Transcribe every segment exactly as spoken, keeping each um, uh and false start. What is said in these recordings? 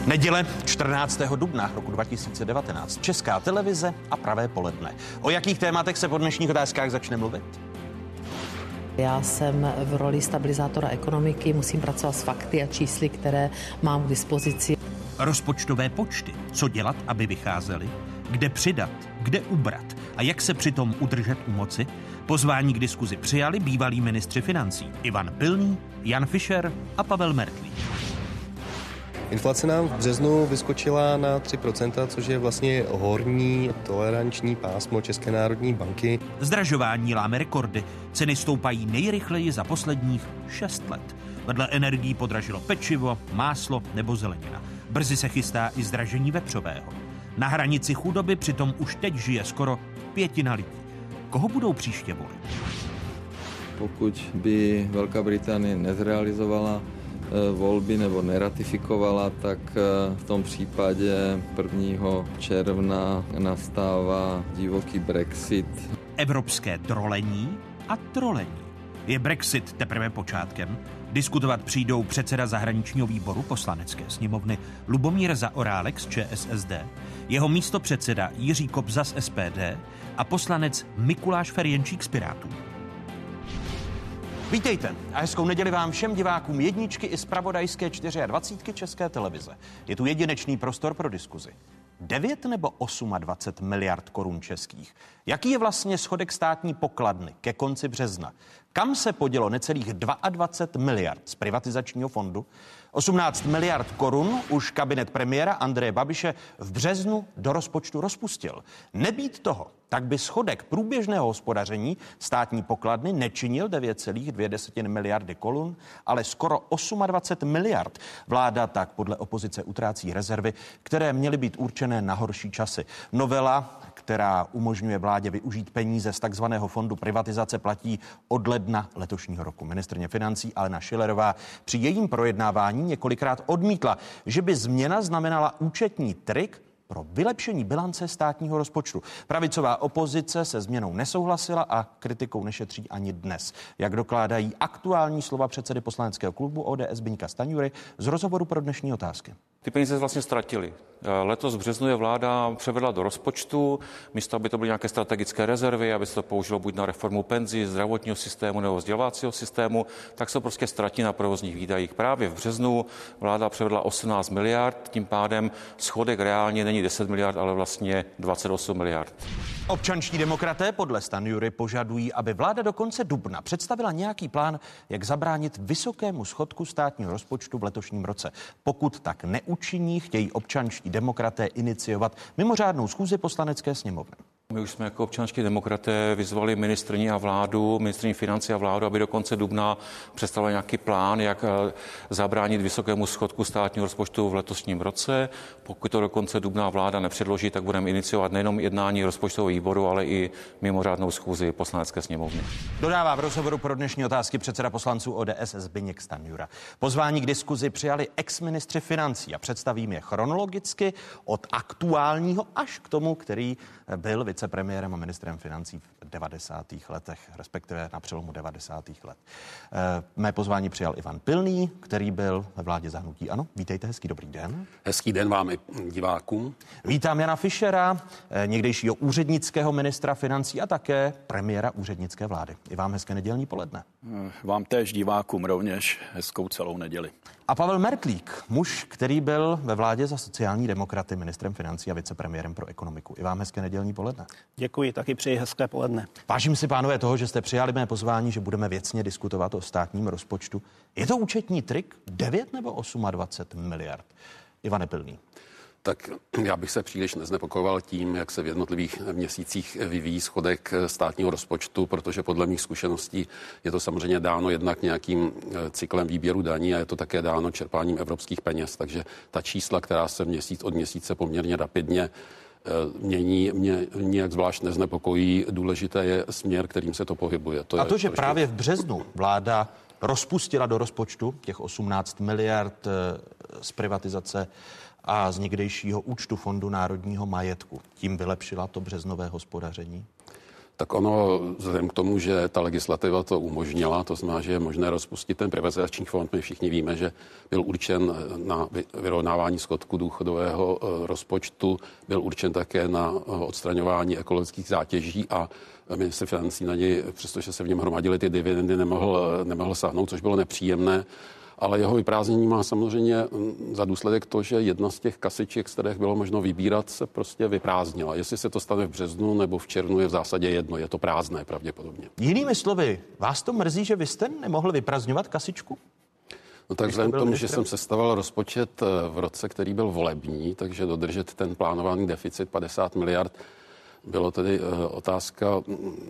Neděle čtrnáctého dubna roku dva tisíce devatenáct. Česká televize a Pravé poledne. O jakých tématech se po dnešních otázkách začne mluvit? Já jsem v roli stabilizátora ekonomiky, musím pracovat s fakty a čísly, které mám k dispozici. Rozpočtové počty. Co dělat, aby vycházely? Kde přidat? Kde ubrat? A jak se přitom udržet u moci? Pozvání k diskuzi přijali bývalí ministři financí Ivan Pilný, Jan Fischer a Pavel Mertlík. Inflace nám v březnu vyskočila na tři procenta, což je vlastně horní toleranční pásmo České národní banky. Zdražování láme rekordy. Ceny stoupají nejrychleji za posledních šest let. Vedle energií podražilo pečivo, máslo nebo zelenina. Brzy se chystá i zdražení vepřového. Na hranici chudoby přitom už teď žije skoro pětina lidí. Koho budou příště volit? Pokud by Velká Británie nezrealizovala volby nebo neratifikovala, tak v tom případě prvního června nastává divoký Brexit. Evropské drolení a trolení. Je Brexit teprve počátkem? Diskutovat přijdou předseda zahraničního výboru Poslanecké sněmovny Lubomír Zaorálek z ČSSD, jeho místopředseda Jiří Kobza z S P D a poslanec Mikuláš Ferjenčík z Pirátů. Vítejte a hezkou neděli vám všem divákům jedničky i zpravodajské dvacet čtyři České televize. Je tu jedinečný prostor pro diskuzi. devět nebo dvacet osm miliard korun českých. Jaký je vlastně schodek státní pokladny ke konci března? Kam se podělo necelých dvacet dva miliard z privatizačního fondu? osmnáct miliard korun už kabinet premiéra Andreje Babiše v březnu do rozpočtu rozpustil. Nebýt toho, tak by schodek průběžného hospodaření státní pokladny nečinil devět celá dvě miliardy korun, ale skoro dvacet osm miliard. Vláda tak podle opozice utrácí rezervy, které měly být určené na horší časy. Novela, která umožňuje vládě využít peníze z takzvaného fondu privatizace, platí od ledna letošního roku. Ministryně financí Alena Schillerová při jejím projednávání několikrát odmítla, že by změna znamenala účetní trik pro vylepšení bilance státního rozpočtu. Pravicová opozice se změnou nesouhlasila a kritikou nešetří ani dnes. Jak dokládají aktuální slova předsedy poslaneckého klubu O D S Zbyňka Stanjury z rozhovoru pro dnešní otázky. Ty peníze vlastně ztratili. Letos v březnu je vláda převedla do rozpočtu, místo aby to byly nějaké strategické rezervy, aby se to použilo buď na reformu penzí, zdravotního systému nebo vzdělávacího systému, tak se prostě ztratí na provozních výdajích. Právě v březnu vláda převedla osmnáct miliard, tím pádem schodek reálně není deset miliard, ale vlastně dvacet osm miliard. Občanští demokraté podle Stanjury požadují, aby vláda do konce dubna představila nějaký plán, jak zabránit vysokému schodku státního rozpočtu v letošním roce. Pokud tak neučiní, chtějí občanští demokraté iniciovat mimořádnou schůzi Poslanecké sněmovny. My už jsme jako občanští demokraté vyzvali ministryni a vládu, ministryni financí a vládu, aby do konce dubna představila nějaký plán, jak zabránit vysokému schodku státního rozpočtu v letošním roce. Pokud to do konce dubna vláda nepředloží, tak budeme iniciovat nejenom jednání rozpočtového výboru, ale i mimořádnou schůzi Poslanecké sněmovny. Dodává v rozhovoru pro dnešní otázky předseda poslanců O D S Zbyněk Stanjura. Pozvání k diskuzi přijali ex-ministři financí a představím je chronologicky od aktuálního až k tomu, který byl vicepremiérem a ministrem financí v devadesátých letech, respektive na přelomu devadesátých let. E, mé pozvání přijal Ivan Pilný, který byl ve vládě za hnutí ANO. Vítejte, hezký dobrý den. Hezký den vám i divákům. Vítám Jana Fischera, někdejšího úřednického ministra financí a také premiéra úřednické vlády. I vám hezké nedělní poledne. Vám též divákům rovněž hezkou celou neděli. A Pavel Mertlík, muž, který byl ve vládě za sociální demokraty ministrem financí a vicepremiérem pro ekonomiku. I vám hezké nedělní poledne. Děkuji, taky přeji hezké poledne. Vážím si, pánové, toho, že jste přijali mé pozvání, že budeme věcně diskutovat o státním rozpočtu. Je to účetní trik devět nebo dvacet osm miliard? Ivane Pilný. Tak já bych se příliš neznepokojoval tím, jak se v jednotlivých měsících vyvíjí schodek státního rozpočtu, protože podle mých zkušeností je to samozřejmě dáno jednak nějakým cyklem výběru daní a je to také dáno čerpáním evropských peněz. Takže ta čísla, která se měsíc od měsíce poměrně rapidně mění, mě nějak zvlášť neznepokojí. Důležité je směr, kterým se to pohybuje. To a je to, že trošku... právě v březnu vláda rozpustila do rozpočtu těch osmnáct miliard z privatizace a z někdejšího účtu Fondu národního majetku, tím vylepšila to březnové hospodaření? tak ono, vzhledem k tomu, že ta legislativa to umožnila, to znamená, že je možné rozpustit ten privatizační fond, my všichni víme, že byl určen na vyrovnávání schodku důchodového rozpočtu, byl určen také na odstraňování ekologických zátěží a ministr financí na něj, přestože se v něm hromadily ty dividendy, nemohl, nemohl sáhnout, což bylo nepříjemné. Ale jeho vyprázdnění má samozřejmě za důsledek to, že jedna z těch kasiček, z kterých bylo možno vybírat, se prostě vyprázdnila. Jestli se to stane v březnu nebo v červnu, je v zásadě jedno. Je to prázdné pravděpodobně. Jinými slovy, vás to mrzí, že vy jste nemohl vyprázdňovat kasičku? No tak vzhledem k tomu, že jsem sestavoval rozpočet v roce, který byl volební, takže dodržet ten plánovaný deficit padesát miliard, bylo tedy otázka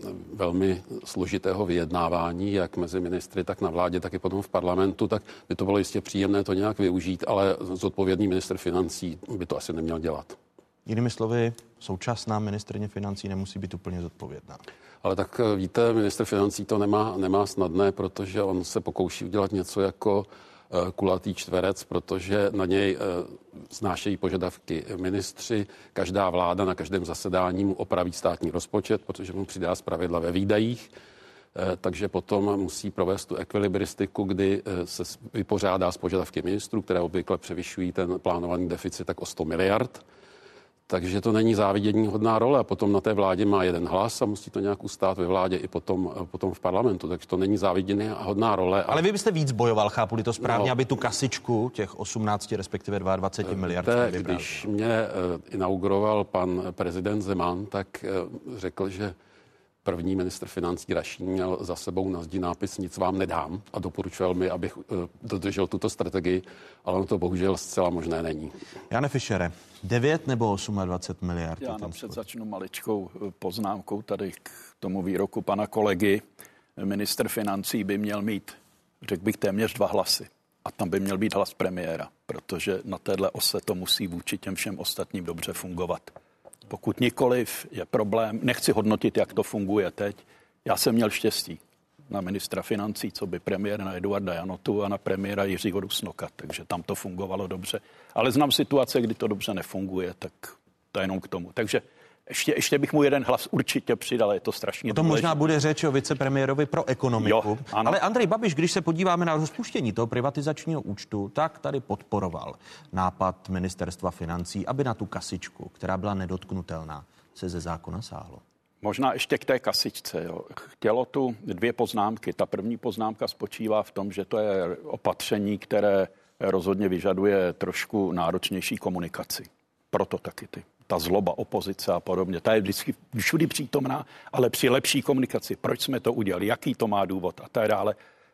velmi složitého vyjednávání, jak mezi ministry, tak na vládě, tak i potom v parlamentu, tak by to bylo jistě příjemné to nějak využít, ale zodpovědný ministr financí by to asi neměl dělat. Jinými slovy, současná ministryně financí nemusí být úplně zodpovědná. Ale tak víte, ministr financí to nemá, nemá snadné, protože on se pokouší udělat něco jako kulatý čtverec, protože na něj znášejí požadavky ministři. Každá vláda na každém zasedání mu opraví státní rozpočet, protože mu přidá zpravidla ve výdajích. Takže potom musí provést tu ekvilibristiku, kdy se vypořádá s požadavky ministrů, které obvykle převyšují ten plánovaný deficit tak o sto miliard. Takže to není závidění hodná role. A potom na té vládě má jeden hlas a musí to nějak ustát ve vládě i potom, potom v parlamentu. Takže to není závidění hodná role. Ale vy byste víc bojoval, chápu-li to správně, no, aby tu kasičku těch osmnáct, respektive dvacet dva miliard. Víte, když mě inauguroval pan prezident Zeman, tak řekl, že první ministr financí Rašín měl za sebou na zdi nápis "Nic vám nedám" a doporučoval mi, abych dodržel tuto strategii, ale ono to bohužel zcela možné není. Jane Fischere, devět nebo dvacet osm miliard? Já napřed začnu maličkou poznámkou tady k tomu výroku pana kolegy. Ministr financí by měl mít, řekl bych, téměř dva hlasy. A tam by měl být hlas premiéra, protože na téhle ose to musí vůči těm všem ostatním dobře fungovat. Pokud nikoliv, je problém. Nechci hodnotit, jak to funguje teď. Já jsem měl štěstí na ministra financí, co by premiér, na Eduarda Janotu a na premiéra Jiřího Rusnoka, takže tam to fungovalo dobře. Ale znám situace, kdy to dobře nefunguje, tak to je jenom k tomu. Takže ještě, ještě bych mu jeden hlas určitě přidal, je to strašně O tom důležité. možná bude řeč o vicepremiérovi pro ekonomiku. Jo, ale Andrej Babiš, když se podíváme na rozpuštění toho privatizačního účtu, tak tady podporoval nápad ministerstva financí, aby na tu kasičku, která byla nedotknutelná, se ze zákona sáhlo. Možná ještě k té kasičce. Jo. Chtělo tu dvě poznámky. Ta první poznámka spočívá v tom, že to je opatření, které rozhodně vyžaduje trošku náročnější komunikaci. Proto taky ty. Ta zloba opozice a podobně. Ta je vždycky všudy přítomná, ale při lepší komunikaci. Proč jsme to udělali? Jaký to má důvod? A tak dále.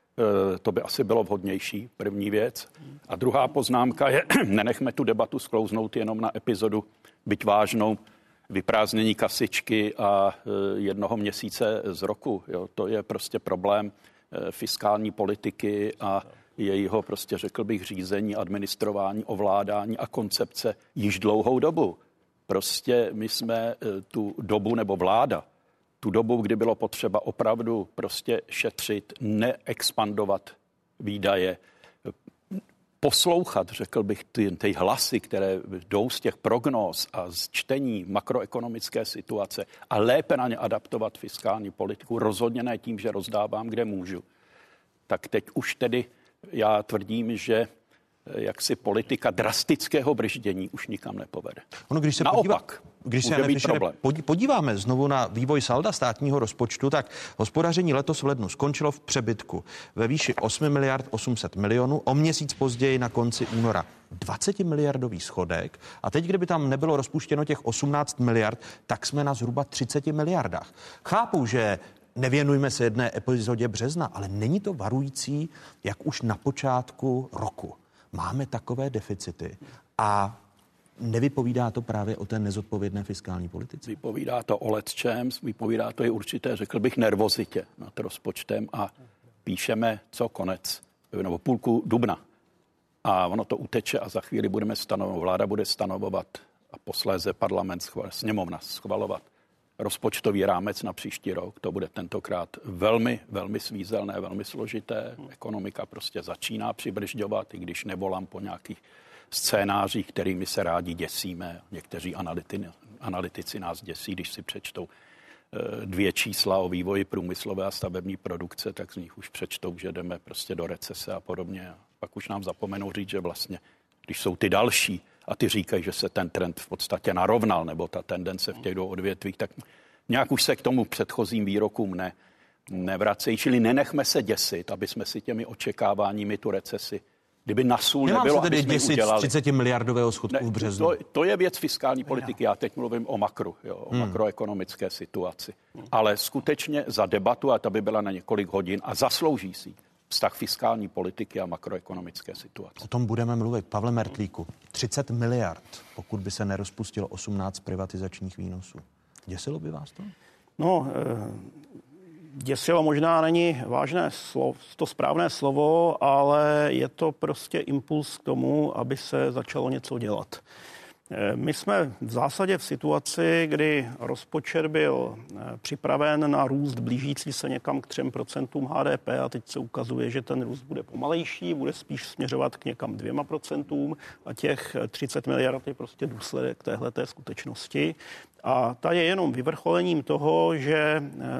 To by asi bylo vhodnější, první věc. A druhá poznámka je, nenechme tu debatu sklouznout jenom na epizodu, byť vážnou, vyprázdnění kasičky a jednoho měsíce z roku. Jo, to je prostě problém fiskální politiky a jejího, prostě řekl bych, řízení, administrování, ovládání a koncepce již dlouhou dobu. Prostě my jsme tu dobu, nebo vláda, tu dobu, kdy bylo potřeba opravdu prostě šetřit, neexpandovat výdaje, poslouchat, řekl bych, ty, ty hlasy, které jdou z těch prognóz a z čtení makroekonomické situace a lépe na ně adaptovat fiskální politiku, rozhodně ne tím, že rozdávám, kde můžu. Tak teď už tedy já tvrdím, že jaksi politika drastického brždění už nikam nepovede. Ono, když se Naopak, podívá, když se být problém. podíváme znovu na vývoj salda státního rozpočtu, tak hospodaření letos v lednu skončilo v přebytku ve výši osm miliard osm set milionů, o měsíc později na konci února dvacet miliardový schodek a teď, kdyby tam nebylo rozpuštěno těch osmnáct miliard, tak jsme na zhruba třiceti miliardách. Chápu, že nevěnujme se jedné epizodě března, ale není to varující, jak už na počátku roku máme takové deficity a nevypovídá to právě o té nezodpovědné fiskální politice? Vypovídá to o lecčem, vypovídá to i určité, řekl bych, nervozitě nad rozpočtem a píšeme co konec, nebo půlku dubna. A ono to uteče a za chvíli budeme stanovovat, vláda bude stanovovat a posléze parlament, schval, sněmovna schvalovat rozpočtový rámec na příští rok. To bude tentokrát velmi, velmi svízelné, velmi složité. Ekonomika prostě začíná přibržďovat, i když nevolám po nějakých scénářích, kterými se rádi děsíme. Někteří analytici, analytici nás děsí, když si přečtou dvě čísla o vývoji průmyslové a stavební produkce, tak z nich už přečtou, že jdeme prostě do recese a podobně. A pak už nám zapomenou říct, že vlastně, když jsou ty další a ty říkají, že se ten trend v podstatě narovnal, nebo ta tendence v těch dvou odvětvích, tak nějak už se k tomu předchozím výrokům ne, nevracejí. Čili nenechme se děsit, aby jsme si těmi očekáváními tu recesi, kdyby na sůl Nemám nebylo, se tedy aby jsme děsit udělali. třicet miliardového schodku Ne, v březnu. To, to je věc fiskální politiky. Já teď mluvím o makru, jo, o hmm. makroekonomické situaci. Ale skutečně za debatu, a ta by byla na několik hodin a zaslouží si vztah fiskální politiky a makroekonomické situace. O tom budeme mluvit. Pavle Mertlíku, třicet miliard, pokud by se nerozpustilo osmnáct privatizačních výnosů. Děsilo by vás to? No, děsilo možná není vážné slovo, to správné slovo, ale je to prostě impuls k tomu, aby se začalo něco dělat. My jsme v zásadě v situaci, kdy rozpočet byl připraven na růst blížící se někam k třem procentům H D P a teď se ukazuje, že ten růst bude pomalejší, bude spíš směřovat k někam dvěma procentům a těch třicet miliard je prostě důsledek téhleté skutečnosti. A ta je jenom vyvrcholením toho, že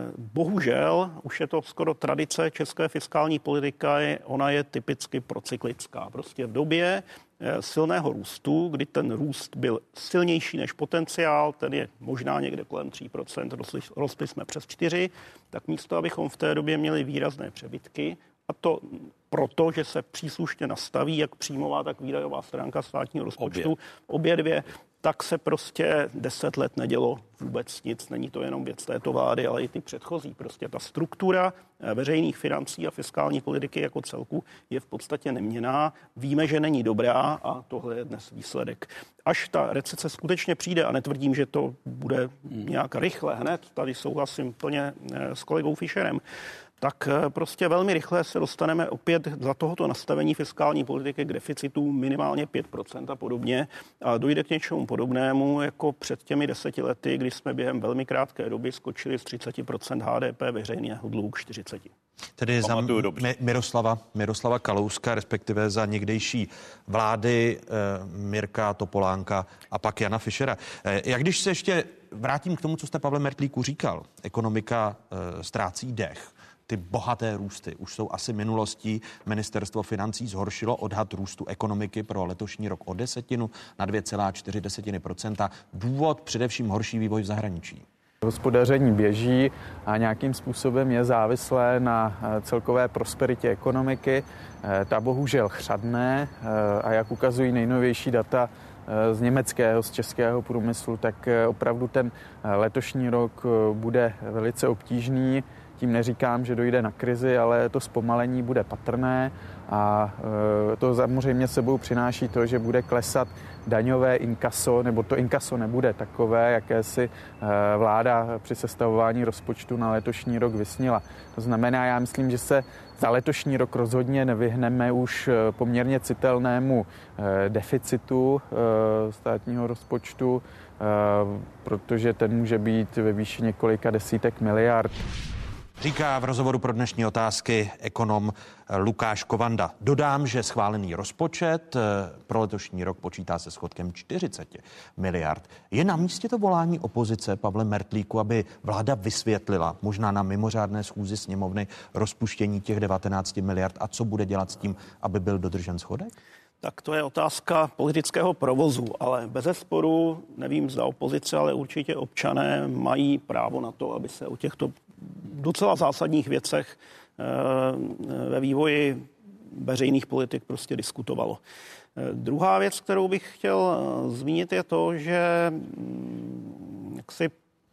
bohužel, už je to skoro tradice české fiskální politiky, ona je typicky procyklická. Prostě v době silného růstu, kdy ten růst byl silnější než potenciál, ten je možná někde kolem tří procent, rostli, rostli jsme přes čtyři, tak místo, abychom v té době měli výrazné přebytky, a to proto, že se příslušně nastaví jak příjmová, tak výdajová stránka státního rozpočtu, obě, obě dvě, tak se prostě deset let nedělo vůbec nic. Není to jenom věc této vlády, ale i ty předchozí. Prostě ta struktura veřejných financí a fiskální politiky jako celku je v podstatě neměnná. Víme, že není dobrá a tohle je dnes výsledek. Až ta recese skutečně přijde, a netvrdím, že to bude nějak rychle hned, tady souhlasím plně s kolegou Fischerem, tak prostě velmi rychle se dostaneme opět za tohoto nastavení fiskální politiky k deficitu minimálně pět procent a podobně a dojde k něčemu podobnému jako před těmi deseti lety, kdy jsme během velmi krátké doby skočili z třicet procent H D P veřejného dluhu k čtyřicet procent. Tedy za Miroslava, Miroslava Kalouska, respektive za někdejší vlády eh, Mirka Topolánka a pak Jana Fischera. Eh, jak když se ještě vrátím k tomu, co jste, Pavle Mertlíku, říkal, ekonomika eh, ztrácí dech. Ty bohaté růsty už jsou asi minulostí. Ministerstvo financí zhoršilo odhad růstu ekonomiky pro letošní rok o desetinu na dvě celá čtyři procenta. Důvod především horší vývoj v zahraničí. Hospodaření běží a nějakým způsobem je závislé na celkové prosperitě ekonomiky. Ta bohužel chřadne a jak ukazují nejnovější data z německého, z českého průmyslu, tak opravdu ten letošní rok bude velice obtížný. Tím neříkám, že dojde na krizi, ale to zpomalení bude patrné a to samozřejmě sebou přináší to, že bude klesat daňové inkaso, nebo to inkaso nebude takové, jaké si vláda při sestavování rozpočtu na letošní rok vysnila. To znamená, já myslím, že se za letošní rok rozhodně nevyhneme už poměrně citelnému deficitu státního rozpočtu, protože ten může být ve výši několika desítek miliard. Říká v rozhovoru pro dnešní otázky ekonom Lukáš Kovanda. Dodám, že schválený rozpočet pro letošní rok počítá se schodkem čtyřicet miliard. Je na místě to volání opozice, Pavle Mertlíku, aby vláda vysvětlila, možná na mimořádné schůzi sněmovny, rozpuštění těch devatenáct miliard a co bude dělat s tím, aby byl dodržen schodek? Tak to je otázka politického provozu, ale bezesporu, nevím zda opozice, ale určitě občané mají právo na to, aby se o těchto docela zásadních věcech ve vývoji veřejných politik prostě diskutovalo. Druhá věc, kterou bych chtěl zmínit, je to, že jaksi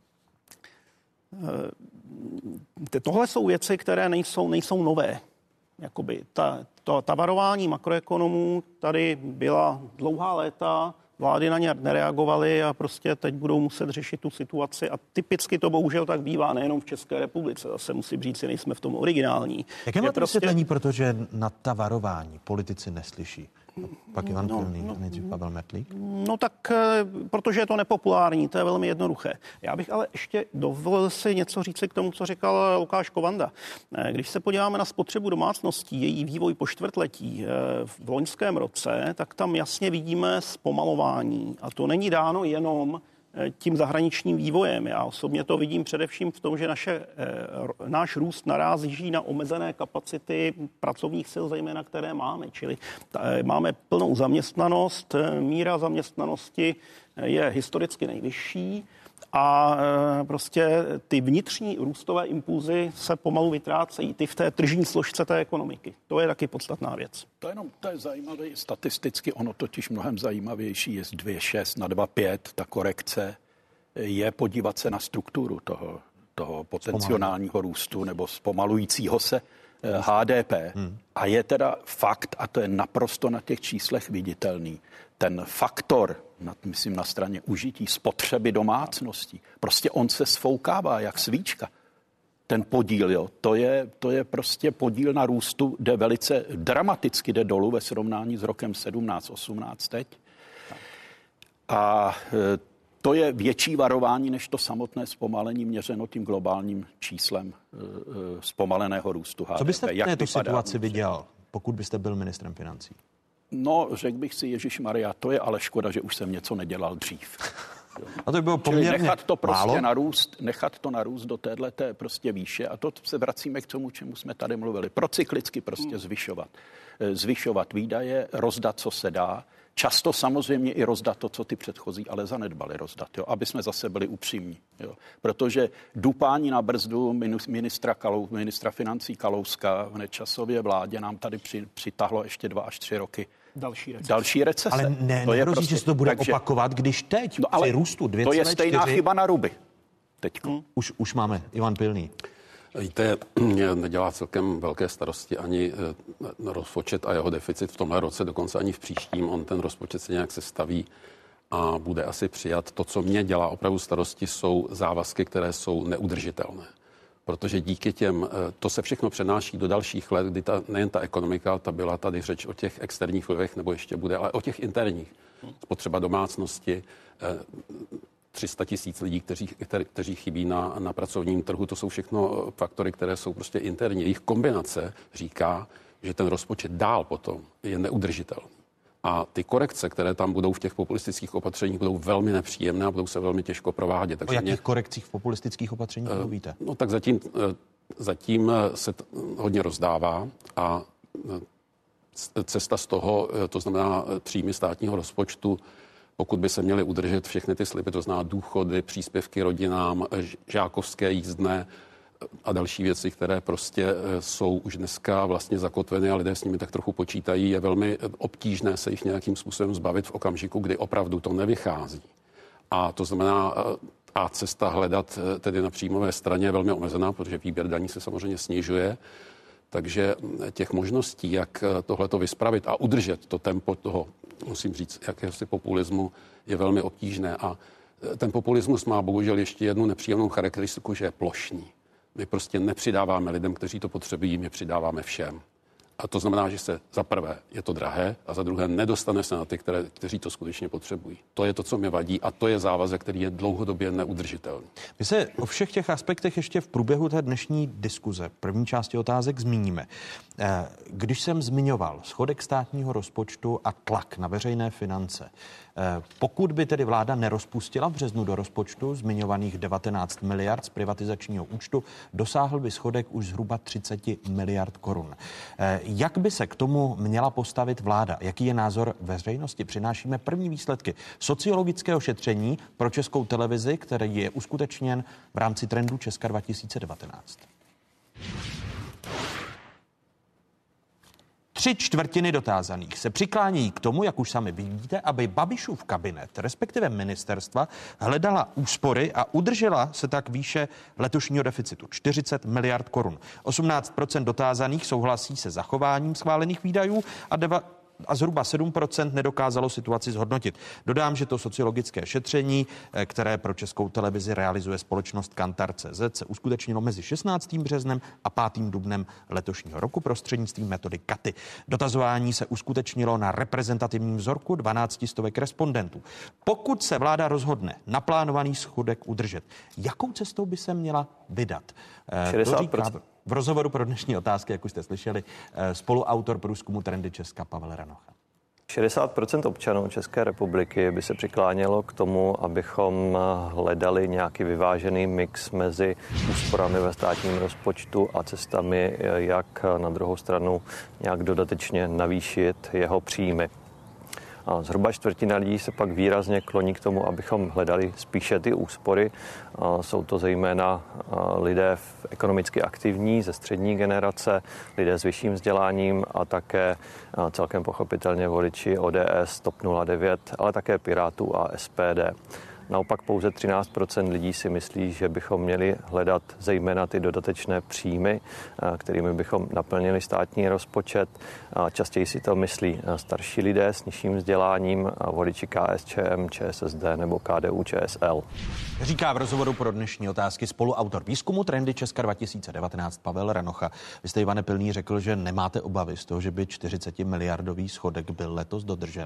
tohle jsou věci, které nejsou, nejsou nové. Jakoby ta, ta, ta varování makroekonomů tady byla dlouhá léta, vlády na ně nereagovaly a prostě teď budou muset řešit tu situaci a typicky to bohužel tak bývá, nejenom v České republice, zase musím říct, že nejsme v tom originální. Jaké máte prostě... vysvětlení, protože na ta varování politici neslyší? Pak Ivan no, Pilný, no, nejdřív Pavel Mertlík. No tak, protože je to nepopulární, to je velmi jednoduché. Já bych ale ještě dovolil si něco říct k tomu, co říkal Lukáš Kovanda. Když se podíváme na spotřebu domácností, její vývoj po čtvrtletí v loňském roce, tak tam jasně vidíme zpomalování. A to není dáno jenom tím zahraničním vývojem. Já osobně to vidím především v tom, že naše, náš růst narazí na omezené kapacity pracovních sil, zejména které máme. Čili máme plnou zaměstnanost, míra zaměstnanosti je historicky nejvyšší a prostě ty vnitřní růstové impulzy se pomalu vytrácejí, ty v té tržní složce té ekonomiky. To je taky podstatná věc. To je jenom, to je zajímavé statisticky, ono totiž mnohem zajímavější je z dva celá šest na dva celá pět, ta korekce je podívat se na strukturu toho, toho potenciálního růstu nebo zpomalujícího se H D P. Hmm. A je teda fakt, a to je naprosto na těch číslech viditelný, ten faktor, na, myslím na straně užití, spotřeby domácností, prostě on se sfoukává jak svíčka. Ten podíl, jo, to je, to je prostě podíl na růstu, jde velice dramaticky jde dolů ve srovnání s rokem sedmnáct osmnáct teď. A e, to je větší varování, než to samotné zpomalení měřeno tím globálním číslem e, e, zpomaleného růstu H D P. Co byste v této situaci vnitř? viděl, pokud byste byl ministrem financí? No, řekl bych si, ježišmarja, to je ale škoda, že už jsem něco nedělal dřív. A to by bylo poměrně nechat to prostě málo? narůst, nechat to narůst do téhleté prostě výše a to se vracíme k tomu, čemu jsme tady mluvili. Procyklicky prostě zvyšovat. Zvyšovat výdaje, rozdat, co se dá. Často samozřejmě i rozdat to, co ty předchozí, ale zanedbali rozdat, jo, aby jsme zase byli upřímní. Jo. Protože dupání na brzdu ministra, Kalou, ministra financí Kalouska v Nečasově vládě nám tady při, přitahlo ještě dva až tři roky Další recese. Další recese. Ale ne, to nehrozí, je prostě, že se to bude takže, opakovat, když teď no, ale při růstu dvě celá čtyři... To je stejná chyba na ruby. Teďko. Hmm. Už, už máme. Ivan Pilný. Víte, mě nedělá celkem velké starosti ani rozpočet a jeho deficit v tomhle roce, dokonce ani v příštím. On ten rozpočet se nějak sestaví a bude asi přijat. To, co mě dělá opravdu starosti, jsou závazky, které jsou neudržitelné. Protože díky těm, to se všechno přenáší do dalších let, kdy ta, nejen ta ekonomika, ta byla tady řeč o těch externích vlivech, nebo ještě bude, ale o těch interních. Spotřeba domácnosti, tři sta tisíc lidí, kteří, kteří, kteří chybí na, na pracovním trhu, to jsou všechno faktory, které jsou prostě interní. Jejich kombinace říká, že ten rozpočet dál potom je neudržitelný. A ty korekce, které tam budou v těch populistických opatřeních, budou velmi nepříjemné a budou se velmi těžko provádět. Takže o jakých mě, korekcích v populistických opatřeních uh, mluvíte? No tak zatím, uh, zatím se t- hodně rozdává a uh, cesta z toho, uh, to znamená uh, příjmy státního rozpočtu, pokud by se měly udržet všechny ty sliby, to znamená důchody, příspěvky rodinám, žákovské jízdné a další věci, které prostě jsou už dneska vlastně zakotveny a lidé s nimi tak trochu počítají, je velmi obtížné se jich nějakým způsobem zbavit v okamžiku, kdy opravdu to nevychází. A to znamená, a cesta hledat tedy na příjmové straně je velmi omezená, protože výběr daní se samozřejmě snižuje. Takže těch možností, jak tohleto vyspravit a udržet to tempo toho, musím říct, jakéhosi populismu, je velmi obtížné. A ten populismus má bohužel ještě jednu nepříjemnou charakteristiku, že je plošný. My prostě nepřidáváme lidem, kteří to potřebují, my přidáváme všem. A to znamená, že se za prvé je to drahé a za druhé nedostane se na ty, které, kteří to skutečně potřebují. To je to, co mě vadí a to je závazek, který je dlouhodobě neudržitelný. My se o všech těch aspektech ještě v průběhu té dnešní diskuze, první části otázek, zmíníme. Když jsem zmiňoval schodek státního rozpočtu a tlak na veřejné finance, pokud by tedy vláda nerozpustila v březnu do rozpočtu zmiňovaných devatenáct miliard z privatizačního účtu, dosáhl by schodek už zhruba třicet miliard korun. Jak by se k tomu měla postavit vláda? Jaký je názor veřejnosti? Přinášíme první výsledky sociologického šetření pro Českou televizi, který je uskutečněn v rámci trendu Česka dva tisíce devatenáct. Tři čtvrtiny dotázaných se přiklání k tomu, jak už sami vidíte, aby Babišův kabinet, respektive ministerstva, hledala úspory a udržela se tak výše letošního deficitu čtyřicet miliard korun. osmnáct procent dotázaných souhlasí se zachováním schválených výdajů a deva- a zhruba sedm procent nedokázalo situaci zhodnotit. Dodám, že to sociologické šetření, které pro Českou televizi realizuje společnost Kantar tečka cé zet, se uskutečnilo mezi šestnáctým březnem a pátým dubnem letošního roku prostřednictvím metody Katy. Dotazování se uskutečnilo na reprezentativním vzorku dvanácti stovek respondentů. Pokud se vláda rozhodne naplánovaný schodek udržet, jakou cestou by se měla vydat? šedesát procent. V rozhovoru pro dnešní otázky, jak už jste slyšeli, spoluautor průzkumu Trendy Česka Pavel Ranocha. šedesát procent občanů České republiky by se přiklánělo k tomu, abychom hledali nějaký vyvážený mix mezi úsporami ve státním rozpočtu a cestami, jak na druhou stranu nějak dodatečně navýšit jeho příjmy. A zhruba čtvrtina lidí se pak výrazně kloní k tomu, abychom hledali spíše ty úspory. A jsou to zejména lidé ekonomicky aktivní ze střední generace, lidé s vyšším vzděláním a také celkem pochopitelně voliči O D S, TOP nula devět, ale také Pirátů a S P D. Naopak pouze třináct procent lidí si myslí, že bychom měli hledat zejména ty dodatečné příjmy, kterými bychom naplnili státní rozpočet. Častěji si to myslí starší lidé s nižším vzděláním, voliči K S Č M, Č S S D nebo K D U Č S L. Říká v rozhovoru pro dnešní otázky spoluautor výzkumu Trendy Česka dva tisíce devatenáct Pavel Ranocha. Vy jste, Ivane Pilný, řekl, že nemáte obavy z toho, že by čtyřicetimiliardový schodek byl letos dodržen.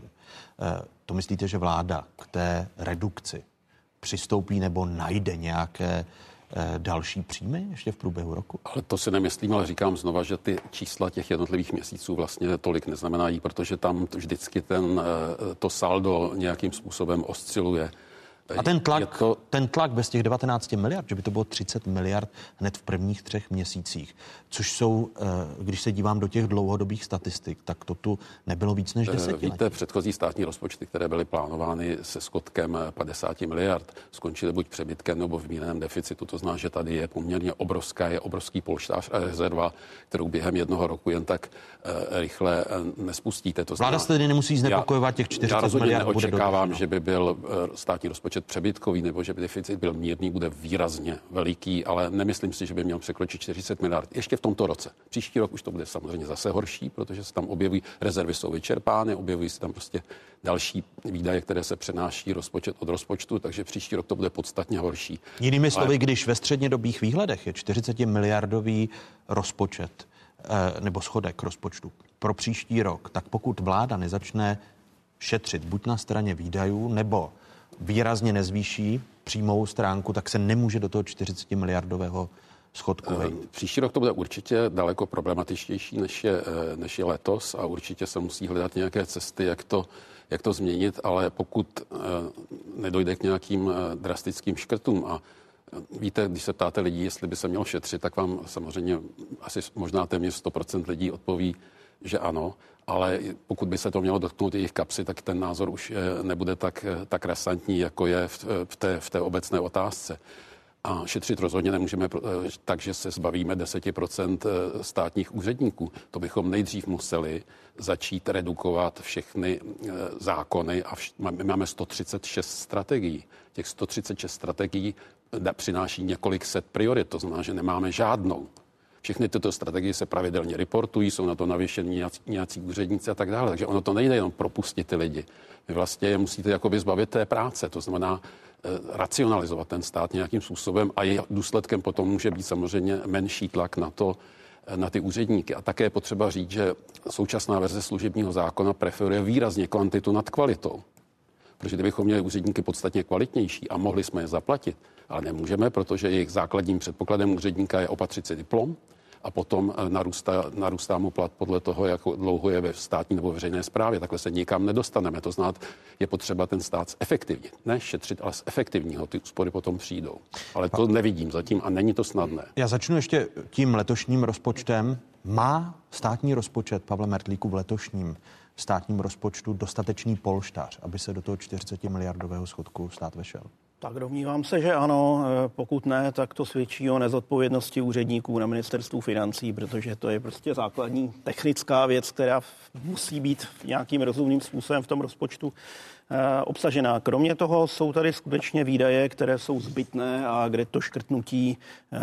To myslíte, že vláda k té redukci přistoupí nebo najde nějaké eh, další příjmy ještě v průběhu roku? Ale to si nemyslím, ale říkám znova, že ty čísla těch jednotlivých měsíců vlastně tolik neznamenají, protože tam vždycky ten, eh, to saldo nějakým způsobem osciluje. A ten tlak, to... ten tlak bez těch devatenácti miliard, že by to bylo třicet miliard hned v prvních třech měsících, což jsou, když se dívám do těch dlouhodobých statistik, tak to tu nebylo víc než deset. Víte, předchozí státní rozpočty, které byly plánovány se schodkem padesát miliard, skončily buď přebytkem nebo v mírném deficitu. To znamená, že tady je poměrně obrovská, je obrovský polštář a rezerva, kterou během jednoho roku jen tak uh, rychle uh, nespustíte. To znamená, vláda se tedy nemusí znepokojovat těch čtyřicet miliard. Já neočekávám, že by byl uh, státní rozpočet přebytkový nebo že by deficit byl mírný, bude výrazně veliký, ale nemyslím si, že by měl překročit čtyřicet miliard. Ještě v tomto roce. Příští rok už to bude samozřejmě zase horší, protože se tam objeví, rezervy jsou vyčerpány, objevují se tam prostě další výdaje, které se přenáší rozpočet od rozpočtu, takže příští rok to bude podstatně horší. Jinými slovy, ale... když ve střednědobých výhledech je čtyřicetimiliardový rozpočet nebo schodek rozpočtu pro příští rok, tak pokud vláda nezačne šetřit buď na straně výdajů nebo výrazně nezvýší příjmovou stránku, tak se nemůže do toho čtyřicetimiliardového schodku vejít. Příští rok to bude určitě daleko problematičtější, než je, než je letos a určitě se musí hledat nějaké cesty, jak to, jak to změnit, ale pokud nedojde k nějakým drastickým škrtům a víte, když se ptáte lidí, jestli by se mělo šetřit, tak vám samozřejmě asi možná téměř sto procent lidí odpoví, že ano, ale pokud by se to mělo dotknout jejich kapsy, tak ten názor už nebude tak, tak rasantní, jako je v, v, té, v té obecné otázce. A šetřit rozhodně nemůžeme tak, že se zbavíme deset procent státních úředníků. To bychom nejdřív museli začít redukovat všechny zákony a vš- my máme sto třicet šest strategií. Těch sto třicet šest strategií přináší několik set priorit, to znamená, že nemáme žádnou. Všechny tyto strategie se pravidelně reportují, jsou na to navěšení nějací, nějací úředníci a tak dále. Takže ono to nejde jenom propustit ty lidi. Vy vlastně je musíte jakoby zbavit té práce, to znamená e, racionalizovat ten stát nějakým způsobem a jeho důsledkem potom může být samozřejmě menší tlak na to, e, na ty úředníky. A také je potřeba říct, že současná verze služebního zákona preferuje výrazně kvantitu nad kvalitou. Protože kdybychom měli úředníky podstatně kvalitnější a mohli jsme je zaplatit, ale nemůžeme, protože jejich základním předpokladem úředníka je opatřit si diplom a potom narůstá, narůstá mu plat podle toho, jak dlouho je ve státní nebo veřejné správě. Takhle se nikam nedostaneme. To znamená, je potřeba ten stát zefektivnit. Ne šetřit, ale z efektivního. Ty úspory potom přijdou. Ale to nevidím zatím a není to snadné. Já začnu ještě tím letošním rozpočtem. Má státní rozpočet Pavle Mertlíku v letošním státním rozpočtu dostatečný polštář, aby se do toho čtyřicetimiliardového schodku stát vešel? Tak domnívám se, že ano. Pokud ne, tak to svědčí o nezodpovědnosti úředníků na ministerstvu financí, protože to je prostě základní technická věc, která musí být nějakým rozumným způsobem v tom rozpočtu obsažená. Kromě toho jsou tady skutečně výdaje, které jsou zbytné a kde to škrtnutí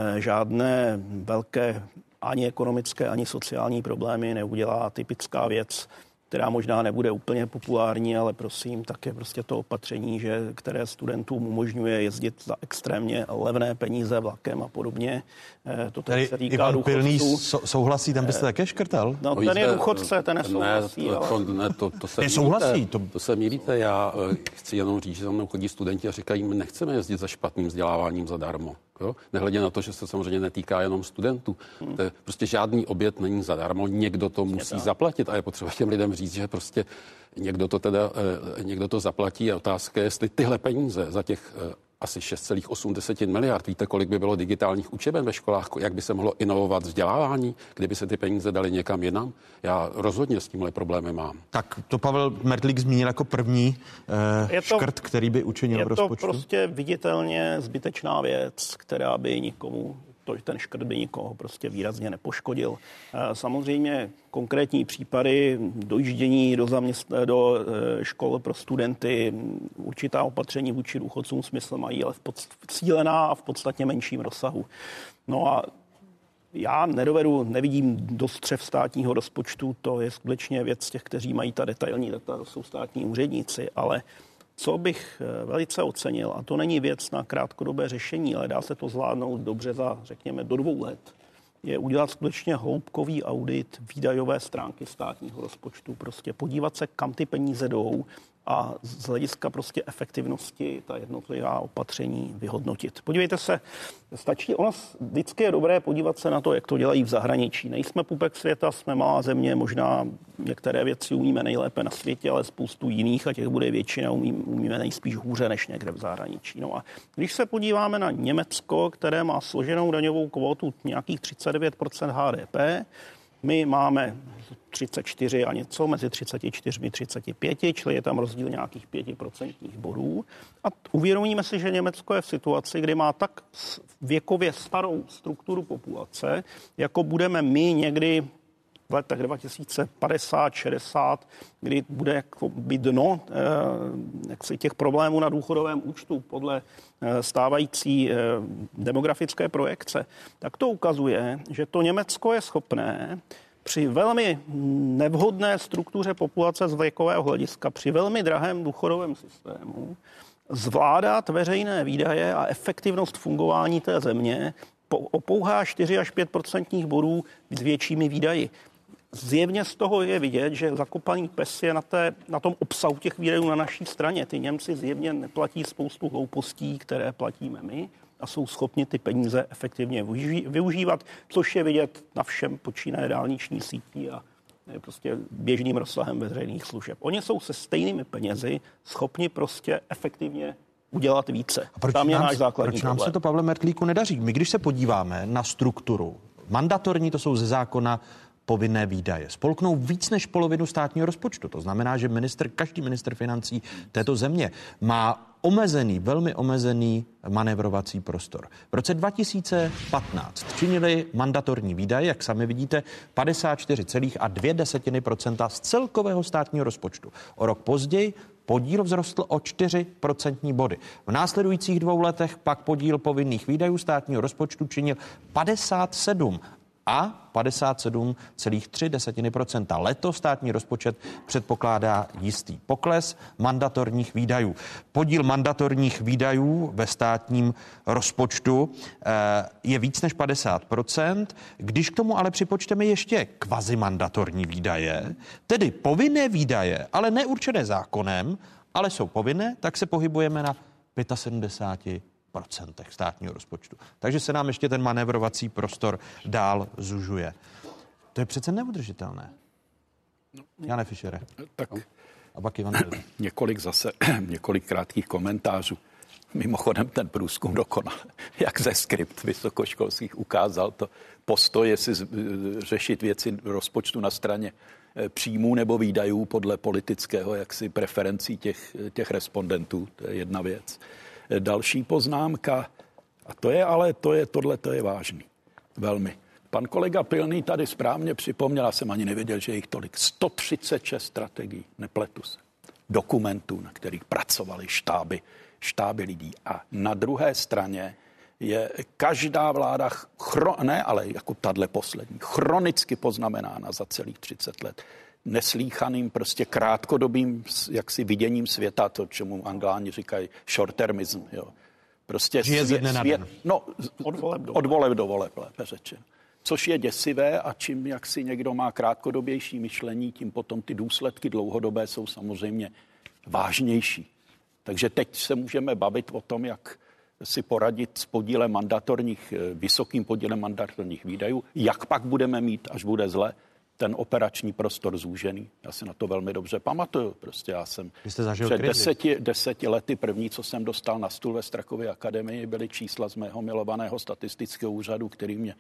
žádné velké ani ekonomické, ani sociální problémy neudělá. Typická věc, která možná nebude úplně populární, ale prosím, tak je prostě to opatření, že, které studentům umožňuje jezdit za extrémně levné peníze vlakem a podobně. To tady se týká Ivan důchodců. Pilný souhlasí, tam byste také škrtal? No, ten je důchodce, ten nesouhlasí. Ne, to, ne, to, to se nesouhlasí. To... to se mýlíte. Já chci jenom říct, že za mnou chodí studenti a říkají, my nechceme jezdit za špatným vzděláváním zadarmo. Jo? Nehledě na to, že se samozřejmě netýká jenom studentů. Hmm. To je, prostě žádný oběd není zadarmo, někdo to musí zaplatit a je potřeba těm lidem říct, že prostě někdo to teda, eh, někdo to zaplatí a otázka je, jestli tyhle peníze za těch eh, asi šest celá osm miliard. Víte, kolik by bylo digitálních učeben ve školách, jak by se mohlo inovovat vzdělávání, kdyby se ty peníze dali někam jinam? Já rozhodně s tímhle problémem mám. Tak to Pavel Mertlík zmínil jako první eh, to, škrt, který by učinil v rozpočtu. Je to prostě viditelně zbytečná věc, která by nikomu, to, ten škrt by nikoho prostě výrazně nepoškodil. Samozřejmě konkrétní případy dojíždění do, zaměst- do škol pro studenty, určitá opatření vůči důchodcům smysl mají, ale v pod- cílená a v podstatně menším rozsahu. No a já nedovedu, nevidím do střev státního rozpočtu, to je skutečně věc těch, kteří mají ta detailní data, to jsou státní úředníci, ale co bych velice ocenil, a to není věc na krátkodobé řešení, ale dá se to zvládnout dobře za, řekněme, do dvou let, je udělat skutečně hloubkový audit výdajové stránky státního rozpočtu. Prostě podívat se, kam ty peníze jdou a z hlediska prostě efektivnosti ta jednotlivá opatření vyhodnotit. Podívejte se, stačí, ono vždycky je dobré podívat se na to, jak to dělají v zahraničí. Nejsme pupek světa, jsme malá země, možná některé věci umíme nejlépe na světě, ale spoustu jiných a těch bude většina, umí, umíme nejspíš hůře než někde v zahraničí. No a když se podíváme na Německo, které má složenou daňovou kvótu nějakých třicet devět procent H D P, my máme třicet čtyři a něco, mezi třicet čtyři a třicet pět, čili je tam rozdíl nějakých pět procentních bodů. A uvědomíme si, že Německo je v situaci, kdy má tak věkově starou strukturu populace, jako budeme my někdy v letech dva tisíce padesát šedesát, kdy bude jako být dno eh, jaksi těch problémů na důchodovém účtu podle eh, stávající eh, demografické projekce, tak to ukazuje, že to Německo je schopné při velmi nevhodné struktuře populace z věkového hlediska, při velmi drahém důchodovém systému, zvládat veřejné výdaje a efektivnost fungování té země po, o pouhá čtyři až pět procentních bodů s většími výdaji. Zjevně z toho je vidět, že zakopaný pes je na, té, na tom obsahu těch výdajů na naší straně. Ty Němci zjevně neplatí spoustu hloupostí, které platíme my a jsou schopni ty peníze efektivně využívat, což je vidět na všem počínaje dálniční sítí a prostě běžným rozsahem veřejných služeb. Oni jsou se stejnými penězi schopni prostě efektivně udělat více. A proč Tam je nám, náš základní proč nám problém. se to, Pavle Mertlíku, nedaří? My, když se podíváme na strukturu, mandatorní, to jsou ze zákona povinné výdaje, spolknou víc než polovinu státního rozpočtu. To znamená, že minister, každý minister financí této země má omezený, velmi omezený manévrovací prostor. V roce dva tisíce patnáct činili mandatorní výdaje, jak sami vidíte, padesát čtyři celá dva procenta z celkového státního rozpočtu. O rok později podíl vzrostl o čtyři procentní body. V následujících dvou letech pak podíl povinných výdajů státního rozpočtu činil padesát sedm a padesát sedm celá tři procenta. Letos státní rozpočet předpokládá jistý pokles mandatorních výdajů. Podíl mandatorních výdajů ve státním rozpočtu je víc než padesát procent. Když k tomu ale připočteme ještě kvazimandatorní výdaje, tedy povinné výdaje, ale neurčené zákonem, ale jsou povinné, tak se pohybujeme na sedmdesát pět procentech státního rozpočtu. Takže se nám ještě ten manévrovací prostor dál zužuje. To je přece neudržitelné. Jane Fischere. Tak a pak Ivan. Několik zase, několik krátkých komentářů. Mimochodem ten průzkum dokonale, jak ze skript vysokoškolských ukázal to postoj, jestli řešit věci rozpočtu na straně příjmů nebo výdajů podle politického jaksi preferencí těch, těch respondentů. To je jedna věc. Další poznámka, a to je ale, to je, tohle to je vážný, velmi. Pan kolega Pilný tady správně připomněl, já jsem ani nevěděl, že je jich tolik, sto třicet šest strategií, nepletu se, dokumentů, na kterých pracovali štáby, štáby lidí. A na druhé straně je každá vláda, chro, ne, ale jako tahle poslední, chronicky poznamenána za celých třicet let. Neslíchaným, prostě krátkodobým jaksi viděním světa, to, čemu Angláni říkají short-termism. Jo. Prostě Žije svět, ze svět, no, od voleb do, od voleb do voleb, lépe řečeno. Což je děsivé a čím jaksi někdo má krátkodobější myšlení, tím potom ty důsledky dlouhodobé jsou samozřejmě vážnější. Takže teď se můžeme bavit o tom, jak si poradit s podílem mandatorních, vysokým podílem mandatorních výdajů, jak pak budeme mít, až bude zle, ten operační prostor zúžený. Já si na to velmi dobře pamatuju. Prostě já jsem před deseti, deseti lety první, co jsem dostal na stůl ve Strakově akademii, byly čísla z mého milovaného statistického úřadu, který mě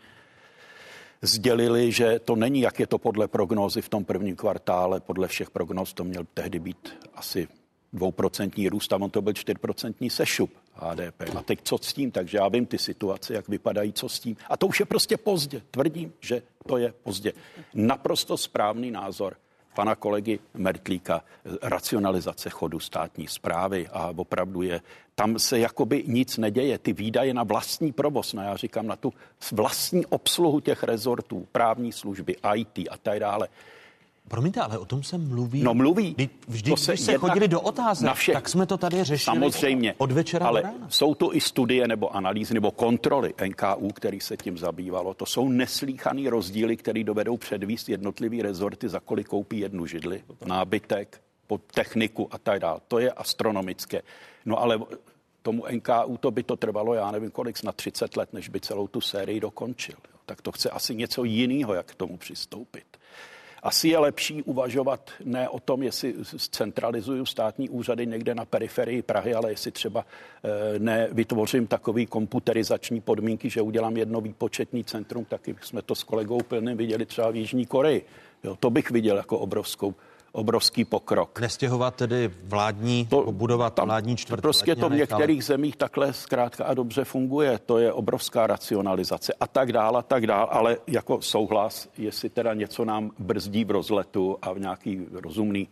sdělili, že to není, jak je to podle prognózy v tom prvním kvartále. Podle všech prognóz to měl tehdy být asi dvouprocentní růst a on to byl čtyřprocentní sešup H D P. A teď co s tím? Takže já vím ty situace, jak vypadají, co s tím. A to už je prostě pozdě. Tvrdím, že to je pozdě. Naprosto správný názor pana kolegy Mertlíka, racionalizace chodu státní správy a opravdu je, tam se jakoby nic neděje. Ty výdaje na vlastní provoz, no já říkám na tu vlastní obsluhu těch rezortů, právní služby, í té a tak dále. Promiňte, ale o tom se mluví. No mluví. Vždy, když se, se chodili do otázek, tak jsme to tady řešili. Samozřejmě. Od večera ale do rána. Jsou to i studie nebo analýzy nebo kontroly N K U, který se tím zabývalo. To jsou neslíchaný rozdíly, které dovedou předvíst jednotlivý rezorty, za kolik koupí jednu židli, nábytek, pod techniku a tak dále. To je astronomické. No ale tomu N K U to by to trvalo, já nevím kolik, na třicet let, než by celou tu sérii dokončil. Tak to chce asi něco jiného, jak k tomu přistoupit. Asi je lepší uvažovat ne o tom, jestli centralizuju státní úřady někde na periferii Prahy, ale jestli třeba e, nevytvořím takový komputerizační podmínky, že udělám jedno výpočetní centrum, taky jsme to s kolegou Pilným viděli třeba v Jižní Koreji. Jo, to bych viděl jako obrovskou obrovský pokrok. Nestěhovat tedy vládní, to, budovat tam, vládní čtvrtletně. Prostě to v některých ale... zemích takhle zkrátka a dobře funguje. To je obrovská racionalizace a tak dále, a tak dále. Ale jako souhlas, jestli teda něco nám brzdí v rozletu a v nějaký rozumný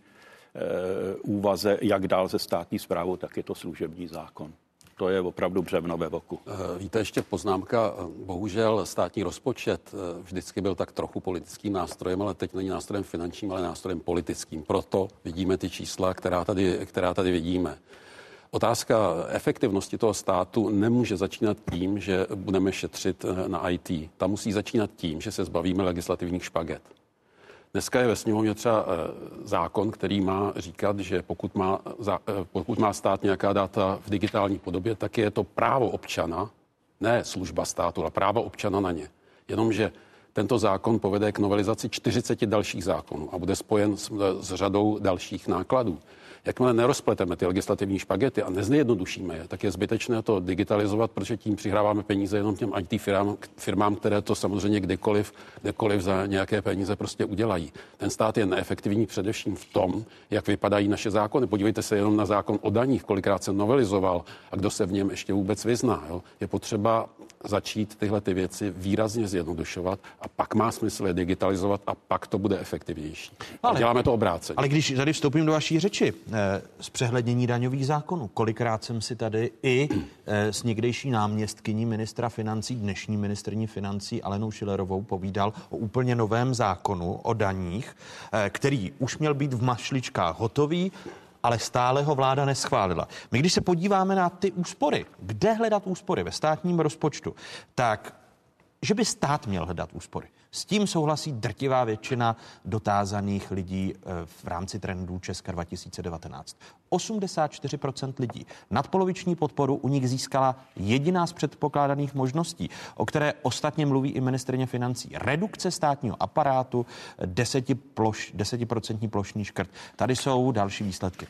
e, úvaze, jak dál ze státní správou, tak je to služební zákon. To je opravdu břevno ve voku. Víte, ještě poznámka. Bohužel státní rozpočet vždycky byl tak trochu politickým nástrojem, ale teď není nástrojem finančním, ale nástrojem politickým. Proto vidíme ty čísla, která tady, která tady vidíme. Otázka efektivnosti toho státu nemůže začínat tím, že budeme šetřit na í té. Ta musí začínat tím, že se zbavíme legislativních špaget. Dneska je ve sněmovně třeba zákon, který má říkat, že pokud má, pokud má stát nějaká data v digitální podobě, tak je to právo občana, ne služba státu, ale právo občana na ně. Jenomže tento zákon povede k novelizaci čtyřiceti dalších zákonů a bude spojen s, s řadou dalších nákladů. Jakmile nerozpleteme ty legislativní špagety a nezjednodušíme je, tak je zbytečné to digitalizovat, protože tím přihráváme peníze jenom těm í té firmám, firmám, které to samozřejmě kdekoliv, kdekoliv za nějaké peníze prostě udělají. Ten stát je neefektivní především v tom, jak vypadají naše zákony. Podívejte se jenom na zákon o daních, kolikrát se novelizoval a kdo se v něm ještě vůbec vyzná. Jo? Je potřeba začít tyhle ty věci výrazně zjednodušovat a pak má smysl je digitalizovat a pak to bude efektivnější. Ale, děláme to obráceně. Ale když tady vstoupím do vaší řeči, eh, zpřehlednění daňových zákonů, kolikrát jsem si tady i eh, s někdejší náměstkyní ministra financí, dnešní ministryní financí Alenou Schillerovou povídal o úplně novém zákonu o daních, eh, který už měl být v mašličkách hotový, ale stále ho vláda neschválila. My když se podíváme na ty úspory, kde hledat úspory ve státním rozpočtu, tak že by stát měl hledat úspory. S tím souhlasí drtivá většina dotázaných lidí v rámci trendů Česka dva tisíce devatenáct. osmdesát čtyři procent lidí. Nadpoloviční podporu u nich získala jediná z předpokládaných možností, o které ostatně mluví i ministryně financí. Redukce státního aparátu, desetiprocentní plošný škrt. Tady jsou další výsledky.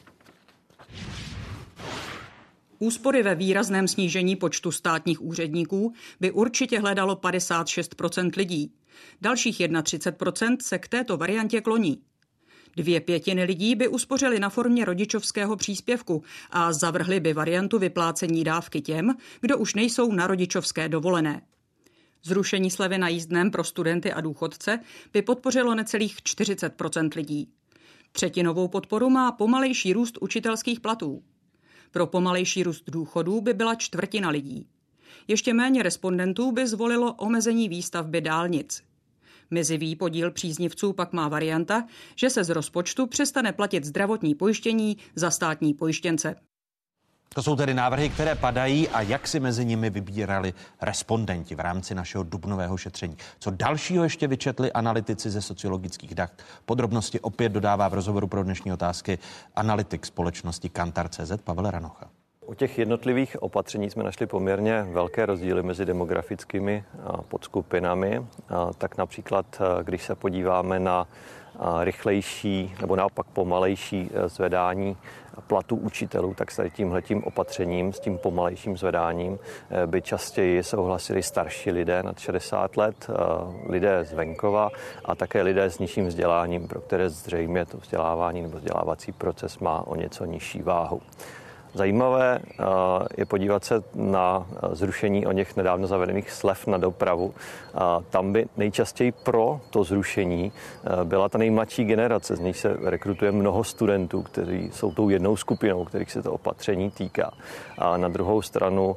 Úspory ve výrazném snížení počtu státních úředníků by určitě hledalo padesát šest procent lidí. Dalších třicet jedna procent se k této variantě kloní. Dvě pětiny lidí by uspořili na formě rodičovského příspěvku a zavrhli by variantu vyplácení dávky těm, kdo už nejsou na rodičovské dovolené. Zrušení slevy na jízdném pro studenty a důchodce by podpořilo necelých čtyřicet procent lidí. Třetinovou podporu má pomalejší růst učitelských platů. Pro pomalejší růst důchodů by byla čtvrtina lidí. Ještě méně respondentů by zvolilo omezení výstavby dálnic. Mizivý podíl příznivců pak má varianta, že se z rozpočtu přestane platit zdravotní pojištění za státní pojištěnce. To jsou tedy návrhy, které padají a jak si mezi nimi vybírali respondenti v rámci našeho dubnového šetření. Co dalšího ještě vyčetli analytici ze sociologických dat? Podrobnosti opět dodává v rozhovoru pro dnešní otázky analytik společnosti Kantar tečka cé zet Pavel Ranocha. U těch jednotlivých opatření jsme našli poměrně velké rozdíly mezi demografickými podskupinami. Tak například, když se podíváme na rychlejší nebo naopak pomalejší zvedání platů učitelů, tak s tímhletím opatřením, s tím pomalejším zvedáním by častěji souhlasili starší lidé nad šedesát let, lidé z venkova a také lidé s nižším vzděláním, pro které zřejmě to vzdělávání nebo vzdělávací proces má o něco nižší váhu. Zajímavé je podívat se na zrušení o něch nedávno zavedených slev na dopravu. Tam by nejčastěji pro to zrušení byla ta nejmladší generace, z nich se rekrutuje mnoho studentů, kteří jsou tou jednou skupinou, kterých se to opatření týká. A na druhou stranu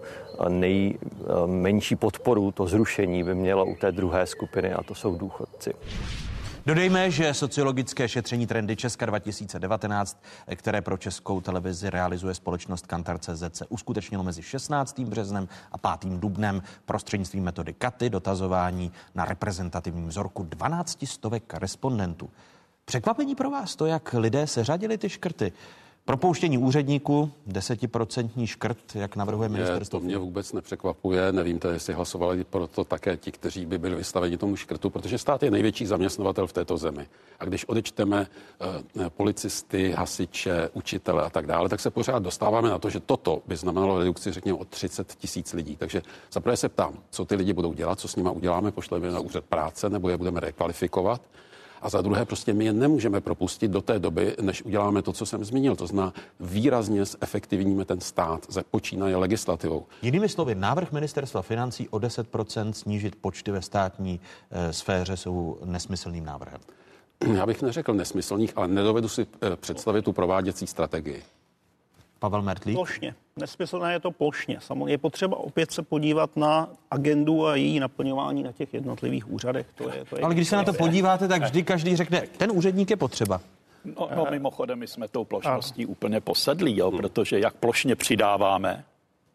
nejmenší podporu to zrušení by mělo u té druhé skupiny, a to jsou důchodci. Dodejme, že sociologické šetření Trendy Česka dva tisíce devatenáct, které pro Českou televizi realizuje společnost Kantar tečka cé zet, se uskutečnilo mezi šestnáctým březnem a pátým dubnem prostřednictvím metody Katy, dotazování na reprezentativním vzorku dvanácti stovek respondentů. Překvapení pro vás to, jak lidé seřadili ty škrty? Propouštění úředníků, desetiprocentní škrt, jak navrhuje ministerstvo. To mě vůbec nepřekvapuje. Nevím, to, jestli hlasovali pro to také ti, kteří by byli vystaveni tomu škrtu, protože stát je největší zaměstnavatel v této zemi. A když odečteme eh, policisty, hasiče, učitele a tak dále, tak se pořád dostáváme na to, že toto by znamenalo redukci, řekněme, o třicet tisíc lidí. Takže zaprvé se ptám, co ty lidi budou dělat, co s nimi uděláme, pošleme na úřad práce nebo je budeme rekvalifikovat. A za druhé, prostě my je nemůžeme propustit do té doby, než uděláme to, co jsem zmínil. To znamená, výrazně zefektivníme ten stát, počínaje legislativou. Jinými slovy, návrh ministerstva financí o deset procent snížit počty ve státní e, sféře jsou nesmyslným návrhem. Já bych neřekl nesmyslných, ale nedovedu si e, představit tu prováděcí strategii. Pavel Mertlík. Plošně. Nesmyslné je to plošně. Samozřejmě je potřeba opět se podívat na agendu a její naplňování na těch jednotlivých úřadech. To je, to je Ale když se na to podíváte, tak vždy každý řekne, ten úředník je potřeba. No, no mimochodem, my jsme tou plošností a. úplně posedlí, jo, protože jak plošně přidáváme,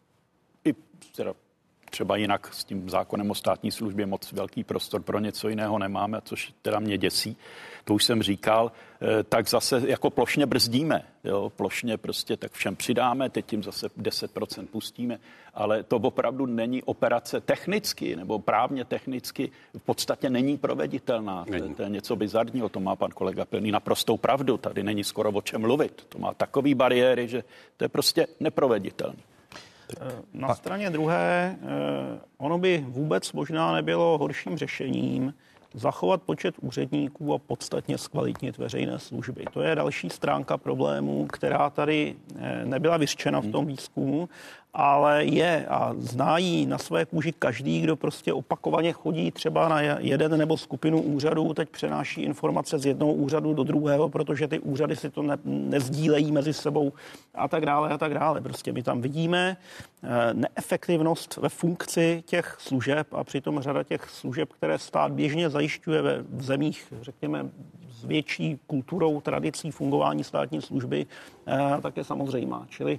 i teda třeba jinak s tím zákonem o státní službě moc velký prostor pro něco jiného nemáme, což teda mě děsí, to už jsem říkal, tak zase jako plošně brzdíme, jo, plošně prostě tak všem přidáme, teď tím zase deset procent pustíme, ale to opravdu není operace technicky nebo právně technicky v podstatě není proveditelná. Není. To, to je něco bizarního, to má pan kolega Pilný naprostou pravdu, tady není skoro o čem mluvit, to má takový bariéry, že to je prostě neproveditelný. Na straně druhé, ono by vůbec možná nebylo horším řešením zachovat počet úředníků a podstatně zkvalitnit veřejné služby. To je další stránka problému, která tady nebyla vyřčena v tom výzkumu, ale je a zná na své kůži každý, kdo prostě opakovaně chodí třeba na jeden nebo skupinu úřadů, teď přenáší informace z jednoho úřadu do druhého, protože ty úřady si to ne, nezdílejí mezi sebou a tak dále a tak dále. Prostě my tam vidíme neefektivnost ve funkci těch služeb a přitom řada těch služeb, které stát běžně zajišťuje ve v zemích, řekněme, s větší kulturou, tradicí fungování státní služby, tak je samozřejmá. Čili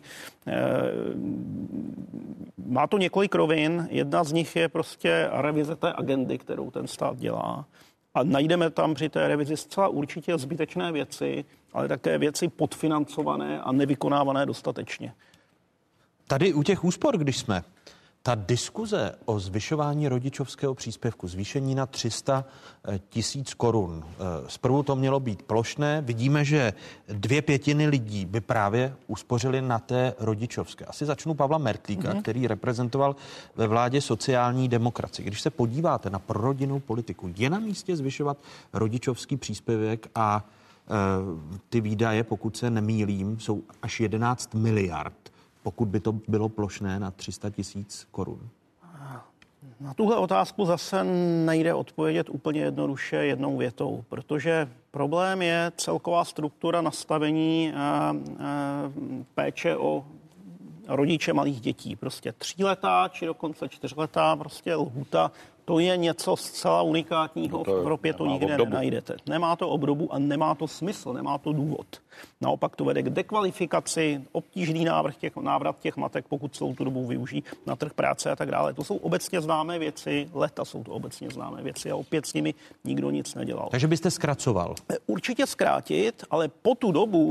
má to několik rovin. Jedna z nich je prostě revize té agendy, kterou ten stát dělá. A najdeme tam při té revizi zcela určitě zbytečné věci, ale také věci podfinancované a nevykonávané dostatečně. Tady u těch úspor, když jsme, ta diskuze o zvyšování rodičovského příspěvku, zvýšení na tři sta tisíc korun, zprvu to mělo být plošné. Vidíme, že dvě pětiny lidí by právě uspořili na té rodičovské. Asi začnu Pavla Mertlíka, mm-hmm. který reprezentoval ve vládě sociální demokracii. Když se podíváte na prorodinnou politiku, je na místě zvyšovat rodičovský příspěvek a e, ty výdaje, pokud se nemýlím, jsou až jedenáct miliard. Pokud by to bylo plošné na tři sta tisíc korun? Na tuhle otázku zase nejde odpovědět úplně jednoduše jednou větou, protože problém je celková struktura nastavení a, a, péče o rodiče malých dětí. Prostě tříletá či dokonce čtyřletá prostě lhůta. To je něco zcela unikátního, no to v Evropě to nikde obdobu. Nenajdete. Nemá to obdobu a nemá to smysl, nemá to důvod. Naopak to vede k dekvalifikaci, obtížný návrh těch, návrat těch matek, pokud celou tu dobu využijí na trh práce a tak dále. To jsou obecně známé věci, leta jsou to obecně známé věci a opět s nimi nikdo nic nedělal. Takže byste zkracoval? Určitě zkrátit, ale po tu dobu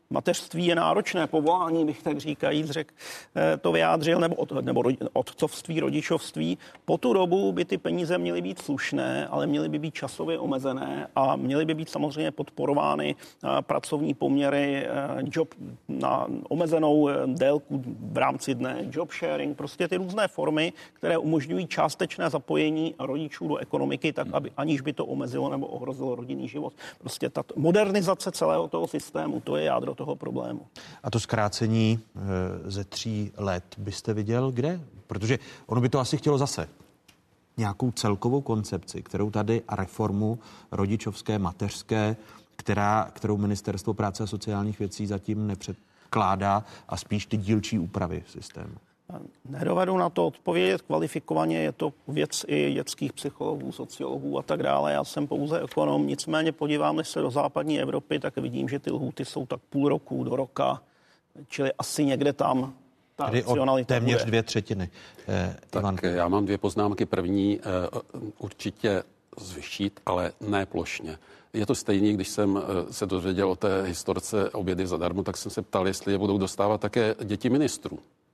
mateřství je náročné povolání, bych tak říkajíc řek, to vyjádřil, nebo, od, nebo otcovství, rodičovství. Po tu dobu by ty peníze měly být slušné, ale měly by být časově omezené a měly by být samozřejmě podporovány pracovní poměry, job na omezenou délku v rámci dne, job sharing, prostě ty různé formy, které umožňují částečné zapojení rodičů do ekonomiky, tak aby aniž by to omezilo nebo ohrozilo rodinný život. Prostě ta modernizace celého toho systému, to je jádro toho problému. A to zkrácení ze tří let byste viděl kde? Protože ono by to asi chtělo zase nějakou celkovou koncepci, kterou tady a reformu rodičovské, mateřské, která, kterou Ministerstvo práce a sociálních věcí zatím nepředkládá a spíš ty dílčí úpravy v systému. Nedovedu na to odpovědět kvalifikovaně, je to věc i dětských psychologů, sociologů a tak dále. Já jsem pouze ekonom, nicméně podíváme se do západní Evropy, tak vidím, že ty lhůty jsou tak půl roku do roka, čili asi někde tam ta Tedy racionalita téměř bude. dvě třetiny. Eh, tak Ivan. já mám dvě poznámky. První, eh, určitě zvyšit, ale ne plošně. Je to stejný, když jsem se dozvěděl o té historce obědy zadarmo, tak jsem se ptal, jestli je budou dostávat také děti ministrů.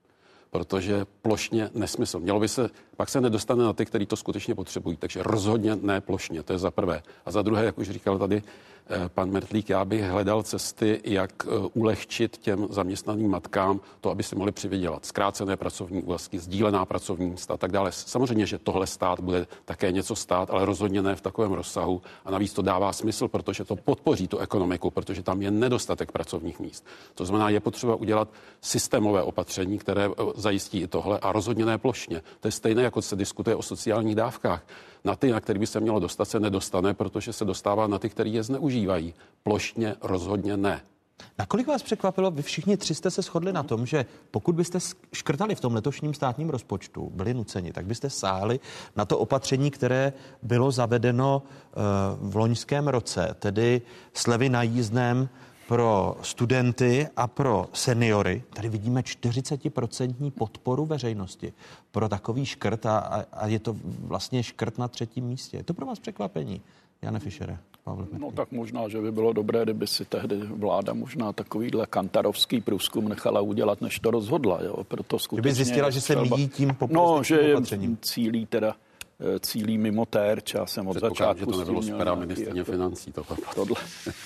Protože plošně nesmysl. Mělo by se, pak se nedostane na ty, kteří to skutečně potřebují. Takže rozhodně ne plošně, to je za prvé. A za druhé, jak už říkal tady eh, pan Mertlík, já bych hledal cesty, jak eh, ulehčit těm zaměstnaným matkám to, aby si mohli přivydělat. Zkrácené pracovní úvazky, sdílená pracovní místa a tak dále. Samozřejmě, že tohle stát bude také něco stát, ale rozhodně ne v takovém rozsahu. A navíc to dává smysl, protože to podpoří tu ekonomiku, protože tam je nedostatek pracovních míst. To znamená, je potřeba udělat systémové opatření, které zajistí i tohle a rozhodně ne plošně. To je stejné, jako se diskutuje o sociálních dávkách. Na ty, na který by se mělo dostat, se nedostane, protože se dostává na ty, kteří je zneužívají. Plošně rozhodně ne. Nakolik vás překvapilo, vy všichni tři jste se shodli na tom, že pokud byste škrtali v tom letošním státním rozpočtu, byli nuceni, tak byste sáhli na to opatření, které bylo zavedeno uh, v loňském roce, tedy slevy na jízdném pro studenty a pro seniory. Tady vidíme čtyřicet procent podporu veřejnosti pro takový škrt a, a je to vlastně škrt na třetím místě. Je to pro vás překvapení, Jane Fischere? No tak možná, že by bylo dobré, kdyby si tehdy vláda možná takovýhle kantarovský průzkum nechala udělat, než to rozhodla. Jo? Proto skutečně kdyby zjistila, že se míjí tím populistickým no, že opatřením. Cílí teda cílí mimo terč. Já jsem od začátku že to nebylo z pera ministryně financí. To tohle.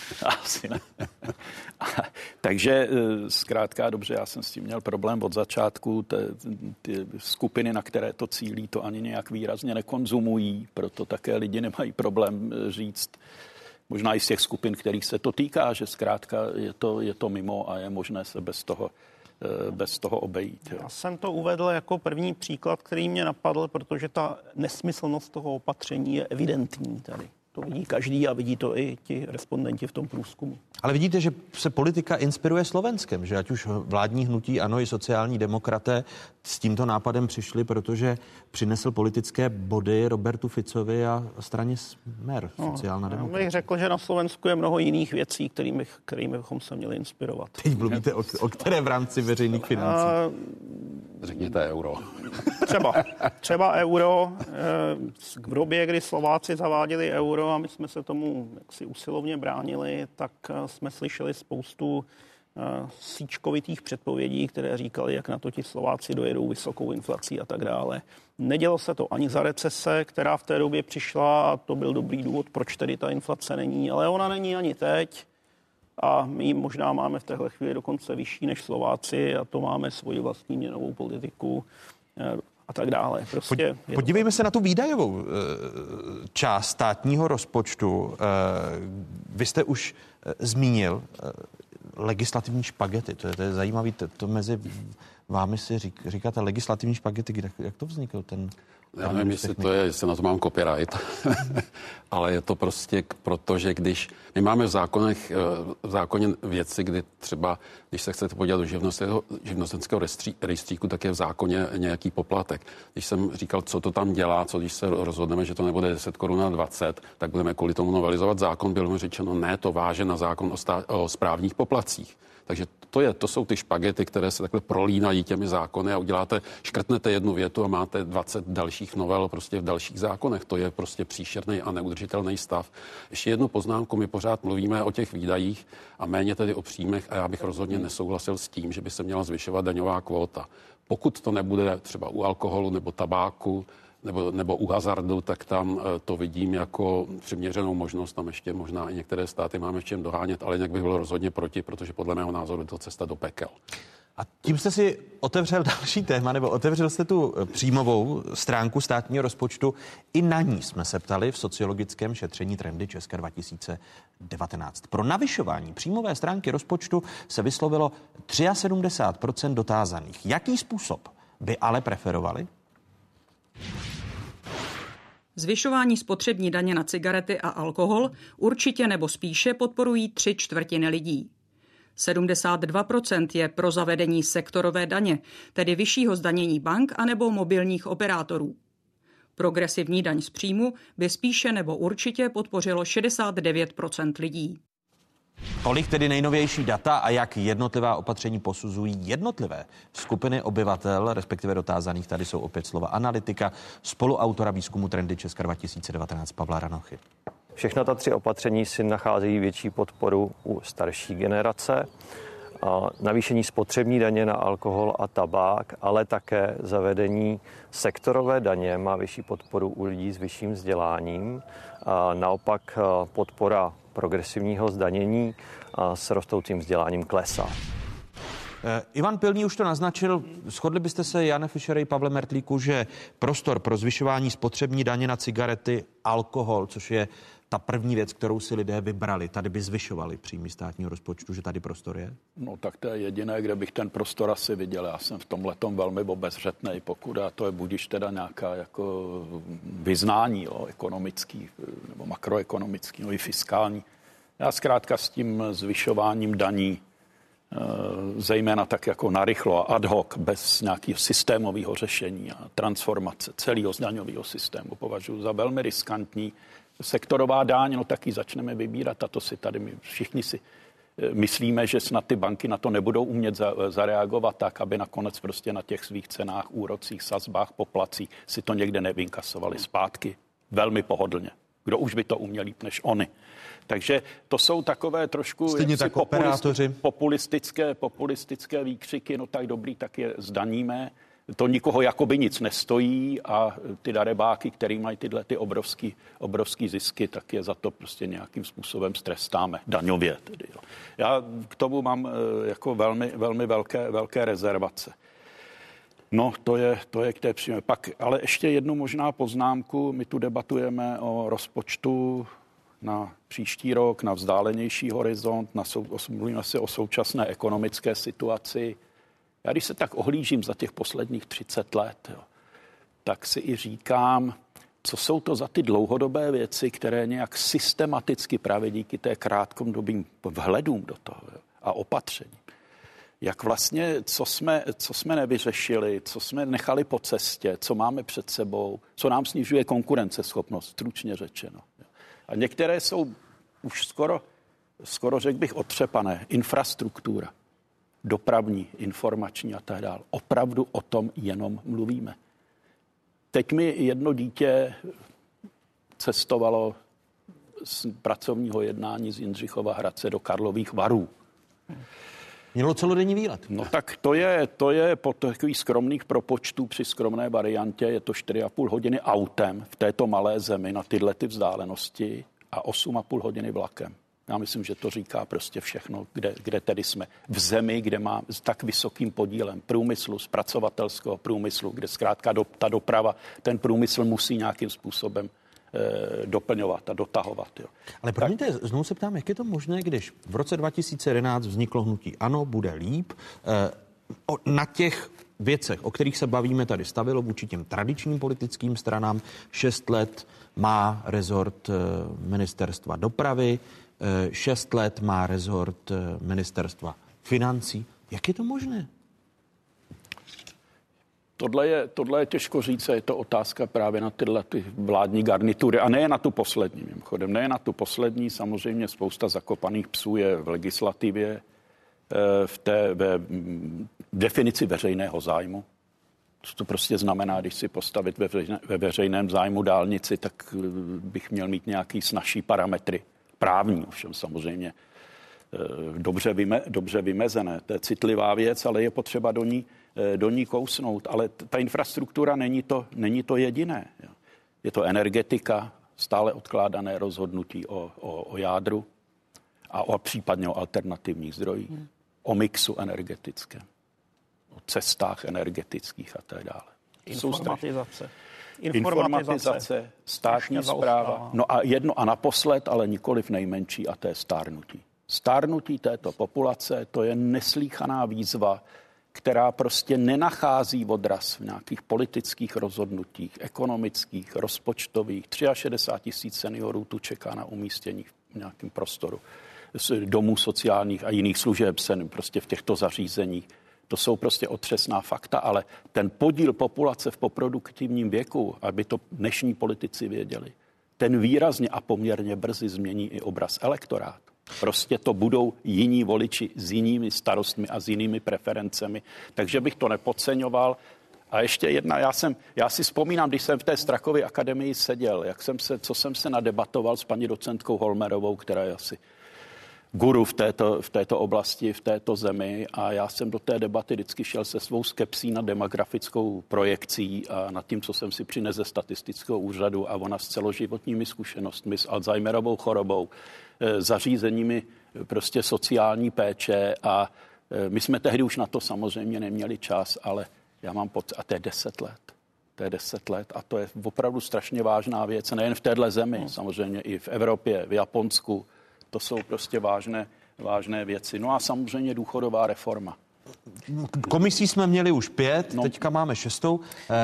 Asi ne. Takže zkrátka dobře, já jsem s tím měl problém od začátku. Ty, ty skupiny, na které to cílí, to ani nějak výrazně nekonzumují, proto také lidi nemají problém říct, možná i z těch skupin, kterých se to týká, že zkrátka je to, je to mimo a je možné se bez toho bez toho obejít. Jo. Já jsem to uvedl jako první příklad, který mě napadl, protože ta nesmyslnost toho opatření je evidentní tady. To vidí každý a vidí to i ti respondenti v tom průzkumu. Ale vidíte, že se politika inspiruje Slovenskem, že ať už vládní hnutí ANO i sociální demokraté s tímto nápadem přišli, protože přinesl politické body Robertu Ficovi a straně Smer, sociální no, demokracie. bych řekl, že na Slovensku je mnoho jiných věcí, kterými, kterými bychom se měli inspirovat. Teď mluvíte o, o které v rámci veřejných financí? A... Řekněte euro. Třeba, třeba euro. V době, kdy Slováci zaváděli euro a my jsme se tomu jaksi usilovně bránili, tak jsme slyšeli spoustu síčkovitých předpovědí, které říkali, jak na to ti Slováci dojedou vysokou inflací a tak dále. Nedělo se to ani za recese, která v té době přišla a to byl dobrý důvod, proč tedy ta inflace není, ale ona není ani teď. A my možná máme v téhle chvíli dokonce vyšší než Slováci a to máme svoji vlastní měnovou politiku a tak dále. Prostě Podívejme se na tu výdajovou část státního rozpočtu. Vy jste už zmínil legislativní špagety. To je, to je zajímavé. To, to mezi vámi si řík, říkáte legislativní špagety. Jak, jak to vzniklo? Ten Já nevím, jestli to je, jestli na to mám copyright, ale je to prostě proto, že když my máme v zákonech, v zákoně věci, kdy třeba, když se chcete podívat do živnostenského rejstříku, tak je v zákoně nějaký poplatek. Když jsem říkal, co to tam dělá, co když se rozhodneme, že to nebude deset korun na dvacet, tak budeme kvůli tomu novelizovat zákon, bylo mi řečeno, ne, to váže na zákon o, stá- o správních poplacích. Takže To, je, to jsou ty špagety, které se takhle prolínají těmi zákony a uděláte, škrtnete jednu větu a máte dvacet dalších novel prostě v dalších zákonech. To je prostě příšerný a neudržitelný stav. Ještě jednu poznámku, my pořád mluvíme o těch výdajích a méně tedy o příjmech a já bych rozhodně nesouhlasil s tím, že by se měla zvyšovat daňová kvóta. Pokud to nebude třeba u alkoholu nebo tabáku, Nebo, nebo u hazardu, tak tam to vidím jako přiměřenou možnost. Tam ještě možná i některé státy máme v čem dohánět, ale jinak bych byl rozhodně proti, protože podle mého názoru je to cesta do pekel. A tím jste si otevřel další téma, nebo otevřel jste tu příjmovou stránku státního rozpočtu. I na ní jsme se ptali v sociologickém šetření Trendy Česka dva tisíce devatenáct. Pro navyšování příjmové stránky rozpočtu se vyslovilo sedmdesát tři procent dotázaných. Jaký způsob by ale preferovali? Zvyšování spotřební daně na cigarety a alkohol určitě nebo spíše podporují tři čtvrtiny lidí. sedmdesát dva procent je pro zavedení sektorové daně, tedy vyššího zdanění bank anebo mobilních operátorů. Progresivní daň z příjmu by spíše nebo určitě podpořilo šedesát devět procent lidí. Tolik tedy nejnovější data a jak jednotlivá opatření posuzují jednotlivé skupiny obyvatel, respektive dotázaných. Tady jsou opět slova analytika, spoluautora výzkumu Trendy Česka dva tisíce devatenáct Pavla Ranochy. Všechna ta tři opatření si nacházejí větší podporu u starší generace. A navýšení spotřební daně na alkohol a tabák, ale také zavedení sektorové daně má vyšší podporu u lidí s vyšším vzděláním. A naopak podpora progresivního zdanění a s rostoucím vzděláním klesá. Ivan Pilný už to naznačil. Shodli byste se, Jane Fischerej, Pavle Mertlíku, že prostor pro zvyšování spotřební daně na cigarety, alkohol, což je ta první věc, kterou si lidé vybrali, tady by zvyšovali příjmy státního rozpočtu, že tady prostor je? No tak to je jediné, kde bych ten prostor asi viděl. Já jsem v tomhletom velmi obezřetnej, pokud a to je budiž teda nějaká jako vyznání, jo, ekonomický nebo makroekonomický, no i fiskální. Já zkrátka s tím zvyšováním daní, zejména tak jako narychlo a ad hoc, bez nějakého systémového řešení a transformace celého zdaňového systému považuji za velmi riskantní. Sektorová daň, no taky začneme vybírat a to si tady my všichni si myslíme, že snad ty banky na to nebudou umět za, zareagovat tak, aby nakonec prostě na těch svých cenách, úrocích, sazbách, poplacích si to někde nevynkasovali zpátky. Velmi pohodlně. Kdo už by to uměl líp než oni. Takže to jsou takové trošku tak populisti, populistické, populistické výkřiky, no tak dobrý, tak je zdaníme. To nikoho jakoby nic nestojí a ty darebáky, který mají tyhle ty obrovský, obrovský zisky, tak je za to prostě nějakým způsobem strestáme. Daňově tedy. Jo. Já k tomu mám jako velmi, velmi velké, velké rezervace. No, to je, to je k té příjme. Pak, ale ještě jednu možná poznámku. My tu debatujeme o rozpočtu na příští rok, na vzdálenější horizont, na sou, mluvíme si o současné ekonomické situaci. Já když se tak ohlížím za těch posledních třicet let, jo, tak si i říkám, co jsou to za ty dlouhodobé věci, které nějak systematicky právě díky té krátkodobým vhledům do toho, jo, a opatření. Jak vlastně, co jsme, co jsme nevyřešili, co jsme nechali po cestě, co máme před sebou, co nám snižuje konkurenceschopnost, stručně řečeno. Jo. A některé jsou už skoro, skoro řekl bych, otřepané. Infrastruktura, dopravní, informační a tak dále. Opravdu o tom jenom mluvíme. Teď mi jedno dítě cestovalo z pracovního jednání z Jindřichova Hradce do Karlových Varů. Mělo celodenní výlet. No tak to je, to je po takových skromných propočtů při skromné variantě, je to čtyři a půl hodiny autem v této malé zemi na tyhle ty vzdálenosti a osm a půl hodiny vlakem. Já myslím, že to říká prostě všechno, kde, kde tedy jsme. V zemi, kde má s tak vysokým podílem průmyslu, zpracovatelského průmyslu, kde zkrátka do, ta doprava, ten průmysl musí nějakým způsobem e, doplňovat a dotahovat. Jo. Ale promiňte, tak... znovu se ptám, jak je to možné, když v roce dva tisíce jedenáct vzniklo hnutí ANO, bude líp, e, o, na těch věcech, o kterých se bavíme, tady stavilo vůči těm tradičním politickým stranám, šest let má rezort e, ministerstva dopravy, šest let má rezort ministerstva financí. Jak je to možné? Tohle je, tohle je těžko říct, je to otázka právě na tyhle ty vládní garnitury. A ne na tu poslední, mimochodem. Ne na tu poslední, samozřejmě spousta zakopaných psů je v legislativě. v té ve definici veřejného zájmu. Co to prostě znamená, když si postavit ve, veřejné, ve veřejném zájmu dálnici, tak bych měl mít nějaký snazší parametry. Právní, ovšem samozřejmě dobře, vyme, dobře vymezené. To je citlivá věc, ale je potřeba do ní, do ní kousnout. Ale ta infrastruktura není to, není to jediné. Je to energetika, stále odkládané rozhodnutí o, o, o jádru a o případně o alternativních zdrojích, hmm. o mixu energetickém, o cestách energetických a tak dále. Informatizace. Informatizace, státní správa. No a jedno a naposled, ale nikoliv nejmenší, a to je stárnutí. Stárnutí této populace, to je neslýchaná výzva, která prostě nenachází odraz v nějakých politických rozhodnutích, ekonomických, rozpočtových. šedesát tři tisíc seniorů tu čeká na umístění v nějakém prostoru domů sociálních a jiných služeb se prostě v těchto zařízeních. To jsou prostě otřesná fakta, ale ten podíl populace v poproduktivním věku, aby to dnešní politici věděli, ten výrazně a poměrně brzy změní i obraz elektorátu. Prostě to budou jiní voliči s jinými starostmi a s jinými preferencemi. Takže bych to nepodceňoval. A ještě jedna, já, jsem, já si vzpomínám, když jsem v té Strakově akademii seděl, jak jsem se, co jsem se nadebatoval s paní docentkou Holmerovou, která je asi guru v této, v této oblasti, v této zemi, a já jsem do té debaty vždycky šel se svou skepsí na demografickou projekcí a nad tím, co jsem si přinesl ze statistického úřadu, a ona s celoživotními zkušenostmi, s Alzheimerovou chorobou, zařízeními prostě sociální péče, a my jsme tehdy už na to samozřejmě neměli čas, ale já mám pocit, a to je deset let. To je deset let a to je opravdu strašně vážná věc, nejen v téhle zemi, hmm. samozřejmě i v Evropě, v Japonsku. To jsou prostě vážné, vážné věci. No a samozřejmě důchodová reforma. Komisí jsme měli už pět, no. Teďka máme šestou.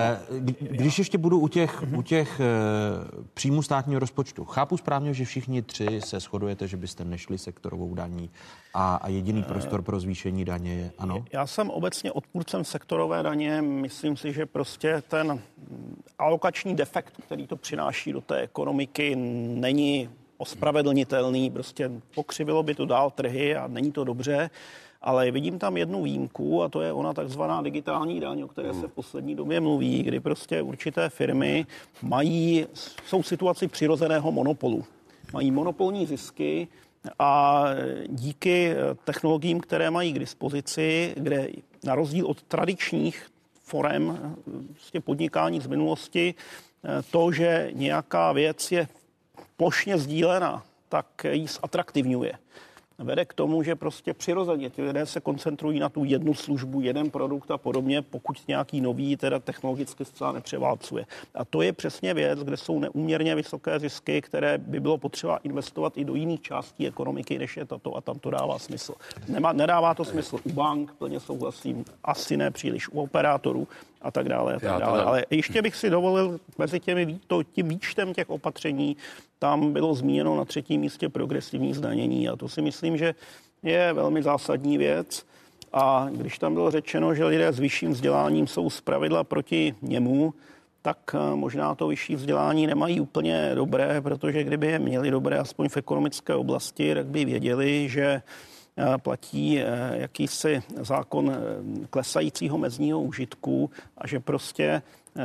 Když ještě budu u těch, u těch příjmů státního rozpočtu, chápu správně, že všichni tři se shodujete, že byste nešli sektorovou daní a, a jediný prostor pro zvýšení daně je, ano? Já jsem obecně odpůrcem sektorové daně. Myslím si, že prostě ten alokační defekt, který to přináší do té ekonomiky, není ospravedlnitelný. Prostě pokřivilo by to dál trhy a není to dobře. Ale vidím tam jednu výjimku a to je ona takzvaná digitální daň, o které se v poslední době mluví, kdy prostě určité firmy mají, jsou v situaci přirozeného monopolu. Mají monopolní zisky a díky technologiím, které mají k dispozici, kde na rozdíl od tradičních forem prostě podnikání z minulosti, to, že nějaká věc je plošně sdílena, tak ji zatraktivňuje. Vede k tomu, že prostě přirozeně ty lidé se koncentrují na tu jednu službu, jeden produkt a podobně, pokud nějaký nový teda technologicky zcela nepřeválcuje. A to je přesně věc, kde jsou neúměrně vysoké zisky, které by bylo potřeba investovat i do jiných částí ekonomiky, než je tato, a tam to dává smysl. Nemá, nedává to smysl u bank, plně souhlasím, asi ne příliš u operátorů a tak dále. A tak dále. Ale ještě bych si dovolil mezi těmi, to, tím výčtem těch opatření, tam bylo zmíněno na třetím místě progresivní zdanění a to si myslím, že je velmi zásadní věc. A když tam bylo řečeno, že lidé s vyšším vzděláním jsou zpravidla proti němu, tak možná to vyšší vzdělání nemají úplně dobré, protože kdyby je měli dobré aspoň v ekonomické oblasti, tak by věděli, že platí jakýsi zákon klesajícího mezního užitku a že prostě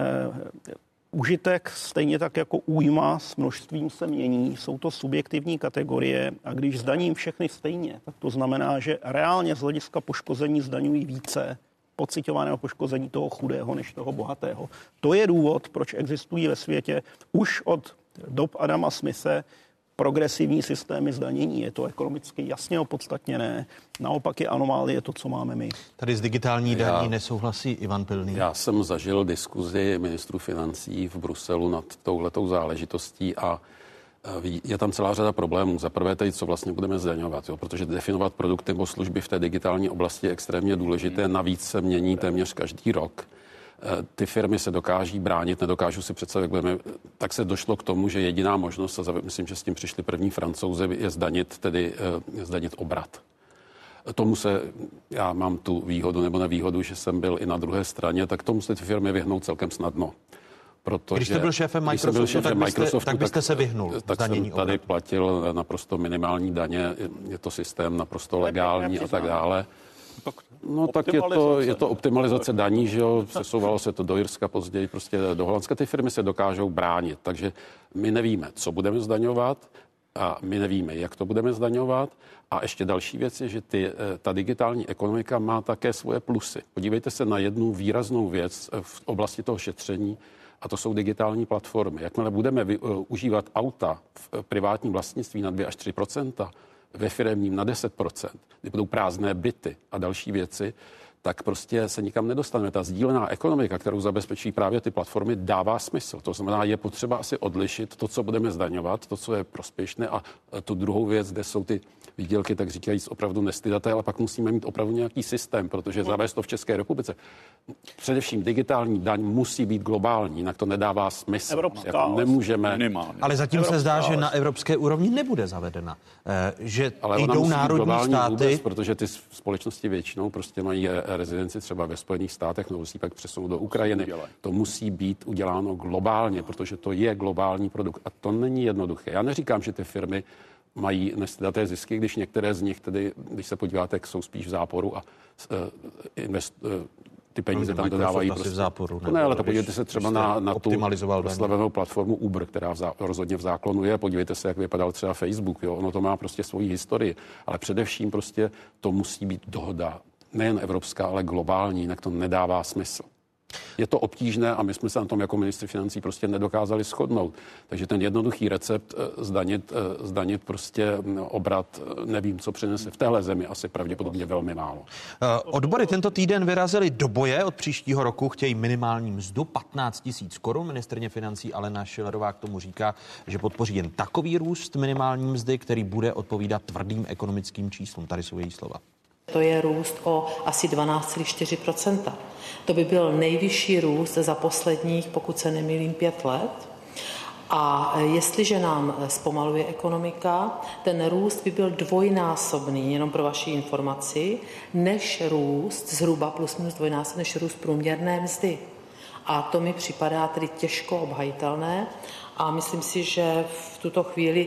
užitek stejně tak jako újma s množstvím se mění. Jsou to subjektivní kategorie a když zdaním všechny stejně, tak to znamená, že reálně z hlediska poškození zdaňují více pociťovaného poškození toho chudého než toho bohatého. To je důvod, proč existují ve světě už od dob Adama Smithe progresivní systémy zdanění. Je to ekonomicky jasně opodstatněné. Naopak je anomálie to, co máme my. Tady s digitální daní nesouhlasí Ivan Pilný. Já jsem zažil diskuzi ministrů financí v Bruselu nad touhletou záležitostí a je tam celá řada problémů. Za prvé tady, co vlastně budeme zdaňovat, jo? Protože definovat produkty nebo služby v té digitální oblasti je extrémně důležité. Navíc se mění téměř každý rok. Ty firmy se dokáží bránit, nedokážu si představit, jak budeme, tak se došlo k tomu, že jediná možnost, a myslím, že s tím přišli první Francouzi, je zdanit, tedy zdanit obrat. Tomu se, já mám tu výhodu nebo nevýhodu, že jsem byl i na druhé straně, tak tomu se ty firmy vyhnou celkem snadno. Protože, když jste byl šéfem Microsoftu, byl šéfem tak, byste, Microsoftu tak byste tak, se vyhnul tak zdanění jsem tady obratu. platil naprosto minimální daně, je to systém naprosto legální a tak dále. No tak je to, je to optimalizace daní, že jo, přesouvalo se to do Irska později, prostě do Holandska. Ty firmy se dokážou bránit, takže my nevíme, co budeme zdaňovat a my nevíme, jak to budeme zdaňovat. A ještě další věc je, že ty, ta digitální ekonomika má také svoje plusy. Podívejte se na jednu výraznou věc v oblasti toho šetření, a to jsou digitální platformy. Jakmile budeme vy, uh, užívat auta v uh, privátním vlastnictví na dvě až tři procenta, ve firemním na deset procent, kdy budou prázdné byty a další věci, tak prostě se nikam nedostaneme. Ta sdílená ekonomika, kterou zabezpečí právě ty platformy, dává smysl. To znamená, je potřeba asi odlišit to, co budeme zdaňovat, to, co je prospěšné, a tu druhou věc, kde jsou ty výdělky, tak říkajíc, opravdu nestydaté, ale pak musíme mít opravdu nějaký systém, protože zavést to v České republice. Především digitální daň musí být globální, jinak to nedává smysl. Evropská, nemůžeme. Minimálně. Ale zatím Evropská, se zdá, že na evropské úrovni nebude zavedena. Že ale jdou národní státy. Vůbec, protože ty společnosti většinou prostě mají rezidenci třeba ve Spojených státech, nebo musí pak přesunout do Ukrajiny. To musí být uděláno globálně, protože to je globální produkt. A to není jednoduché. Já neříkám, že ty firmy mají nestydaté zisky, když některé z nich tedy, když se podíváte, jsou spíš v záporu a uh, invest, uh, ty peníze tam dodávají prostě. V záporu, ne, ale to podívejte se třeba na, na tu slavenou platformu Uber, která v zá, rozhodně v záklonu je. Podívejte se, jak vypadal třeba Facebook. Jo? Ono to má prostě svoji historii. Ale především prostě to musí být dohoda nejen evropská, ale globální, jinak to nedává smysl. Je to obtížné a my jsme se na tom jako ministři financí prostě nedokázali shodnout. Takže ten jednoduchý recept zdanit, zdanit prostě obrat, nevím, co přinese v téhle zemi, asi pravděpodobně velmi málo. Odbory tento týden vyrazily do boje. Od příštího roku chtějí minimální mzdu patnáct tisíc korun. Ministryně financí Alena Schillerová k tomu říká, že podpoří jen takový růst minimální mzdy, který bude odpovídat tvrdým ekonomickým číslům. Tady jsou její slova. To je růst o asi dvanáct celá čtyři procenta. To by byl nejvyšší růst za posledních, pokud se nemýlím, pět let. A jestliže nám zpomaluje ekonomika, ten růst by byl dvojnásobný, jenom pro vaši informaci, než růst, zhruba plus minus dvojnásobný, než růst průměrné mzdy. A to mi připadá tedy těžko obhajitelné. A myslím si, že v tuto chvíli,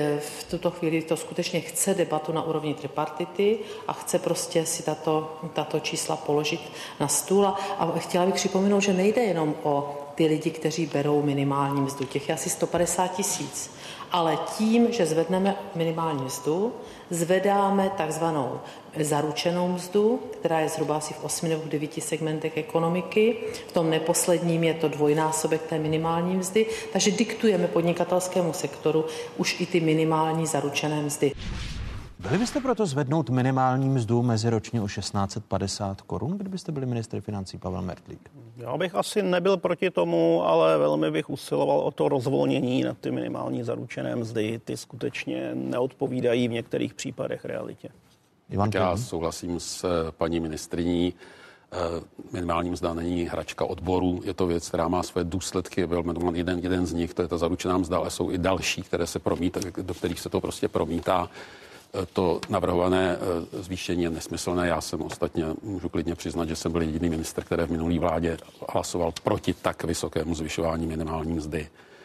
v tuto chvíli to skutečně chce debatu na úrovni tripartity a chce prostě si tato, tato čísla položit na stůl. A chtěla bych připomenout, že nejde jenom o ty lidi, kteří berou minimální mzdu. Těch je asi sto padesát tisíc. Ale tím, že zvedneme minimální mzdu, zvedáme takzvanou zaručenou mzdu, která je zhruba asi v osmi nebo v devíti segmentech ekonomiky. V tom neposledním je to dvojnásobek té minimální mzdy, takže diktujeme podnikatelskému sektoru už i ty minimální zaručené mzdy. Byli byste proto zvednout minimální mzdu meziročně o šestnáct set padesát korun, kdybyste byli ministr financí Pavel Mertlík? Já bych asi nebyl proti tomu, ale velmi bych usiloval o to rozvolnění na ty minimální zaručené mzdy. Ty skutečně neodpovídají v některých případech realitě. Ivan Já souhlasím s paní ministryní. Minimální mzda není hračka odboru, je to věc, která má své důsledky, byl jmenován jeden, jeden z nich, to je ta zaručená mzda, ale jsou i další, které se promítají, do kterých se to prostě promítá. To navrhované zvýšení je nesmyslné. Já jsem ostatně, můžu klidně přiznat, že jsem byl jediný ministr, který v minulý vládě hlasoval proti tak vysokému zvyšování minimální mzdy.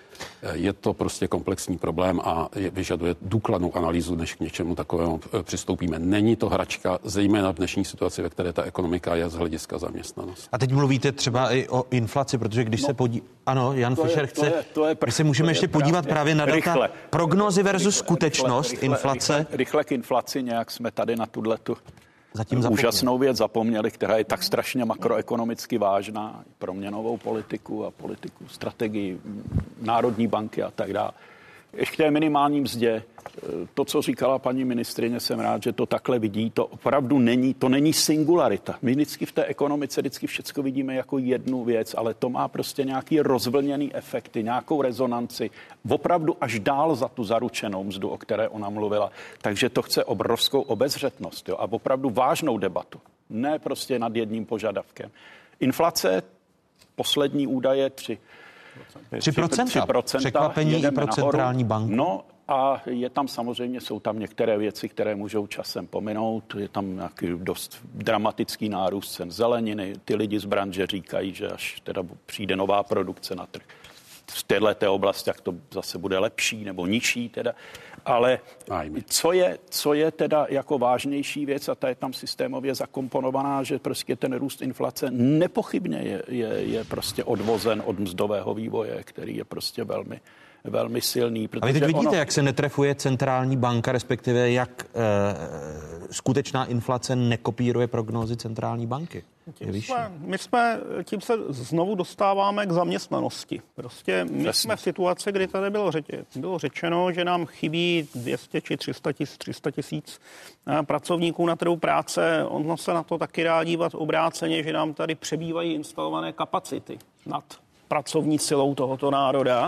Je to prostě komplexní problém a vyžaduje důkladnou analýzu, než k něčemu takovému přistoupíme. Není to hračka, zejména v dnešní situaci, ve které ta ekonomika je z hlediska zaměstnanosti. A teď mluvíte třeba i o inflaci, protože když no, se podí... Ano, Jan Fischer je, chce... To je, to je pr... My se můžeme ještě podívat právě na data rychle. Prognózy versus rychle, skutečnost rychle, inflace. Rychle, rychle k inflaci, nějak jsme tady na tuhletu Zatím úžasnou věc zapomněli, která je tak strašně makroekonomicky vážná pro měnovou politiku a politiku, strategii Národní banky a tak dále. Ještě k té minimální mzdě, to, co říkala paní ministryně, jsem rád, že to takhle vidí, to opravdu není, to není singularita. My vždycky v té ekonomice vždycky všechno vidíme jako jednu věc, ale to má prostě nějaký rozvlněný efekty, nějakou rezonanci, opravdu až dál za tu zaručenou mzdu, o které ona mluvila. Takže to chce obrovskou obezřetnost, jo, a opravdu vážnou debatu. Ne prostě nad jedním požadavkem. Inflace, poslední údaje tři. tři procenta. Překvapení i pro centrální banku. No, A je tam samozřejmě, jsou tam některé věci, které můžou časem pominout. Je tam nějaký dost dramatický nárůst cen zeleniny. Ty lidi z branže říkají, že až teda přijde nová produkce na trh v této oblasti, jak to zase bude lepší nebo nižší teda. Ale co je, co je teda jako vážnější věc, a ta je tam systémově zakomponovaná, že prostě ten růst inflace nepochybně je, je, je prostě odvozen od mzdového vývoje, který je prostě velmi velmi silný. A vy teď vidíte, ono... jak se netrefuje centrální banka, respektive jak e, skutečná inflace nekopíruje prognózy centrální banky. Tím jsme, my jsme, tím se znovu dostáváme k zaměstnanosti. Prostě my Jasně. jsme v situaci, kdy tady bylo, řeči, bylo řečeno, že nám chybí dvě stě či tři sta tisíc pracovníků na trhu práce. Ono se na to taky dá dívat obráceně, že nám tady přebývají instalované kapacity nad pracovní silou tohoto národa.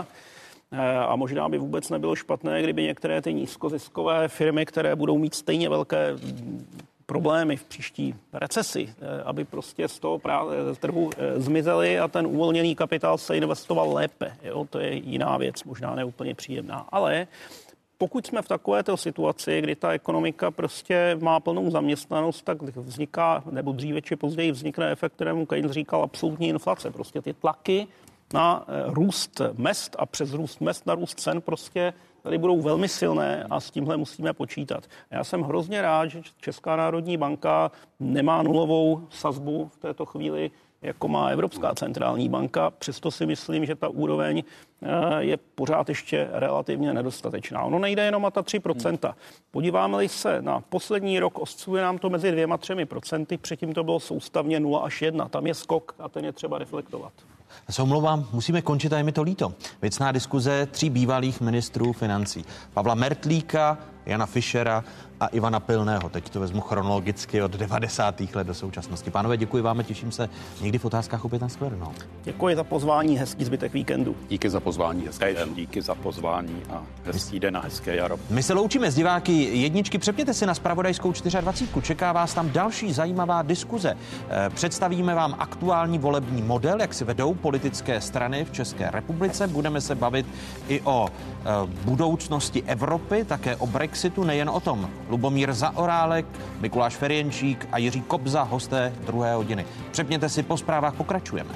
A možná by vůbec nebylo špatné, kdyby některé ty nízkoziskové firmy, které budou mít stejně velké problémy v příští recesi, aby prostě z toho trhu zmizely a ten uvolněný kapitál se investoval lépe. Jo? To je jiná věc, možná neúplně příjemná. Ale pokud jsme v takovéto situaci, kdy ta ekonomika prostě má plnou zaměstnanost, tak vzniká, nebo dříve či později vznikne efekt, kterému Keynes říkal absolutní inflace. Prostě ty tlaky na růst mezd a přes růst mezd na růst cen prostě tady budou velmi silné a s tímhle musíme počítat. Já jsem hrozně rád, že Česká národní banka nemá nulovou sazbu v této chvíli, jako má Evropská centrální banka. Přesto si myslím, že ta úroveň je pořád ještě relativně nedostatečná. Ono nejde jenom o ta tři procenta. Podíváme-li se na poslední rok, osciluje nám to mezi dvěma, třemi procenty, předtím to bylo soustavně nula až jedna. Tam je skok a ten je třeba reflektovat. Já se omlouvám, musíme končit a je mi to líto. Věcná diskuze tří bývalých ministrů financí. Pavla Mertlíka, Jana Fischera a Ivana Pilného. Teď to vezmu chronologicky od devadesátých let do současnosti. Pánové, děkuji vám a těším se někdy v otázkách opět na shledanou. Děkuji za pozvání, hezký zbytek víkendu. Díky za pozvání, hezký den. Díky za pozvání a hezký den a hezké jaro. My se loučíme s diváky jedničky. Přepněte si na zpravodajskou dvacet čtyři. Čeká vás tam další zajímavá diskuze. Představíme vám aktuální volební model, jak si vedou politické strany v České republice. Budeme se bavit i o budoucnosti Evropy, také o Brexitu, nejen o tom. Lubomír Zaorálek, Mikuláš Ferjenčík a Jiří Kobza, hosté druhé hodiny. Přepněte si, po zprávách pokračujeme.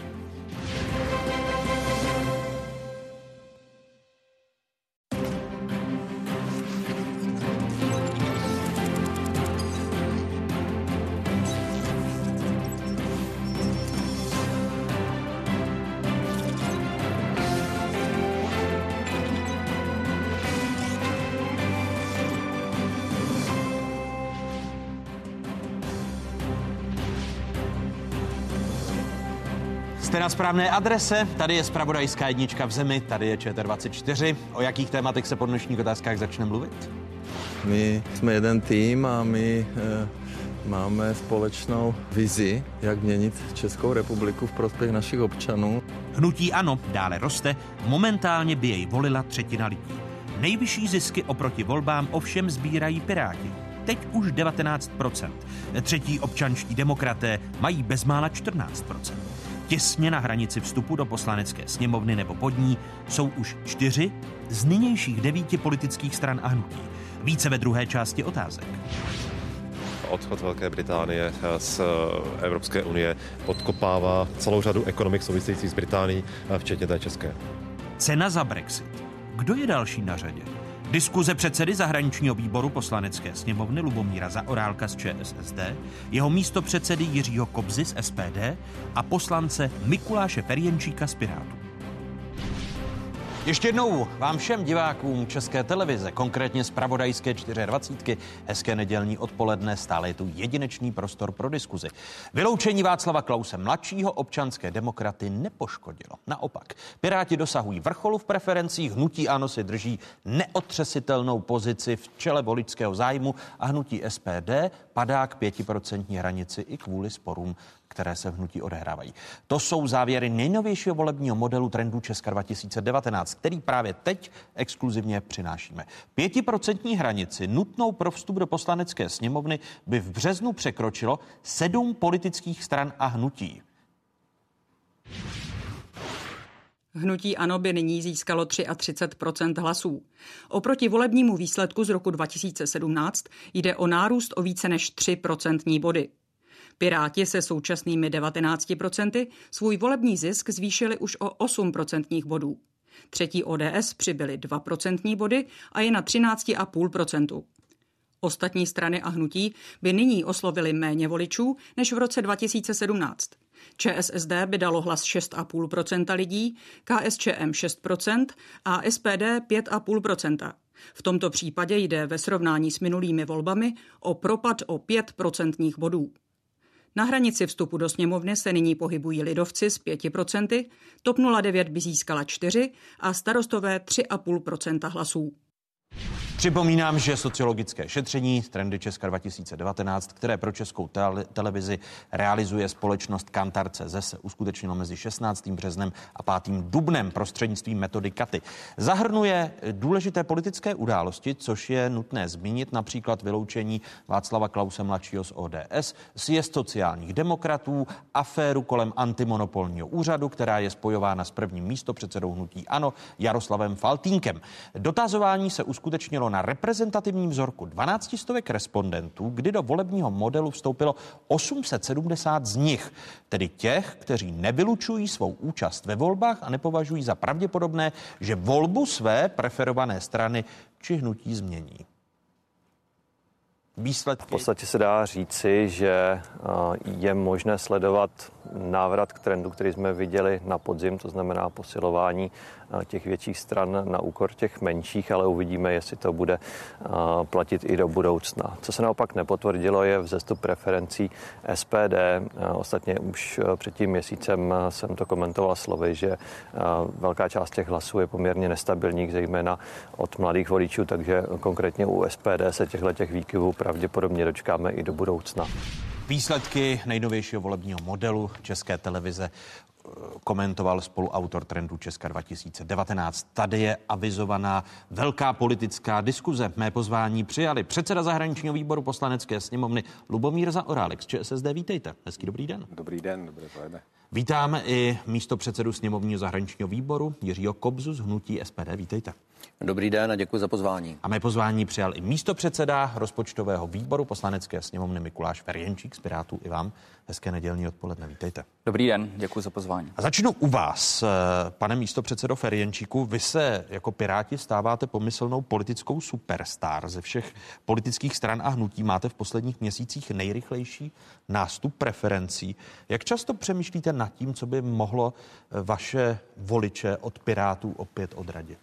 Jste na správné adrese, tady je zpravodajská jednička v zemi, tady je Č T dvacet čtyři. O jakých tématech se po dnešních otázkách začne mluvit? My jsme jeden tým a my e, máme společnou vizi, jak měnit Českou republiku v prospěch našich občanů. Hnutí ANO dále roste, momentálně by jej volila třetina lidí. Nejvyšší zisky oproti volbám ovšem sbírají Piráti. Teď už devatenáct procent. Třetí občanští demokraté mají bezmála čtrnáct procent. Těsně na hranici vstupu do Poslanecké sněmovny nebo pod ní jsou už čtyři z nynějších devíti politických stran a hnutí. Více ve druhé části otázek. Odchod Velké Británie z Evropské unie podkopává celou řadu ekonomik souvisejících s Británií, včetně té české. Cena za Brexit. Kdo je další na řadě? Diskuze předsedy zahraničního výboru Poslanecké sněmovny Lubomíra Zaorálka z Č S S D, jeho místopředsedy Jiřího Kobzy z S P D a poslance Mikuláše Ferjenčíka z Pirátů. Ještě jednou vám všem divákům České televize, konkrétně zpravodajské dvacet čtyři, hezké nedělní odpoledne, stále je tu jedinečný prostor pro diskuzi. Vyloučení Václava Klause mladšího občanské demokraty nepoškodilo. Naopak, Piráti dosahují vrcholu v preferencích, hnutí ANO si drží neotřesitelnou pozici v čele voličského zájmu a hnutí S P D padá k pětiprocentní hranici i kvůli sporům, které se v hnutí odehrávají. To jsou závěry nejnovějšího volebního modelu trendů Česka dva tisíce devatenáct, který právě teď exkluzivně přinášíme. Pětiprocentní hranici nutnou pro vstup do Poslanecké sněmovny by v březnu překročilo sedm politických stran a hnutí. Hnutí ANO by nyní získalo třicet tři procent hlasů. Oproti volebnímu výsledku z roku dva tisíce sedmnáct jde o nárůst o více než tři procentní body. Piráti se současnými devatenácti procenty svůj volební zisk zvýšili už o osm procentních bodů. Třetí O D S přibyly dva procentní body a je na třináct celá pět procenta. Ostatní strany a hnutí by nyní oslovili méně voličů než v roce dva tisíce sedmnáct. ČSSD by dalo hlas šest celá pět procenta lidí, KSČM šest procent a S P D pět celá pět procenta. V tomto případě jde ve srovnání s minulými volbami o propad o pět procentních bodů. Na hranici vstupu do sněmovny se nyní pohybují lidovci s pěti procenty, TOP nula devět by získala čtyři a starostové tři celá pět procenta hlasů. Připomínám, že sociologické šetření Trendy Česka dva tisíce devatenáct, které pro Českou tele- televizi realizuje společnost Kantar tečka cé zet, se uskutečnilo mezi šestnáctým březnem a pátým dubnem prostřednictvím metody Katy. Zahrnuje důležité politické události, což je nutné zmínit, například vyloučení Václava Klause mladšího z O D S, sjezd sociálních demokratů, aféru kolem antimonopolního úřadu, která je spojována s prvním místopředsedou hnutí ANO Jaroslavem Faltýnkem. Dotazování se uskutečnilo na reprezentativním vzorku dvanáct stovek respondentů, kdy do volebního modelu vstoupilo osm set sedmdesát z nich, tedy těch, kteří nevylučují svou účast ve volbách a nepovažují za pravděpodobné, že volbu své preferované strany či hnutí změní. Výsledky. V podstatě se dá říci, že je možné sledovat návrat k trendu, který jsme viděli na podzim, to znamená posilování těch větších stran na úkor těch menších, ale uvidíme, jestli to bude platit i do budoucna. Co se naopak nepotvrdilo, je vzestup preferencí S P D. Ostatně už před tím měsícem jsem to komentoval slovy, že velká část těch hlasů je poměrně nestabilních, zejména od mladých voličů, takže konkrétně u S P D se těchto těch výkyvů pravděpodobně dočkáme i do budoucna. Výsledky nejnovějšího volebního modelu České televize komentoval spoluautor Trendu Česka dva tisíce devatenáct. Tady je avizovaná velká politická diskuze. Mé pozvání přijali předseda zahraničního výboru Poslanecké sněmovny Lubomír Zaorálek z ČSSD. Vítejte. Hezký dobrý den. Dobrý den, dobré poledne. Vítáme i místopředsedu sněmovního zahraničního výboru Jiřího Kobzu z hnutí S P D. Vítejte. Dobrý den a děkuji za pozvání. A mé pozvání přijal i místopředseda rozpočtového výboru Poslanecké sněmovny Mikuláš Ferjenčík z Pirátů. I vám hezké nedělní odpoledne. Vítejte. Dobrý den, děkuji za pozvání. A začnu u vás, pane místopředsedo Ferjenčíku. Vy se jako Piráti stáváte pomyslnou politickou superstar. Ze všech politických stran a hnutí máte v posledních měsících nejrychlejší nástup preferencí. Jak často přemýšlíte nad tím, co by mohlo vaše voliče od Pirátů opět odradit?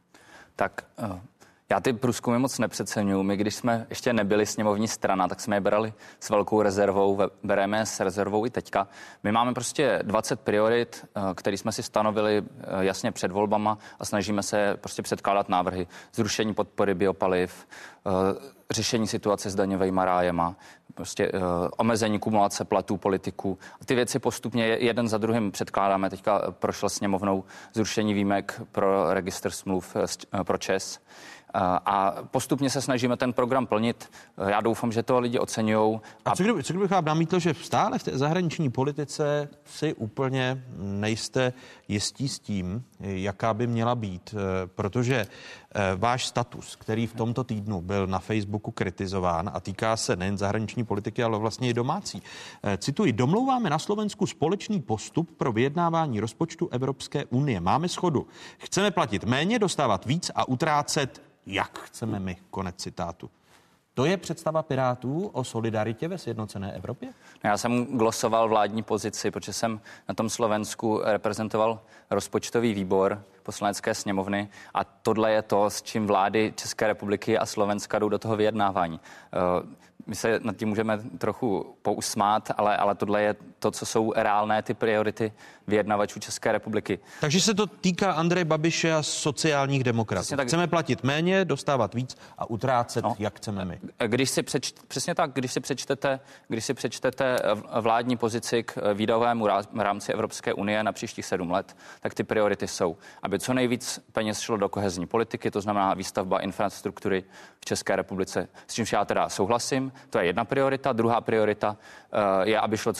Tak já ty průzkumy moc nepřeceňuju. My, když jsme ještě nebyli sněmovní strana, tak jsme je brali s velkou rezervou, bereme s rezervou i teďka. My máme prostě dvacet priorit, které jsme si stanovili jasně před volbama a snažíme se prostě předkládat návrhy. Zrušení podpory biopaliv, řešení situace s daňovými rájema, prostě uh, omezení kumulace platů politiků. A ty věci postupně jeden za druhým předkládáme. Teďka prošel sněmovnou zrušení výjimek pro registr smluv uh, pro ČES. Uh, a postupně se snažíme ten program plnit. Uh, já doufám, že to lidi oceňujou. A, a co, kdyby, co kdybych vám namítl, že stále v té zahraniční politice si úplně nejste jistí s tím, jaká by měla být, protože váš status, který v tomto týdnu byl na Facebooku kritizován a týká se nejen zahraniční politiky, ale vlastně i domácí. Cituji, domlouváme na Slovensku společný postup pro vyjednávání rozpočtu Evropské unie. Máme shodu. Chceme platit méně, dostávat víc a utrácet, jak chceme my. Konec citátu. To je představa Pirátů o solidaritě ve sjednocené Evropě? Já jsem glosoval vládní pozici, protože jsem na tom Slovensku reprezentoval rozpočtový výbor Poslanecké sněmovny a tohle je to, s čím vlády České republiky a Slovenska jdou do toho vyjednávání. My se nad tím můžeme trochu pousmát, ale, ale tohle je to, co jsou reálné ty priority vyjednavačů České republiky. Takže se to týká Andreje Babiše a sociálních demokratů. Chceme platit méně, dostávat víc a utrácet, no, jak chceme my. Když si přeč, přesně tak, když si přečtete, když si přečtete vládní pozici k výdajovému rámci Evropské unie na příštích sedm let, tak ty priority jsou, aby co nejvíc peněz šlo do kohezní politiky, to znamená výstavba infrastruktury v České republice, s čímž já teda souhlasím. To je jedna priorita. Druhá priorita je, aby šlo co nejvíc peněz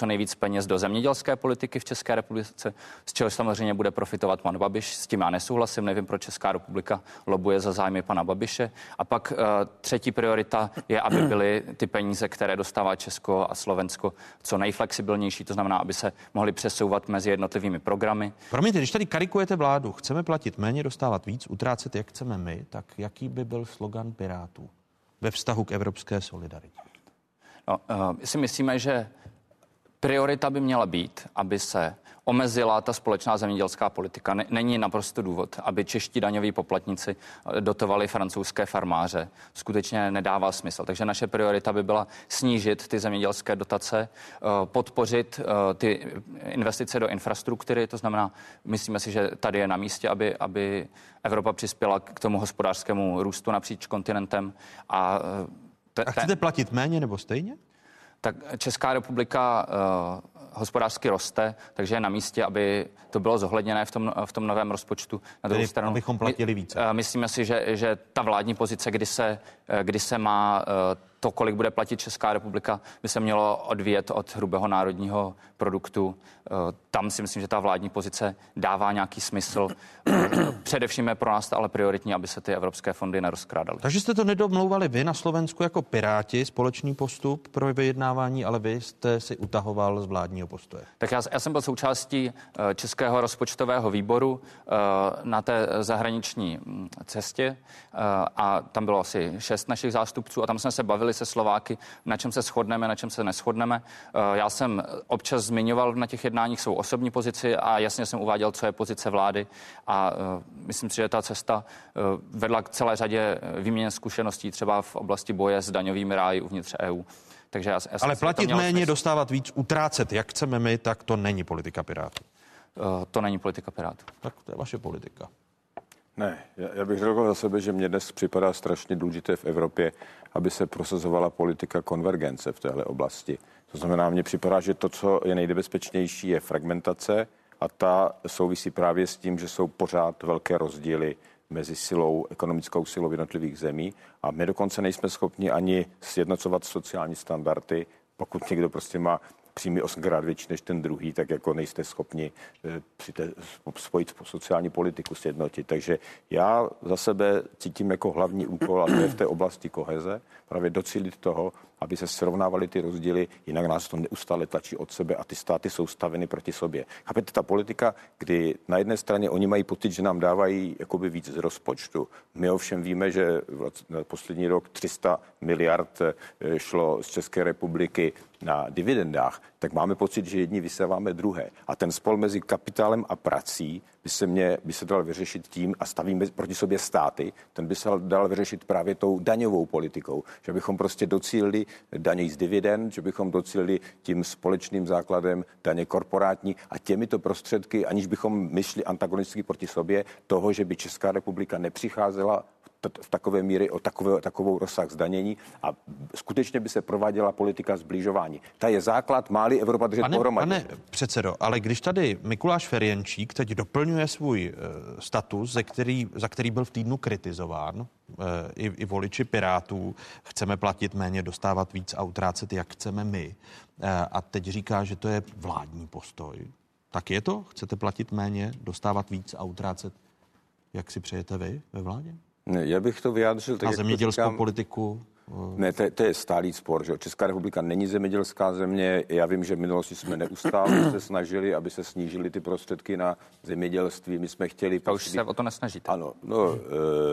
peněz do zemědělské politiky v České republice, z čehož samozřejmě bude profitovat pan Babiš. S tím já nesouhlasím, nevím, proč Česká republika lobuje za zájmy pana Babiše. A pak uh, třetí priorita je, aby byly ty peníze, které dostává Česko a Slovensko, co nejflexibilnější, to znamená, aby se mohly přesouvat mezi jednotlivými programy. Promiňte, když tady karikujete vládu, chceme platit méně, dostávat víc, utrácet, jak chceme my, tak jaký by byl slogan Pirátů ve vztahu k evropské solidaritě? No, uh, si myslíme, že priorita by měla být, aby se omezila ta společná zemědělská politika. Není naprosto důvod, aby čeští daňoví poplatníci dotovali francouzské farmáře. Skutečně nedává smysl. Takže naše priorita by byla snížit ty zemědělské dotace, podpořit ty investice do infrastruktury. To znamená, myslíme si, že tady je na místě, aby, aby Evropa přispěla k tomu hospodářskému růstu napříč kontinentem. A, te, a chcete platit méně nebo stejně? Tak Česká republika uh, hospodářsky roste, takže je na místě, aby to bylo zohledněné v tom, v tom novém rozpočtu. Na druhou stranu, abychom platili více. My, uh, myslíme si, že, že ta vládní pozice, kdy se, uh, kdy se má uh, to, kolik bude platit Česká republika, by se mělo odvíjet od hrubého národního produktu. Tam si myslím, že ta vládní pozice dává nějaký smysl. Především je pro nás ale prioritní, aby se ty evropské fondy nerozkrádaly. Takže jste to nedomlouvali vy na Slovensku jako Piráti, společný postup pro vyjednávání, ale vy jste si utahoval z vládního postoje. Tak já, já jsem byl součástí Českého rozpočtového výboru na té zahraniční cestě a tam bylo asi šest našich zástupců a tam jsme se bavili se Slováky, na čem se shodneme, na čem se neshodneme. Já jsem občas zmiňoval na těch jednáních svou osobní pozici a jasně jsem uváděl, co je pozice vlády a myslím si, že ta cesta vedla k celé řadě výměny zkušeností třeba v oblasti boje s daňovými ráji uvnitř E U. Takže já, já Ale platit méně, smysl. Dostávat víc, utrácet, jak chceme my, tak to není politika Pirátů. To není politika Pirátů. Tak to je vaše politika. Ne, já bych řekl za sebe, že mě dnes připadá strašně důležité v Evropě, aby se prosazovala politika konvergence v téhle oblasti. To znamená, mně připadá, že to, co je nejnebezpečnější, je fragmentace a ta souvisí právě s tím, že jsou pořád velké rozdíly mezi silou, ekonomickou silou jednotlivých zemí a my dokonce nejsme schopni ani sjednocovat sociální standardy, pokud někdo prostě má příjmy osmkrát větší než ten druhý, tak jako nejste schopni při té, spojit sociální politiku sjednotit. Takže já za sebe cítím jako hlavní úkol, a to je v té oblasti koheze, právě docílit toho, aby se srovnávaly ty rozdíly, jinak nás to neustále tlačí od sebe a ty státy jsou staveny proti sobě. Chápete, ta politika, kdy na jedné straně oni mají pocit, že nám dávají jakoby víc z rozpočtu. My ovšem víme, že v poslední rok tři sta miliard šlo z České republiky na dividendách, tak máme pocit, že jedni vysáváme druhé. A ten spol mezi kapitálem a prací by se, mě, by se dal vyřešit tím a stavíme proti sobě státy, ten by se dal vyřešit právě tou daňovou politikou, že bychom prostě docílili daně z dividend, že bychom docílili tím společným základem daně korporátní a těmito prostředky, aniž bychom myšli antagonisticky proti sobě, toho, že by Česká republika nepřicházela v takové míry o takové, takovou rozsah zdanění a skutečně by se prováděla politika zbližování. Ta je základ, má-li Evropa držet pane, pohromadě. Pane předsedo, ale když tady Mikuláš Ferjenčík teď doplňuje svůj uh, status, ze který, za který byl v týdnu kritizován, uh, i, i voliči Pirátů, chceme platit méně, dostávat víc a utrácet, jak chceme my, uh, a teď říká, že to je vládní postoj. Tak je to? Chcete platit méně, dostávat víc a utrácet, jak si přejete vy ve vládě? Ne, já bych to vyjádřil tak, na jak zemědělskou říkám, politiku? Ne, to, to je stálý spor, že Česká republika není zemědělská země. Já vím, že v minulosti jsme neustále se snažili, aby se snížily ty prostředky na zemědělství. My jsme chtěli... To už se o to nesnažíte. Ano, no, e,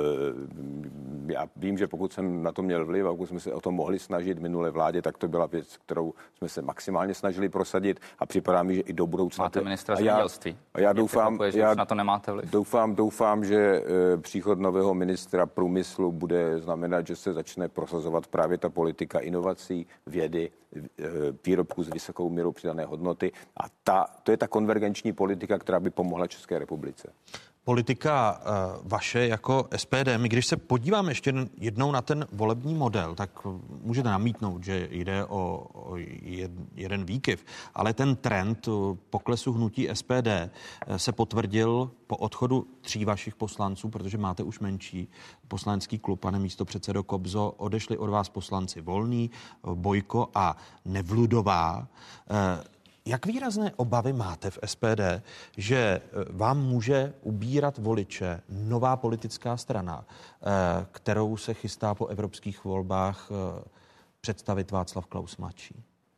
já vím, že pokud jsem na to měl vliv a pokud jsme se o to mohli snažit minulé vládě, tak to byla věc, kterou jsme se maximálně snažili prosadit a připadá mi, že i do budoucna... Máte ministra zemědělství. A já doufám, že já na to nemáte vliv. Doufám, doufám, že e, příchod nového ministra průmyslu bude znamenat, že se začne prosazovat právě ta politika inovací, vědy, výrobků s vysokou mírou přidané hodnoty. A ta, to je ta konvergenční politika, která by pomohla České republice. Politika uh, vaše jako S P D, my když se podíváme ještě jednou na ten volební model, tak můžete namítnout, že jde o, o jed, jeden výkyv, ale ten trend poklesu hnutí S P D se potvrdil po odchodu tří vašich poslanců, protože máte už menší poslanecký klub, pane místopředsedo Kobzo, odešli od vás poslanci Volný, Bojko a Nevludová. Uh, Jak výrazné obavy máte v S P D, že vám může ubírat voliče nová politická strana, kterou se chystá po evropských volbách představit Václav Klaus mladší?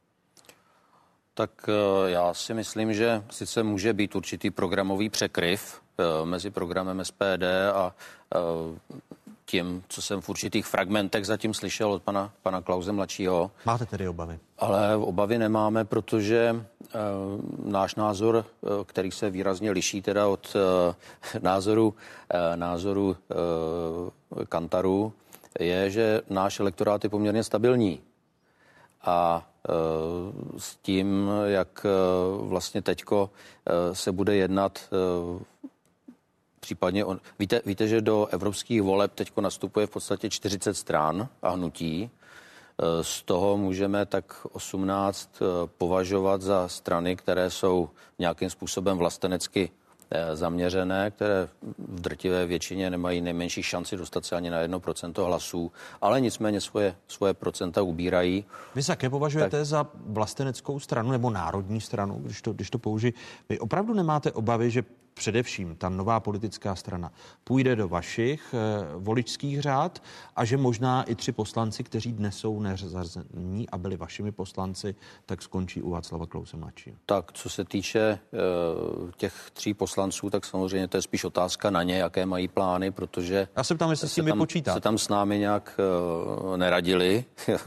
Tak já si myslím, že sice může být určitý programový překryv mezi programem S P D a tím, co jsem v určitých fragmentech zatím slyšel od pana, pana Klause mladšího. Máte tedy obavy? Ale obavy nemáme, protože e, náš názor, e, který se výrazně liší teda od e, názoru, e, názoru e, Kantaru, je, že náš elektorát je poměrně stabilní. A e, s tím, jak e, vlastně teďko e, se bude jednat e, případně on, víte, víte, že do evropských voleb teďko nastupuje v podstatě čtyřicet stran a hnutí. Z toho můžeme tak osmnáct považovat za strany, které jsou nějakým způsobem vlastenecky zaměřené, které v drtivé většině nemají nejmenší šanci dostat se ani na jedno procento hlasů, ale nicméně svoje, svoje procenta ubírají. Vy se jaké považujete tak za vlasteneckou stranu nebo národní stranu, když to, když to použiji? Vy opravdu nemáte obavy, že především ta nová politická strana půjde do vašich eh, voličských řád a že možná i tři poslanci, kteří dnes jsou nezařazení a byli vašimi poslanci, tak skončí u Václava Klause mladšího? Tak, co se týče eh, těch tří poslanců, tak samozřejmě to je spíš otázka na ně, jaké mají plány, protože já se ptám, jestli s tím tam, počítáte. se tam s námi nějak eh, neradili.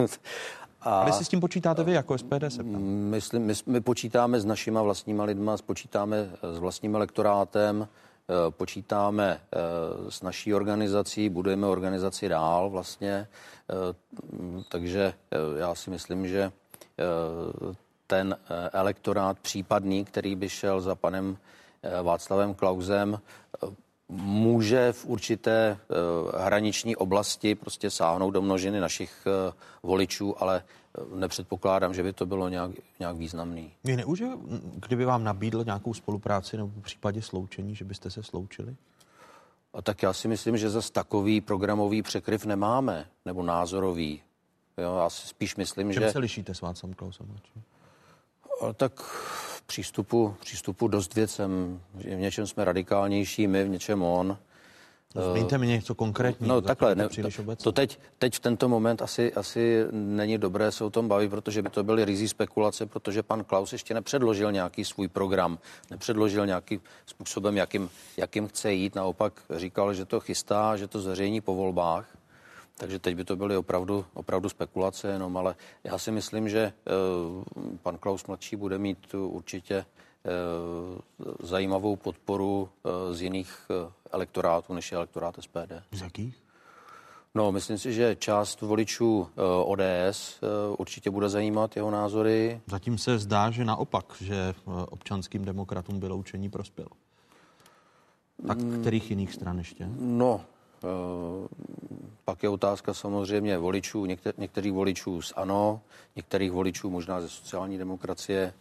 A vy si s tím počítáte vy jako S P D? Se ptám. Myslím, my, my počítáme s našima vlastníma lidma, počítáme s vlastním elektorátem, počítáme s naší organizací, budujeme organizaci dál vlastně, takže já si myslím, že ten elektorát případný, který by šel za panem Václavem Klausem, může v určité uh, hraniční oblasti prostě sáhnout do množiny našich uh, voličů, ale uh, nepředpokládám, že by to bylo nějak, nějak významný. Je neuže, kdyby vám nabídl nějakou spolupráci nebo v případě sloučení, že byste se sloučili? A tak já si myslím, že zase takový programový překryv nemáme, nebo názorový. Jo, já si spíš myslím, Čem že... se lišíte s Václavem Klausem? Ale tak v přístupu, přístupu dost věcem. V něčem jsme radikálnější, my v něčem on. Zmíňte mi něco konkrétního. No takhle, ne, to, to teď, teď v tento moment asi, asi není dobré se o tom bavit, protože by to byly rizí spekulace, protože pan Klaus ještě nepředložil nějaký svůj program, nepředložil nějakým způsobem, jakým, jakým chce jít. Naopak říkal, že to chystá, že to zveřejní po volbách. Takže teď by to byly opravdu, opravdu spekulace jenom, ale já si myslím, že uh, pan Klaus mladší bude mít určitě uh, zajímavou podporu uh, z jiných uh, elektorátů, než je elektorát S P D. Z jakých? No, myslím si, že část voličů uh, O D S uh, určitě bude zajímat jeho názory. Zatím se zdá, že naopak, že uh, občanským demokratům vyloučení prospělo. Tak kterých jiných stran ještě? No, Uh, pak je otázka samozřejmě voličů, někter- některých voličů z ANO, některých voličů možná ze sociální demokracie.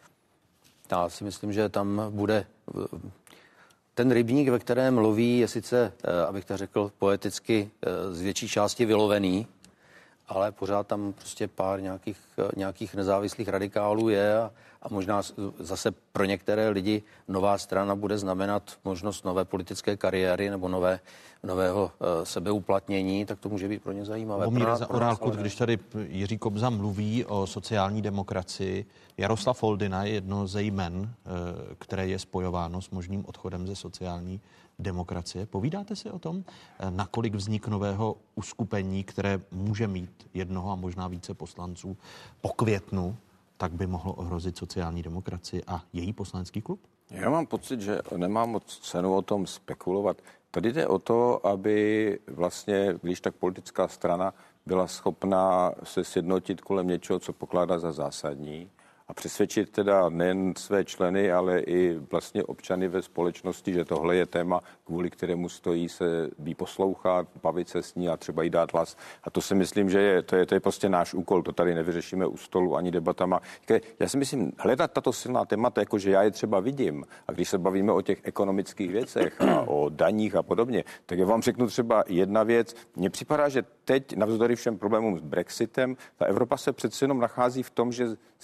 Já si myslím, že tam bude uh, ten rybník, ve kterém loví, je sice, uh, abych to řekl poeticky, uh, z větší části vylovený, ale pořád tam prostě pár nějakých, uh, nějakých nezávislých radikálů je a, a možná zase pro některé lidi nová strana bude znamenat možnost nové politické kariéry nebo nové, nového uh, sebeuplatnění, tak to může být pro ně zajímavé. Lubomíre Zaorálku, když tady Jiří Kobza mluví o sociální demokracii, Jaroslav Foldyna je jedno ze jmen, uh, které je spojováno s možným odchodem ze sociální demokracie. Povídáte si o tom, uh, nakolik vznik nového uskupení, které může mít jednoho a možná více poslanců po květnu, tak by mohlo ohrozit sociální demokracii a její poslanecký klub? Já mám pocit, že nemá moc cenu o tom spekulovat. Tady jde o to, aby vlastně, když tak politická strana byla schopná se sjednotit kolem něčeho, co pokládá za zásadní a přesvědčit teda nejen své členy, ale i vlastně občany ve společnosti, že tohle je téma, kvůli kterému stojí se jí poslouchat, bavit se s ní a třeba jí dát hlas. A to si myslím, že je, to je, to je prostě náš úkol, to tady nevyřešíme u stolu ani debatama. Já si myslím, hledat tato silná témata, jako že já je třeba vidím, a když se bavíme o těch ekonomických věcech a o daních a podobně, tak já vám řeknu třeba jedna věc. Mně připadá, že teď navzdory všem problémům s Brexitem, ta Evropa se přece jenom nachází v tom, že si myslím, že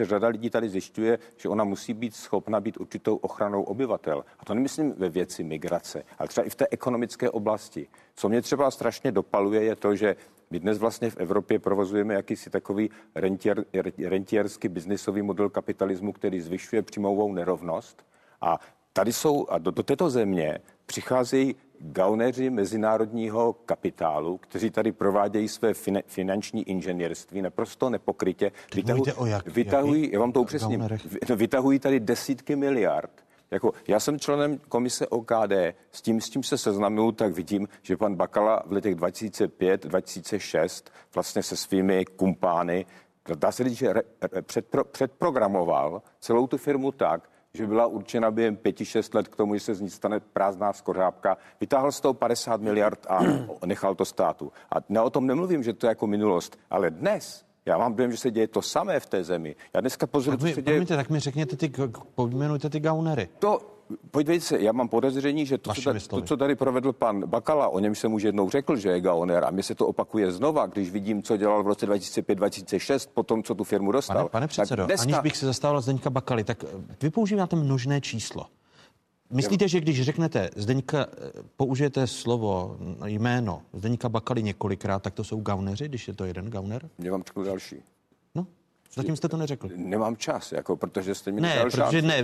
řada lidí tady zjišťuje, že ona musí být schopna být určitou ochranou obyvatel. A to nemyslím ve věci migrace, ale třeba i v té ekonomické oblasti. Co mě třeba strašně dopaluje, je to, že my dnes vlastně v Evropě provozujeme jakýsi takový rentier, rentiersky biznisový model kapitalismu, který zvyšuje příjmovou nerovnost. A tady jsou, a do, do této země přicházejí gauneři mezinárodního kapitálu, kteří tady provádějí své fin, finanční inženýrství naprosto nepokrytě. Vytahují, vytahují, já vám to upřesním, vytahují tady desítky miliard. Jako, já jsem členem komise O K D, s tím, s tím se seznamuju, tak vidím, že pan Bakala v letech dva tisíce pět dva tisíce šest vlastně se svými kumpány, dá se říct, že re, re, předpro, předprogramoval celou tu firmu tak, že byla určena během pěti, šest let k tomu, že se z ní stane prázdná skořápka. Vytáhl z toho padesát miliard a nechal to státu. A ne o tom nemluvím, že to je jako minulost, ale dnes já mám dojem, že se děje to samé v té zemi. Já dneska pozoruju, co se děje. Promiňte, tak mi řekněte ty, pojmenujte ty gaunery. To, podívejte se, já mám podezření, že to, co tady, to, co tady provedl pan Bakala, o něm jsem už jednou řekl, že je gauner a mně se to opakuje znova, když vidím, co dělal v roce dva tisíce pět dva tisíce šest, po tom, co tu firmu dostal. Pane, pane předsedo, dneska... aniž bych se zastával Zdeňka Bakaly, tak vy používáte množné číslo. Myslíte, že když řeknete Zdeňka, použijete slovo, jméno Zdeňka Bakaly několikrát, tak to jsou gauneři, když je to jeden gauner? Já vám řeknu další. No, zatím jste to neřekl. Nemám čas, jako, protože jste mi ne, nedal protože ne,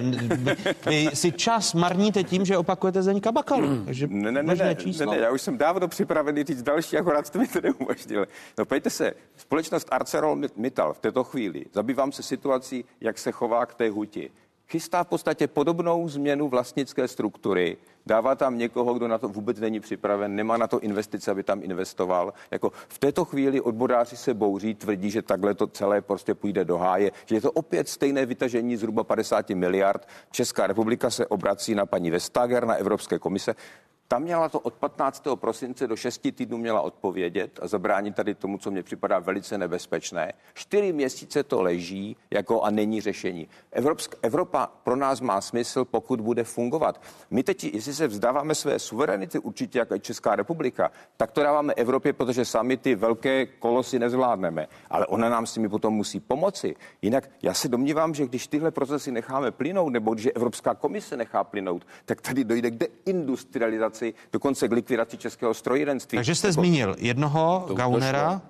vy si čas marníte tím, že opakujete Zdeňka Bakalu. Takže ne, ne, ne, ne, ne, ne, já už jsem dávno připravený říct další, akorát jste mi to neumožnili. No pojďte se, společnost ArcelorMittal v této chvíli, zabývám se situací, jak se chová k té huti. Chystá v podstatě podobnou změnu vlastnické struktury, dává tam někoho, kdo na to vůbec není připraven, nemá na to investice, aby tam investoval. Jako v této chvíli odboráři se bouří, tvrdí, že takhle to celé prostě půjde do háje, že je to opět stejné vytažení zhruba padesát miliard. Česká republika se obrací na paní Vestager, na Evropské komise. Tam měla to od patnáctého prosince do šesti týdnů měla odpovědět a zabránit tady tomu, co mně připadá velice nebezpečné. Čtyři měsíce to leží jako a není řešení. Evropsk, Evropa pro nás má smysl, pokud bude fungovat. My teď, jestli se vzdáváme své suverenity, určitě jako Česká republika, tak to dáváme Evropě, protože sami ty velké kolosy nezvládneme. Ale ona nám s nimi potom musí pomoci. Jinak já se domnívám, že když tyhle procesy necháme plynout, nebo když Evropská komise nechá plynout, tak tady dojde k deindustrializaci, dokonce k likvidaci českého strojírenství. Takže jste jako... zmínil jednoho to gaunera, uh,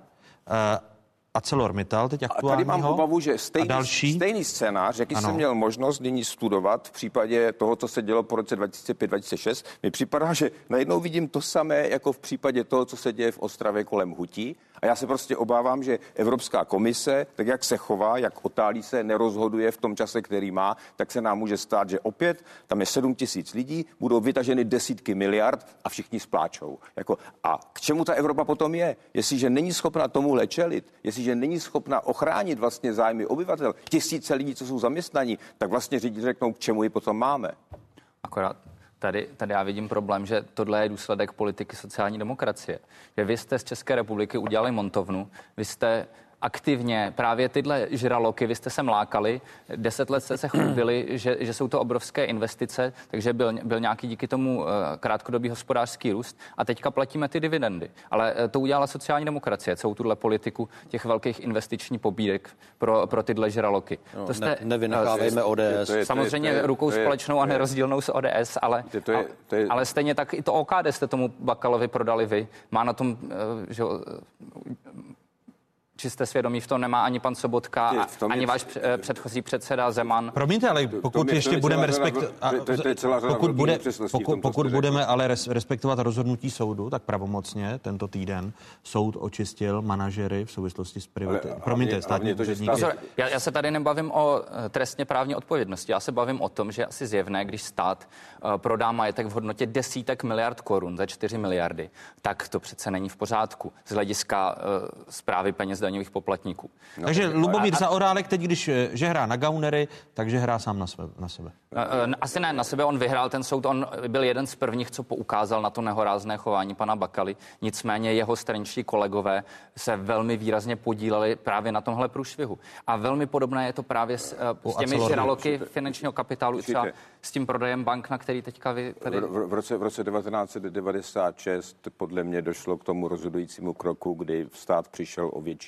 ArcelorMittal, teď aktuálního. A tady mám obavu, že stejný, stejný scénář, jaký ano. jsem měl možnost nyní studovat v případě toho, co se dělo po roce dva tisíce pět dva tisíce šest, mi připadá, že najednou vidím to samé, jako v případě toho, co se děje v Ostravě kolem hutí. A já se prostě obávám, že Evropská komise, tak jak se chová, jak otálí se, nerozhoduje v tom čase, který má, tak se nám může stát, že opět tam je sedm tisíc lidí, budou vytaženy desítky miliard a všichni spláčou. Jako, a k čemu ta Evropa potom je? Jestliže není schopna tomuhle čelit, jestliže není schopna ochránit vlastně zájmy obyvatel, tisíce lidí, co jsou zaměstnaní, tak vlastně řidiči řeknou, k čemu ji potom máme. Akorát Tady, tady já vidím problém, že tohle je důsledek politiky sociální demokracie. Že vy jste z České republiky udělali montovnu, vy jste aktivně právě tyhle žraloky, vy jste se mlákali, deset let jste se chlubili, že, že jsou to obrovské investice, takže byl, byl nějaký díky tomu uh, krátkodobý hospodářský růst a teďka platíme ty dividendy. Ale uh, to udělala sociální demokracie, celou tuhle politiku těch velkých investičních pobídek pro, pro tyhle žraloky. No, to jste, ne, nevynechávejme O D S. To je, samozřejmě to je, to je, rukou to je, společnou a nerozdílnou s O D S, ale, to je, to je, ale stejně tak i to O K D jste tomu Bakalovi prodali vy. Má na tom, uh, že čisté svědomí v tom nemá ani pan Sobotka, ani je... váš předchozí předseda Zeman. Promiňte, ale pokud to, ještě budeme respektovat, pokud, bude, pokud, pokud budeme ale respektovat rozhodnutí soudu, tak pravomocně tento týden soud očistil manažery v souvislosti s privatizací. Promiňte, státní úředníky. Já, já se tady nebavím o trestně právní odpovědnosti. Já se bavím o tom, že je asi zjevné, když stát uh, prodá majetek v hodnotě desítek miliard korun za čtyři miliardy, tak to přece není v pořádku z hlediska uh, správy peněz daňových poplatníků. No, takže Lubomír Zaorálek teď, když že hrá na gaunery, takže hrá sám na, své, na sebe. Asi ne na sebe, on vyhrál ten soud, on byl jeden z prvních, co poukázal na to nehorázné chování pana Bakaly. Nicméně jeho straničtí kolegové se velmi výrazně podíleli právě na tomhle průšvihu. A velmi podobné je to právě s, s těmi žraloky finančního kapitálu, třeba s tím prodejem bank, na který teďka vy tady... V, v, v, roce, v roce devatenáct set devadesát šest podle mě došlo k tomu rozhodujícímu kroku, kdy stát přišel o většinu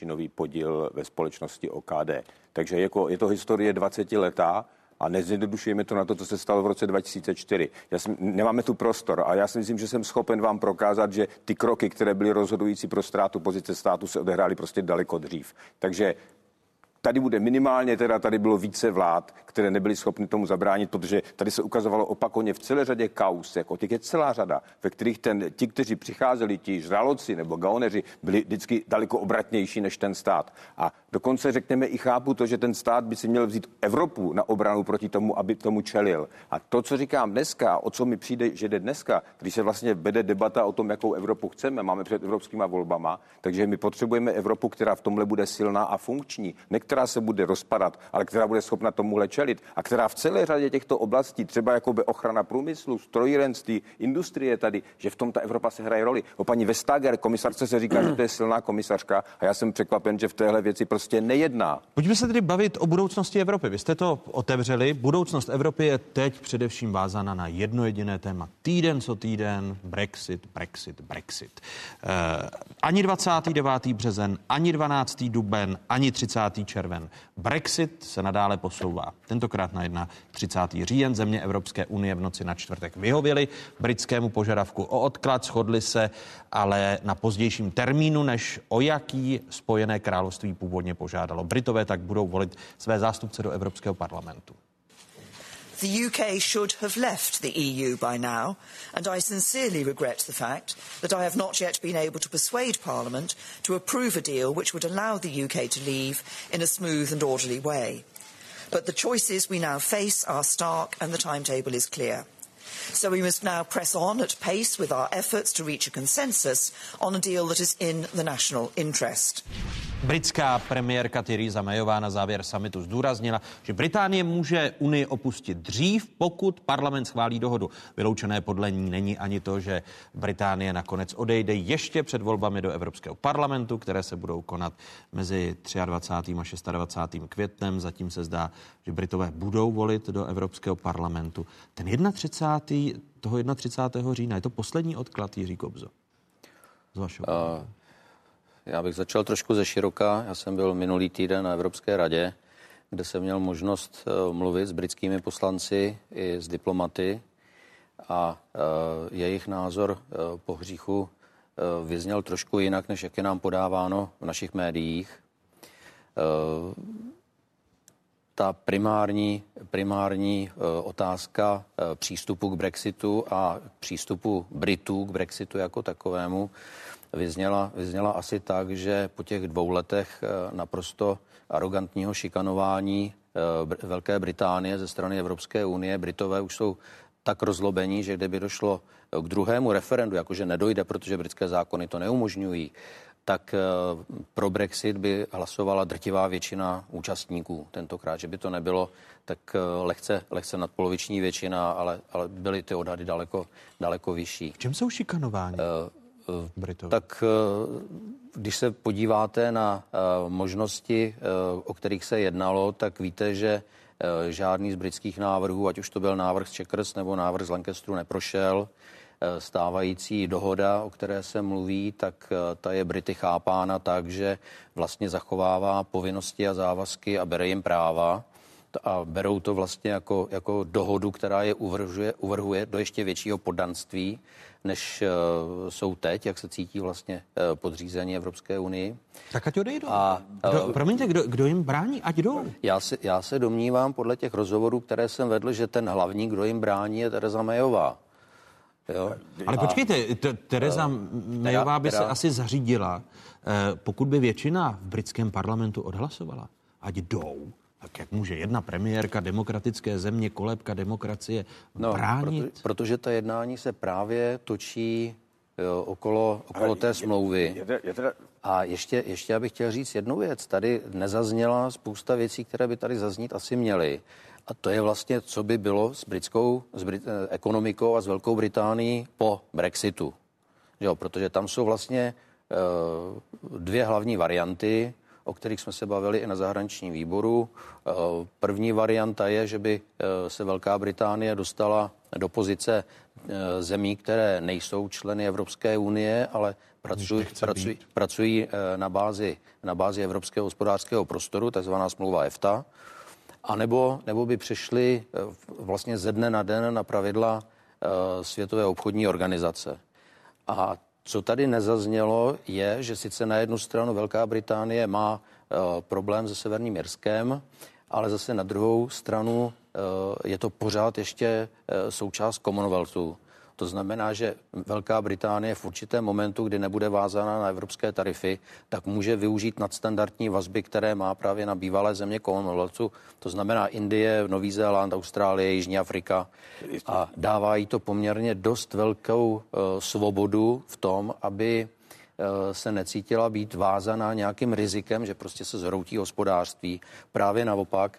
většinový podíl ve společnosti O K D. Takže jako je to historie dvacetiletá a nezjednodušujeme to na to, co se stalo v roce dva tisíce čtyři. Já jsem, nemáme tu prostor a já si myslím, že jsem schopen vám prokázat, že ty kroky, které byly rozhodující pro ztrátu pozice státu, se odehrály prostě daleko dřív. Takže tady bude minimálně, teda tady bylo více vlád, které nebyly schopny tomu zabránit, protože tady se ukazovalo opakovaně v celé řadě kauz, jako těch je celá řada, ve kterých ten, ti, kteří přicházeli, ti žraloci nebo gaoneři, byli vždycky daleko obratnější než ten stát. A dokonce řekněme i chápu to, že ten stát by si měl vzít Evropu na obranu proti tomu, aby tomu čelil. A to, co říkám dneska, o co mi přijde, že jde dneska, když se vlastně vede debata o tom, jakou Evropu chceme, máme před evropskýma volbama, takže my potřebujeme Evropu, která v tomhle bude silná a funkční, která se bude rozpadat, ale která bude schopna tomuhle čelit a která v celé řadě těchto oblastí, třeba jako by ochrana průmyslu, strojírenství, industrie tady, že v tom ta Evropa se hraje roli. O paní Vestager, komisařce, se říká, že to je silná komisařka a já jsem překvapen, že v téhle věci prostě nejedná. Pojďme se tedy bavit o budoucnosti Evropy. Vy jste to otevřeli. Budoucnost Evropy je teď především vázána na jedno jediné téma. Týden co týden, Brexit, Brexit, Brexit. Eh, ani dvacátého devátého březen, ani dvanáctého duben, ani třicátého červen. Brexit se nadále posouvá. Tentokrát na třicátého říjen země Evropské unie v noci na čtvrtek vyhověly britskému požadavku o odklad, shodli se ale na pozdějším termínu, než o jaký Spojené království původně požádalo. Britové tak budou volit své zástupce do Evropského parlamentu. The U K should have left the E U by now, and I sincerely regret the fact that I have not yet been able to persuade Parliament to approve a deal which would allow the U K to leave in a smooth and orderly way. But the choices we now face are stark and the timetable is clear. So we must now press on at pace with our efforts to reach a consensus on a deal that is in the national interest. Britská premiérka Theresa Mayová na závěr summitu zdůraznila, že Británie může Unii opustit dřív, pokud parlament schválí dohodu. Vyloučené podle ní není ani to, že Británie nakonec odejde ještě před volbami do Evropského parlamentu, které se budou konat mezi dvacátým třetím a dvacátým šestým květnem. Zatím se zdá, že Britové budou volit do Evropského parlamentu. Ten třicátého toho třicátého prvního října, je to poslední odklad, Jiří Kobzo? Z vašeho. Uh... Já bych začal trošku ze široka. Já jsem byl minulý týden na Evropské radě, kde jsem měl možnost mluvit s britskými poslanci i s diplomaty a jejich názor po hříchu vyzněl trošku jinak, než jak je nám podáváno v našich médiích. Ta primární, primární otázka přístupu k Brexitu a přístupu Britů k Brexitu jako takovému Vyzněla, vyzněla asi tak, že po těch dvou letech naprosto arrogantního šikanování Velké Británie ze strany Evropské unie, Britové už jsou tak rozlobení, že kdyby došlo k druhému referendu, jakože nedojde, protože britské zákony to neumožňují, tak pro Brexit by hlasovala drtivá většina účastníků tentokrát, že by to nebylo tak lehce, lehce nadpoloviční většina, ale, ale byly ty odhady daleko, daleko vyšší. V čem jsou šikanování? Uh, Britové. Tak když se podíváte na možnosti, o kterých se jednalo, tak víte, že žádný z britských návrhů, ať už to byl návrh z Chequers nebo návrh z Lancasteru, neprošel. Stávající dohoda, o které se mluví, tak ta je Brity chápána tak, že vlastně zachovává povinnosti a závazky a bere jim práva. A berou to vlastně jako, jako dohodu, která je uvrhuje, uvrhuje do ještě většího poddanství, než uh, jsou teď, jak se cítí vlastně uh, podřízení Evropské unii. Tak ať odejdou. A, kdo, uh, promiňte, kdo, kdo jim brání, ať jdou. Já se, já se domnívám podle těch rozhovorů, které jsem vedl, že ten hlavní, kdo jim brání, je Theresa Mayová. Jo? Ale počkejte, Theresa Mayová by se asi zařídila, pokud by většina v britském parlamentu odhlasovala, ať jdou. Tak jak může jedna premiérka demokratické země, kolébka demokracie no, bránit? Proto, protože ta jednání se právě točí jo, okolo, okolo té smlouvy. Je, je, je teda... A ještě, ještě já bych chtěl říct jednu věc. Tady nezazněla spousta věcí, které by tady zaznít asi měly. A to je vlastně, co by bylo s britskou s Brit, eh, ekonomikou a s Velkou Británií po Brexitu. Jo, protože tam jsou vlastně eh, dvě hlavní varianty, o kterých kterých jsme se bavili i na zahraničním výboru. První varianta je, že by se Velká Británie dostala do pozice zemí, které nejsou členy Evropské unie, ale pracují, pracují, pracují na bázi, na bázi Evropského hospodářského prostoru, takzvaná smlouva EFTA, a nebo, nebo by přešli vlastně ze dne na den na pravidla Světové obchodní organizace. A co tady nezaznělo, je, že sice na jednu stranu Velká Británie má uh, problém se Severním Irskem, ale zase na druhou stranu uh, je to pořád ještě uh, součást Commonwealthu. To znamená, že Velká Británie v určitém momentu, kdy nebude vázána na evropské tarify, tak může využít nadstandardní vazby, které má právě na bývalé země Commonwealthu. To znamená Indie, Nový Zéland, Austrálie, Jižní Afrika. A dává jí to poměrně dost velkou uh, svobodu v tom, aby uh, se necítila být vázaná nějakým rizikem, že prostě se zhroutí hospodářství. Právě naopak,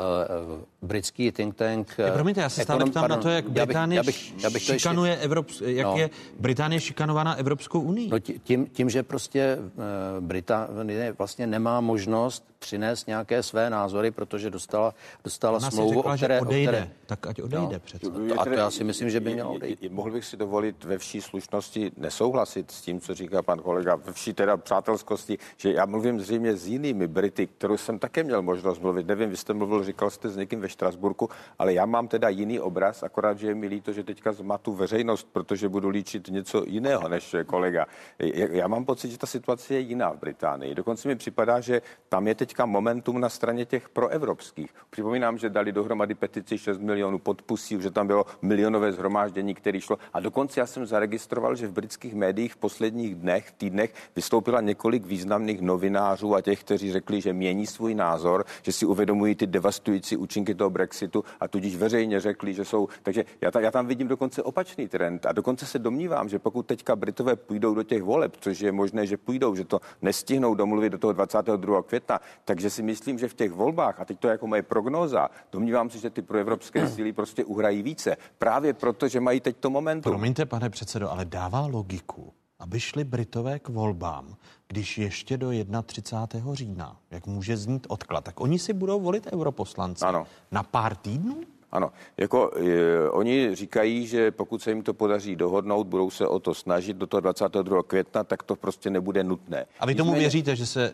Uh, britský think tank... Uh, Promiňte, já se stále ptám pardon, na to, jak Británie já bych, já bych, já bych šikanuje ještě, Evrops, jak no, je Británie šikanovaná Evropskou unii. No tím, tím, že prostě uh, Británie vlastně nemá možnost přinést nějaké své názory, protože dostala, dostala smlouvu, řekla, o které... Odejde, o které tak ať odejde no, přece. A to já si myslím, že by měla odejít. Mohl bych si dovolit ve vší slušnosti nesouhlasit s tím, co říká pan kolega, ve vší teda přátelskosti, že já mluvím zřejmě s jinými Brity, kterou jsem také měl možnost mluvit. Nevím, vy jste mluvil, říkal jste s někým ve Štrasburku, ale já mám teda jiný obraz, akorát, že je mi líto, že teďka má tu veřejnost, protože budu líčit něco jiného než kolega. Já mám pocit, že ta situace je jiná v Británii. Dokonce mi připadá, že tam je teďka momentum na straně těch proevropských. Připomínám, že dali dohromady petici šest milionů podpisů, že tam bylo milionové shromáždění, které šlo. A dokonce já jsem zaregistroval, že v britských médiích v posledních dnech, týdnech vystoupila několik významných novinářů a těch, kteří řekli, že mění svůj názor, že si uvědomují ty devastující účinky toho Brexitu a tudíž veřejně řekli, že jsou. Takže já, ta, já tam vidím dokonce opačný trend a dokonce se domnívám, že pokud teďka Britové půjdou do těch voleb, což je možné, že půjdou, že to nestihnou domluvit do toho dvacátého druhého května, takže si myslím, že v těch volbách, a teď to je jako moje prognóza, domnívám se, že ty proevropské síly prostě uhrají více. Právě proto, že mají teď to momentum. Promiňte, pane předsedo, ale dává logiku, aby šli Britové k volbám, když ještě do třicátého prvního října, jak může znít odklad, tak oni si budou volit europoslance ano. na pár týdnů? Ano, jako e, oni říkají, že pokud se jim to podaří dohodnout, budou se o to snažit do toho dvacátého druhého května, tak to prostě nebude nutné. A vy tomu věříte, že se...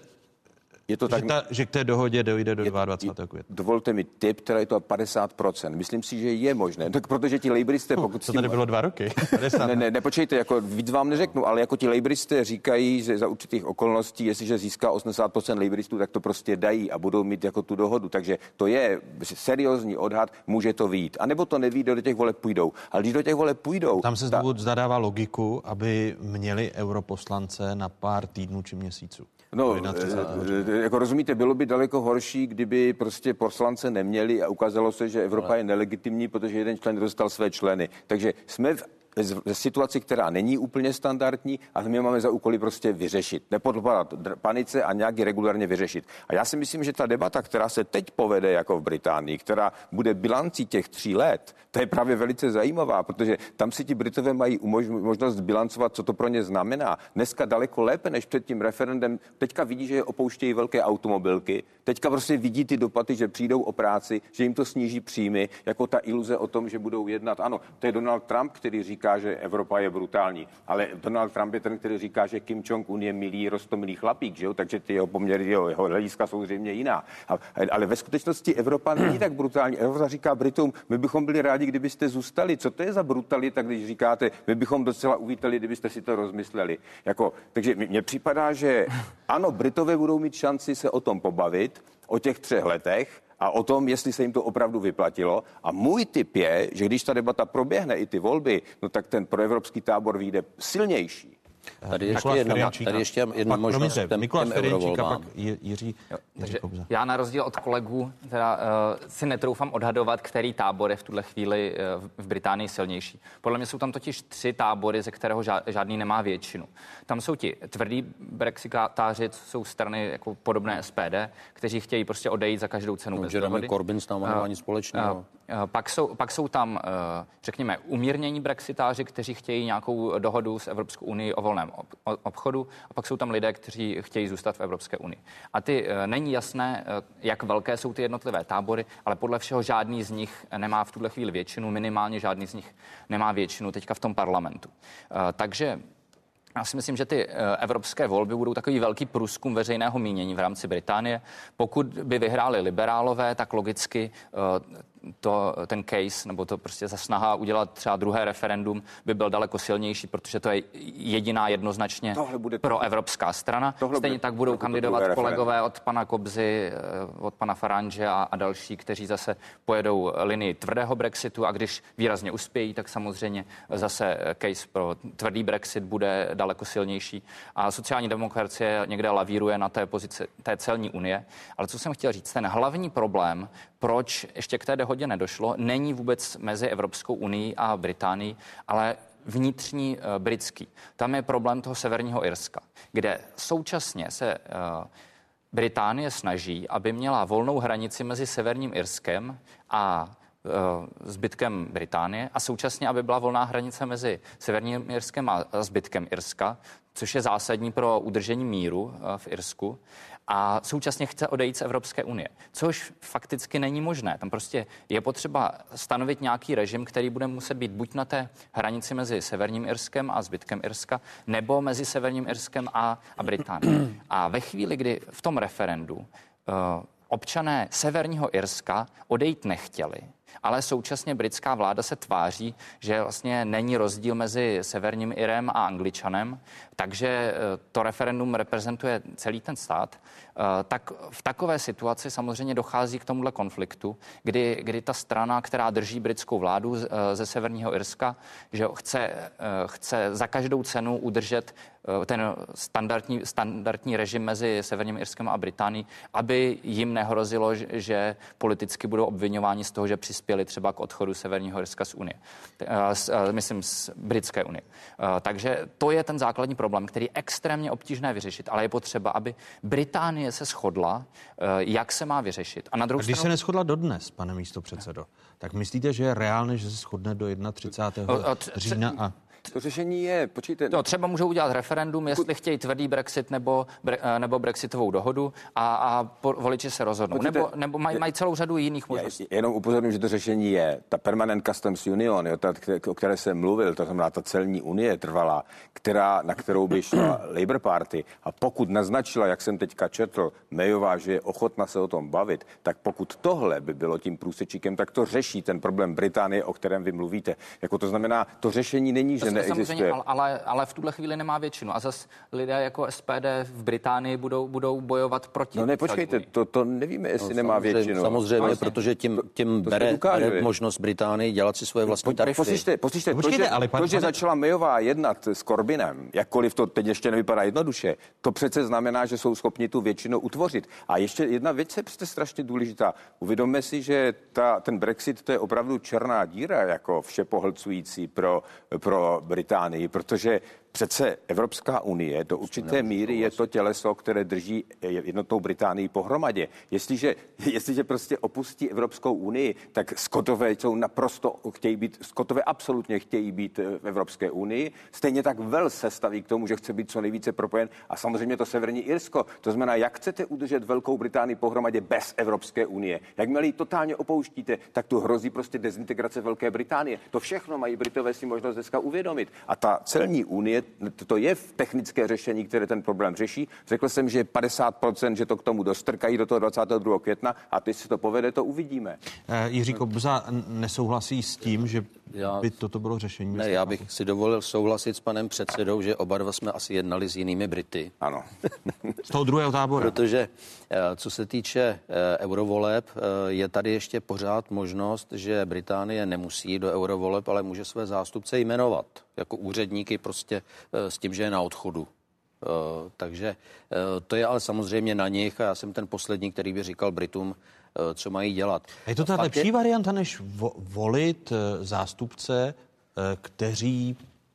Je to že, tak, ta, že k té dohodě dojde do dvacátého druhého května. Dovolte mi tip, teda je to padesát procent. Myslím si, že je možné. Tak protože ti lejbristé, pokud... To tady tím... bylo dva roky. ne, ne, nepočejte, jako víc vám neřeknu, ale jako ti lejbristé říkají, že za určitých okolností, jestliže získá osmdesát procent lejbristů, tak to prostě dají a budou mít jako tu dohodu. Takže to je seriózní odhad, může to vyjít. A nebo to neví, do těch voleb půjdou. Ale když do těch voleb půjdou... Tam se znovu ta... zadává logiku, aby měli europoslance na pár týdnů či měsíců. No, jako rozumíte, bylo by daleko horší, kdyby prostě poslance neměli a ukázalo se, že Evropa je nelegitimní, protože jeden člen dostal své členy. Takže jsme v v situaci, která není úplně standardní, ale my máme za úkoly prostě vyřešit. Nepodpadat panice a nějak regulárně vyřešit. A já si myslím, že ta debata, která se teď povede jako v Británii, která bude bilancí těch tří let, to je právě velice zajímavá, protože tam si ti Britové mají možnost bilancovat, co to pro ně znamená. Dneska daleko lépe než před tím referendem. Teďka vidí, že je opouštějí velké automobilky. Teďka prostě vidí ty dopady, že přijdou o práci, že jim to sníží příjmy, jako ta iluze o tom, že budou jednat. Ano, to je Donald Trump, který říká, že Evropa je brutální. Ale Donald Trump je ten, který říká, že Kim Jong-un je milý, roztomilý chlapík, že jo? Takže ty jeho poměry, jeho, jeho hlediska jsou zřejmě jiná. A, ale ve skutečnosti Evropa není tak brutální. Evropa říká Britům, my bychom byli rádi, kdybyste zůstali. Co to je za brutalita, když říkáte, my bychom docela uvítali, kdybyste si to rozmysleli. Jako, takže mně připadá, že ano, Britové budou mít šanci se o tom pobavit, o těch třech letech, a o tom, jestli se jim to opravdu vyplatilo. A můj tip je, že když ta debata proběhne i ty volby, no tak ten proevropský tábor vyjde silnější. Tady ještě jedna, tady ještě jedna možnost těm, těm eurovolbám. Jiří, jo, takže já na rozdíl od kolegů teda, uh, si netroufám odhadovat, který tábor je v tuhle chvíli uh, v Británii silnější. Podle mě jsou tam totiž tři tábory, ze kterého žádný nemá většinu. Tam jsou ti tvrdí brexitáři, jsou strany jako podobné S P D, kteří chtějí prostě odejít za každou cenu. No, Jeremy Corbyn s námi nemá nic společného. Uh, Pak jsou, pak jsou tam, řekněme, umírnění brexitáři, kteří chtějí nějakou dohodu s Evropskou unii o volném obchodu, a pak jsou tam lidé, kteří chtějí zůstat v Evropské unii. A ty není jasné, jak velké jsou ty jednotlivé tábory, ale podle všeho žádný z nich nemá v tuhle chvíli většinu, minimálně žádný z nich nemá většinu teďka v tom parlamentu. Takže já si myslím, že ty evropské volby budou takový velký průzkum veřejného mínění v rámci Británie. Pokud by vyhráli liberálové, tak logicky to, ten case, nebo to prostě ta snaha udělat třeba druhé referendum by byl daleko silnější, protože to je jediná jednoznačně pro evropská strana. Stejně tak budou kandidovat kolegové od pana Kobzy, od pana Farage a, a další, kteří zase pojedou linii tvrdého Brexitu, a když výrazně uspějí, tak samozřejmě zase case pro tvrdý Brexit bude daleko silnější. A sociální demokracie někde lavíruje na té pozici té celní unie. Ale co jsem chtěl říct, ten hlavní problém, proč ještě k té dohodě nedošlo, není vůbec mezi Evropskou unií a Británií, ale vnitřní uh, britský. Tam je problém toho severního Irska, kde současně se uh, Británie snaží, aby měla volnou hranici mezi severním Irskem a zbytkem Británie a současně, aby byla volná hranice mezi severním Irskem a zbytkem Irska, což je zásadní pro udržení míru v Irsku. A současně chce odejít z Evropské unie, což fakticky není možné. Tam prostě je potřeba stanovit nějaký režim, který bude muset být buď na té hranici mezi severním Irskem a zbytkem Irska, nebo mezi severním Irskem a, a Británií. A ve chvíli, kdy v tom referendu uh, občané severního Irska odejít nechtěli, ale současně britská vláda se tváří, že vlastně není rozdíl mezi severním Irem a Angličanem, takže to referendum reprezentuje celý ten stát, tak v takové situaci samozřejmě dochází k tomuhle konfliktu, kdy, kdy ta strana, která drží britskou vládu ze severního Irska, že chce, chce za každou cenu udržet ten standardní, standardní režim mezi severním Irskem a Británií, aby jim nehrozilo, že politicky budou obvinováni z toho, že přispěli třeba k odchodu severního Irska z Unie. Myslím z britské unie. Takže to je ten základní problém, který je extrémně obtížné vyřešit, ale je potřeba, aby Británie se shodla, jak se má vyřešit. A na druhou a když stranu... se neshodla dodnes, pane místopředsedo, tak myslíte, že je reálné, že se shodne do třicátého prvního října a... To řešení je, počkejte. No, třeba můžou udělat referendum, jestli chtějí tvrdý Brexit nebo, bre, nebo Brexitovou dohodu a, a po, voliči se rozhodnou. Počkejte, nebo nebo mají, mají celou řadu jiných možností. Jenom upozorňuji, že to řešení je ta Permanent Customs Union, jo, ta, o které jsem mluvil, to znamená ta celní unie trvalá, která, na kterou by šla Labour Party. A pokud naznačila, jak jsem teďka četl, Mayová, že je ochotna se o tom bavit, tak pokud tohle by bylo tím průsečíkem, tak to řeší ten problém Británie, o kterém vy mluvíte. Jako to znamená, to řešení není, že neexistuje. Ale, ale, ale v tuhle chvíli nemá většinu. A zase lidé jako S P D v Británii budou, budou bojovat proti. No ne, počkejte, to, to nevíme, jestli no, nemá většinu. Samozřejmě, vlastně. Protože tím, tím bere, bere možnost Británii dělat si svoje vlastní tarify. Poslyšte, poslyšte, to, že, ale pan, to, že začala Mayová jednat s Corbynem, jakkoliv to teď ještě nevypadá jednoduše, to přece znamená, že jsou schopni tu většinu utvořit. A ještě jedna věc je přece strašně důležitá. Uvědomme si, že ta, ten Brexit to je opravdu černá díra, jako všepohlcující pro, pro Británii, protože přece Evropská unie do určité míry je to těleso, které drží jednotnou Británii pohromadě. Jestliže, jestliže prostě opustí Evropskou unii, tak Skotové jsou naprosto chtějí být, Skotové absolutně chtějí být v Evropské unii. Stejně tak Wales se staví k tomu, že chce být co nejvíce propojen a samozřejmě to Severní Irsko. To znamená, jak chcete udržet Velkou Británii pohromadě bez Evropské unie? Jakmile ji totálně opouštíte, tak tu hrozí prostě dezintegrace Velké Británie. To všechno mají Britové si možnost dneska uvědomit. A ta celní unie, to je v technické řešení, které ten problém řeší. Řekl jsem, že padesát procent, že to k tomu dostrkají do toho dvacátého druhého května a teď si to povede, to uvidíme. E, Jiří Kobza nesouhlasí s tím, že já, by toto bylo řešení? Ne, já bych si dovolil souhlasit s panem předsedou, že oba dva jsme asi jednali s jinými Brity. Ano. Z toho druhého tábora. Protože co se týče eurovoleb, je tady ještě pořád možnost, že Británie nemusí jít do eurovoleb, ale může své zástupce jmenovat jako úředníky prostě s tím, že je na odchodu. Takže to je ale samozřejmě na nich a já jsem ten poslední, který by říkal Britům, co mají dělat. Je to ta lepší je... varianta, než vo- volit zástupce, kteří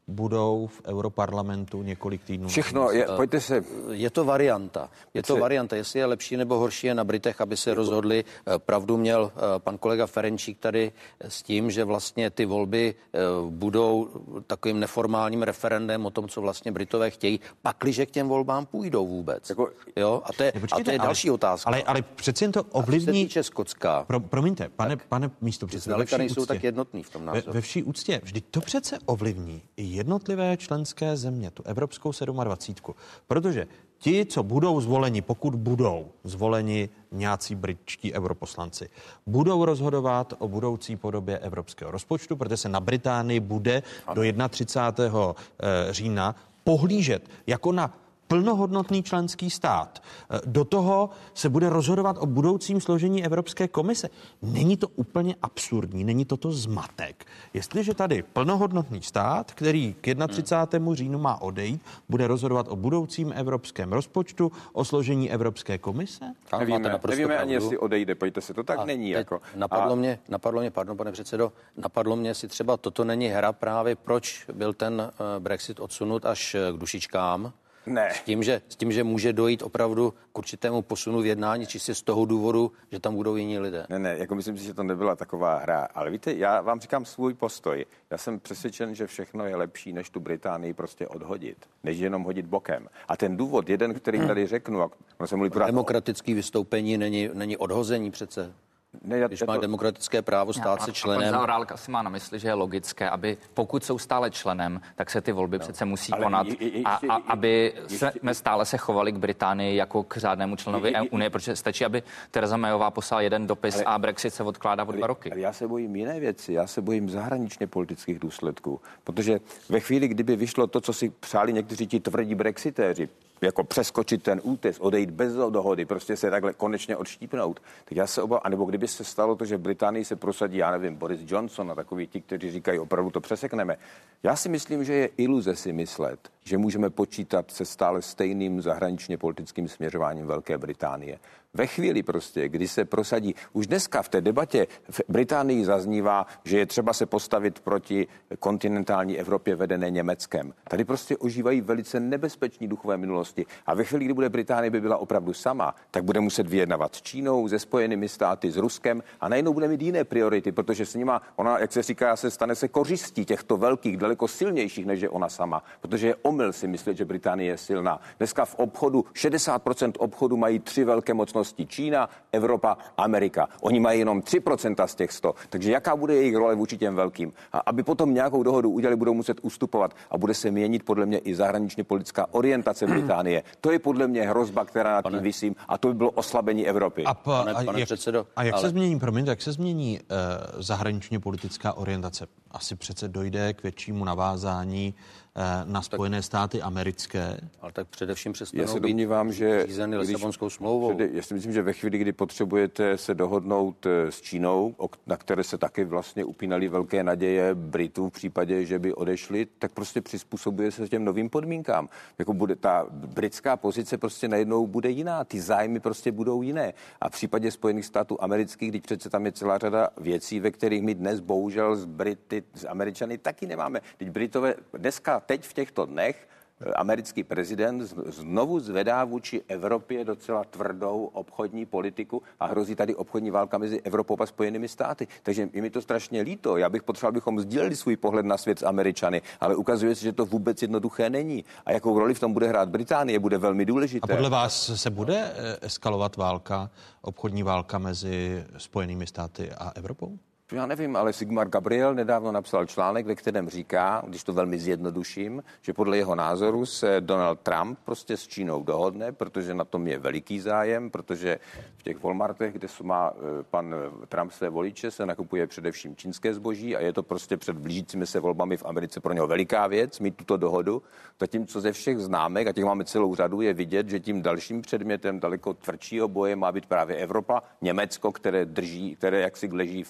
budou v europarlamentu několik týdnů. Všechno, je, pojďte se. Je to varianta. Je to varianta, jestli je lepší nebo horší je na Britech, aby se rozhodli. Pravdu měl pan kolega Ferenčík tady s tím, že vlastně ty volby budou takovým neformálním referendem o tom, co vlastně Britové chtějí, pakliže k těm volbám půjdou vůbec. Jako, jo? A to je, a to je další ale, otázka. Ale, ale přeci jen to ovlivní... Skotska. Pro, promiňte, pane, pane místopředsedo, zdaleka nejsou tak jednotní v tom názoru. Ve, ve vší úctě, vždyť to přece ovlivní i jednotlivé členské země, tu evropskou sedmadvacítku, protože ti, co budou zvoleni, pokud budou zvoleni nějací britští europoslanci, budou rozhodovat o budoucí podobě evropského rozpočtu, protože se na Británii bude do třicátého prvního října pohlížet jako na plnohodnotný členský stát. Do toho se bude rozhodovat o budoucím složení Evropské komise. Není to úplně absurdní, není toto zmatek. Jestliže tady plnohodnotný stát, který k třicátému prvnímu říjnu má odejít, bude rozhodovat o budoucím evropském rozpočtu, o složení Evropské komise? Nevíme, nevíme ani, jestli odejde, pojďte se, to tak a není. Jako. Napadlo, a... mě, napadlo mě, pardon, pane předsedo, napadlo mě, jestli třeba toto není hra právě, proč byl ten Brexit odsunut až k dušičkám. Ne. S tím, že, s tím, že může dojít opravdu k určitému posunu v jednání, čistě z toho důvodu, že tam budou jiní lidé. Ne, ne, jako myslím si, že to nebyla taková hra. Ale víte, já vám říkám svůj postoj. Já jsem přesvědčen, že všechno je lepší, než tu Británii prostě odhodit. Než jenom hodit bokem. A ten důvod, jeden, který tady řeknu, a on se mluví demokratické vystoupení není, není odhození přece. Ne, já, Když má to... demokratické právo stát já, se členem. Pan Zaorálek asi má na mysli, že je logické, aby pokud jsou stále členem, tak se ty volby no. přece musí ale konat je, je, je, a, a aby ještě, jsme stále se chovali k Británii jako k řádnému členovi je, je, Unie, protože stačí, aby Theresa Mayová poslala jeden dopis ale, a Brexit se odkládá o dva roky. Ale já se bojím jiné věci, já se bojím zahraničně politických důsledků, protože ve chvíli, kdyby vyšlo to, co si přáli někteří ti tvrdí brexitéři, jako přeskočit ten útes, odejít bez dohody, prostě se takhle konečně odštípnout. Tak já se obávám, anebo kdyby se stalo to, že v Británii se prosadí, já nevím, Boris Johnson a takový ti, kteří říkají, opravdu to přesekneme. Já si myslím, že je iluze si myslet, že můžeme počítat se stále stejným zahraničně politickým směřováním Velké Británie. Ve chvíli prostě, kdy se prosadí, už dneska v té debatě v Británii zaznívá, že je třeba se postavit proti kontinentální Evropě vedené Německem. Tady prostě ožívají velice nebezpeční duchové minulosti. A ve chvíli, kdy bude Británie by byla opravdu sama, tak bude muset vyjednávat s Čínou, se Spojenými státy, s Ruskem a najednou bude mít jiné priority, protože s nima, ona, jak se říká, se stane se kořistí těchto velkých, daleko silnějších, než je ona sama, protože je omyl si myslet, že Británie je silná. Dneska v obchodu šedesát procent obchodu mají tři velké mocnosti. Čína, Evropa, Amerika. Oni mají jenom tři procenta z těch sto. Takže jaká bude jejich role vůči těm velkým? A aby potom nějakou dohodu udělali, budou muset ustupovat a bude se měnit podle mě i zahraničně politická orientace Británie. To je podle mě hrozba, která nad tím visím, a to by bylo oslabení Evropy. A, pa, pane, pane jak, předsedo, a jak ale... se změní, promiňte, jak se změní uh, zahraničně politická orientace? Asi přece dojde k většímu navázání na Spojené státy americké. Ale tak především přestanou Já se domnívám, že řízeny Lisabonskou smlouvou. Přede, já si myslím, že ve chvíli, kdy potřebujete se dohodnout s Čínou, na které se taky vlastně upínaly velké naděje Britů v případě, že by odešli, tak prostě přizpůsobuje se těm novým podmínkám. Jako bude ta britská pozice prostě najednou bude jiná, ty zájmy prostě budou jiné. A v případě Spojených států amerických, když přece tam je celá řada věcí, ve kterých my dnes bohužel z Brity, z Američany taky nemáme. Teď Britové dneska teď v těchto dnech americký prezident znovu zvedá vůči Evropě docela tvrdou obchodní politiku a hrozí tady obchodní válka mezi Evropou a Spojenými státy. Takže je mi to strašně líto. Já bych potřeboval, abychom sdíleli svůj pohled na svět s Američany, ale ukazuje se, že to vůbec jednoduché není. A jakou roli v tom bude hrát Británie, bude velmi důležité. A podle vás se bude eskalovat válka, obchodní válka mezi Spojenými státy a Evropou? Já nevím, ale Sigmar Gabriel nedávno napsal článek, ve kterém říká, když to velmi zjednoduším, že podle jeho názoru se Donald Trump prostě s Čínou dohodne, protože na tom je veliký zájem, protože v těch Walmartech, kde má pan Trump své voliče, se nakupuje především čínské zboží a je to prostě před blížícími se volbami v Americe pro něho veliká věc mít tuto dohodu. Zatímco ze všech známek, a těch máme celou řadu, je vidět, že tím dalším předmětem daleko tvrdšího boje má být právě Evropa, Německo, které drží, které jaksi leží v patě.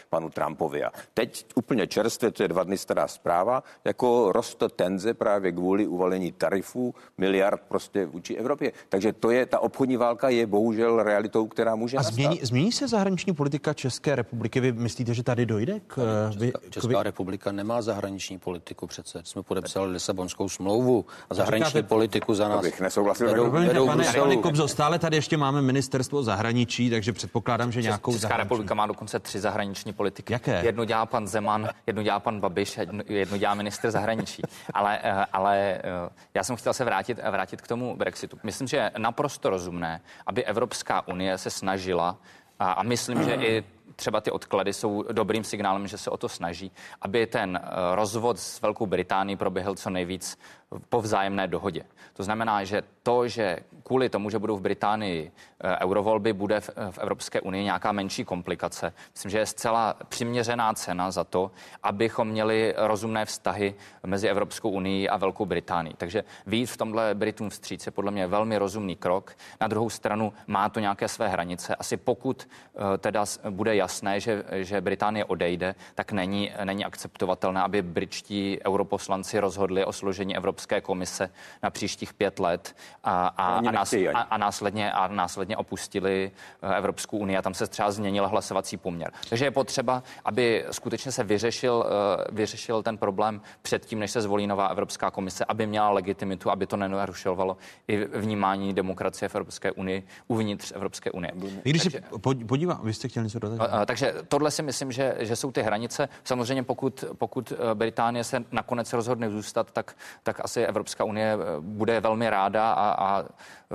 panu Trumpovi. A teď úplně čerstvě, to je dva dny stará zpráva, jako roste tenze právě kvůli uvalení tarifů miliard prostě vůči Evropě. Takže to je, ta obchodní válka je bohužel realitou, která může A nastat. změní, změní se zahraniční politika České republiky? Vy myslíte, že tady dojde k... Česká, Česká republika nemá zahraniční politiku přece. Jsme podepsali Lisabonskou smlouvu a zahraniční říkáte, politiku za nás vedou, vedou pane, pane Kobzo, stále tady ještě máme ministerstvo zahraničí, takže předpokládám, že nějakou Česká zahraniční... republika má dokonce tři zahraniční politiky. Jaké? Jednu dělá pan Zeman, jednu dělá pan Babiš, jednu, jednu dělá ministr zahraničí. Ale, ale já jsem chtěl se vrátit, vrátit k tomu Brexitu. Myslím, že je naprosto rozumné, aby Evropská unie se snažila, a, a myslím, že i třeba ty odklady jsou dobrým signálem, že se o to snaží, aby ten rozvod s Velkou Británií proběhl co nejvíc po vzájemné dohodě. To znamená, že to, že kvůli tomu, že budou v Británii eurovolby, bude v, v Evropské unii nějaká menší komplikace. Myslím, že je zcela přiměřená cena za to, abychom měli rozumné vztahy mezi Evropskou unii a Velkou Británií. Takže vyjít v tomhle Britům vstříc je podle mě velmi rozumný krok. Na druhou stranu má to nějaké své hranice. Asi pokud teda bude jasné, že, že Británie odejde, tak není, není akceptovatelné, aby britští europoslanci rozhodli o složení Evropské komise na příštích pět let a, a, a, nás, a, a, následně, a následně opustili Evropskou unii a tam se třeba změnil hlasovací poměr. Takže je potřeba, aby skutečně se vyřešil, vyřešil ten problém předtím, než se zvolí nová Evropská komise, aby měla legitimitu, aby to nenarušovalo i vnímání demokracie v Evropské unii uvnitř Evropské unie. Když takže, si podívám, vy jste chtěli něco dodat? Takže tohle si myslím, že, že jsou ty hranice. Samozřejmě pokud, pokud Británie se nakonec rozhodne zůstat, tak, tak asi Evropská unie bude velmi ráda a, a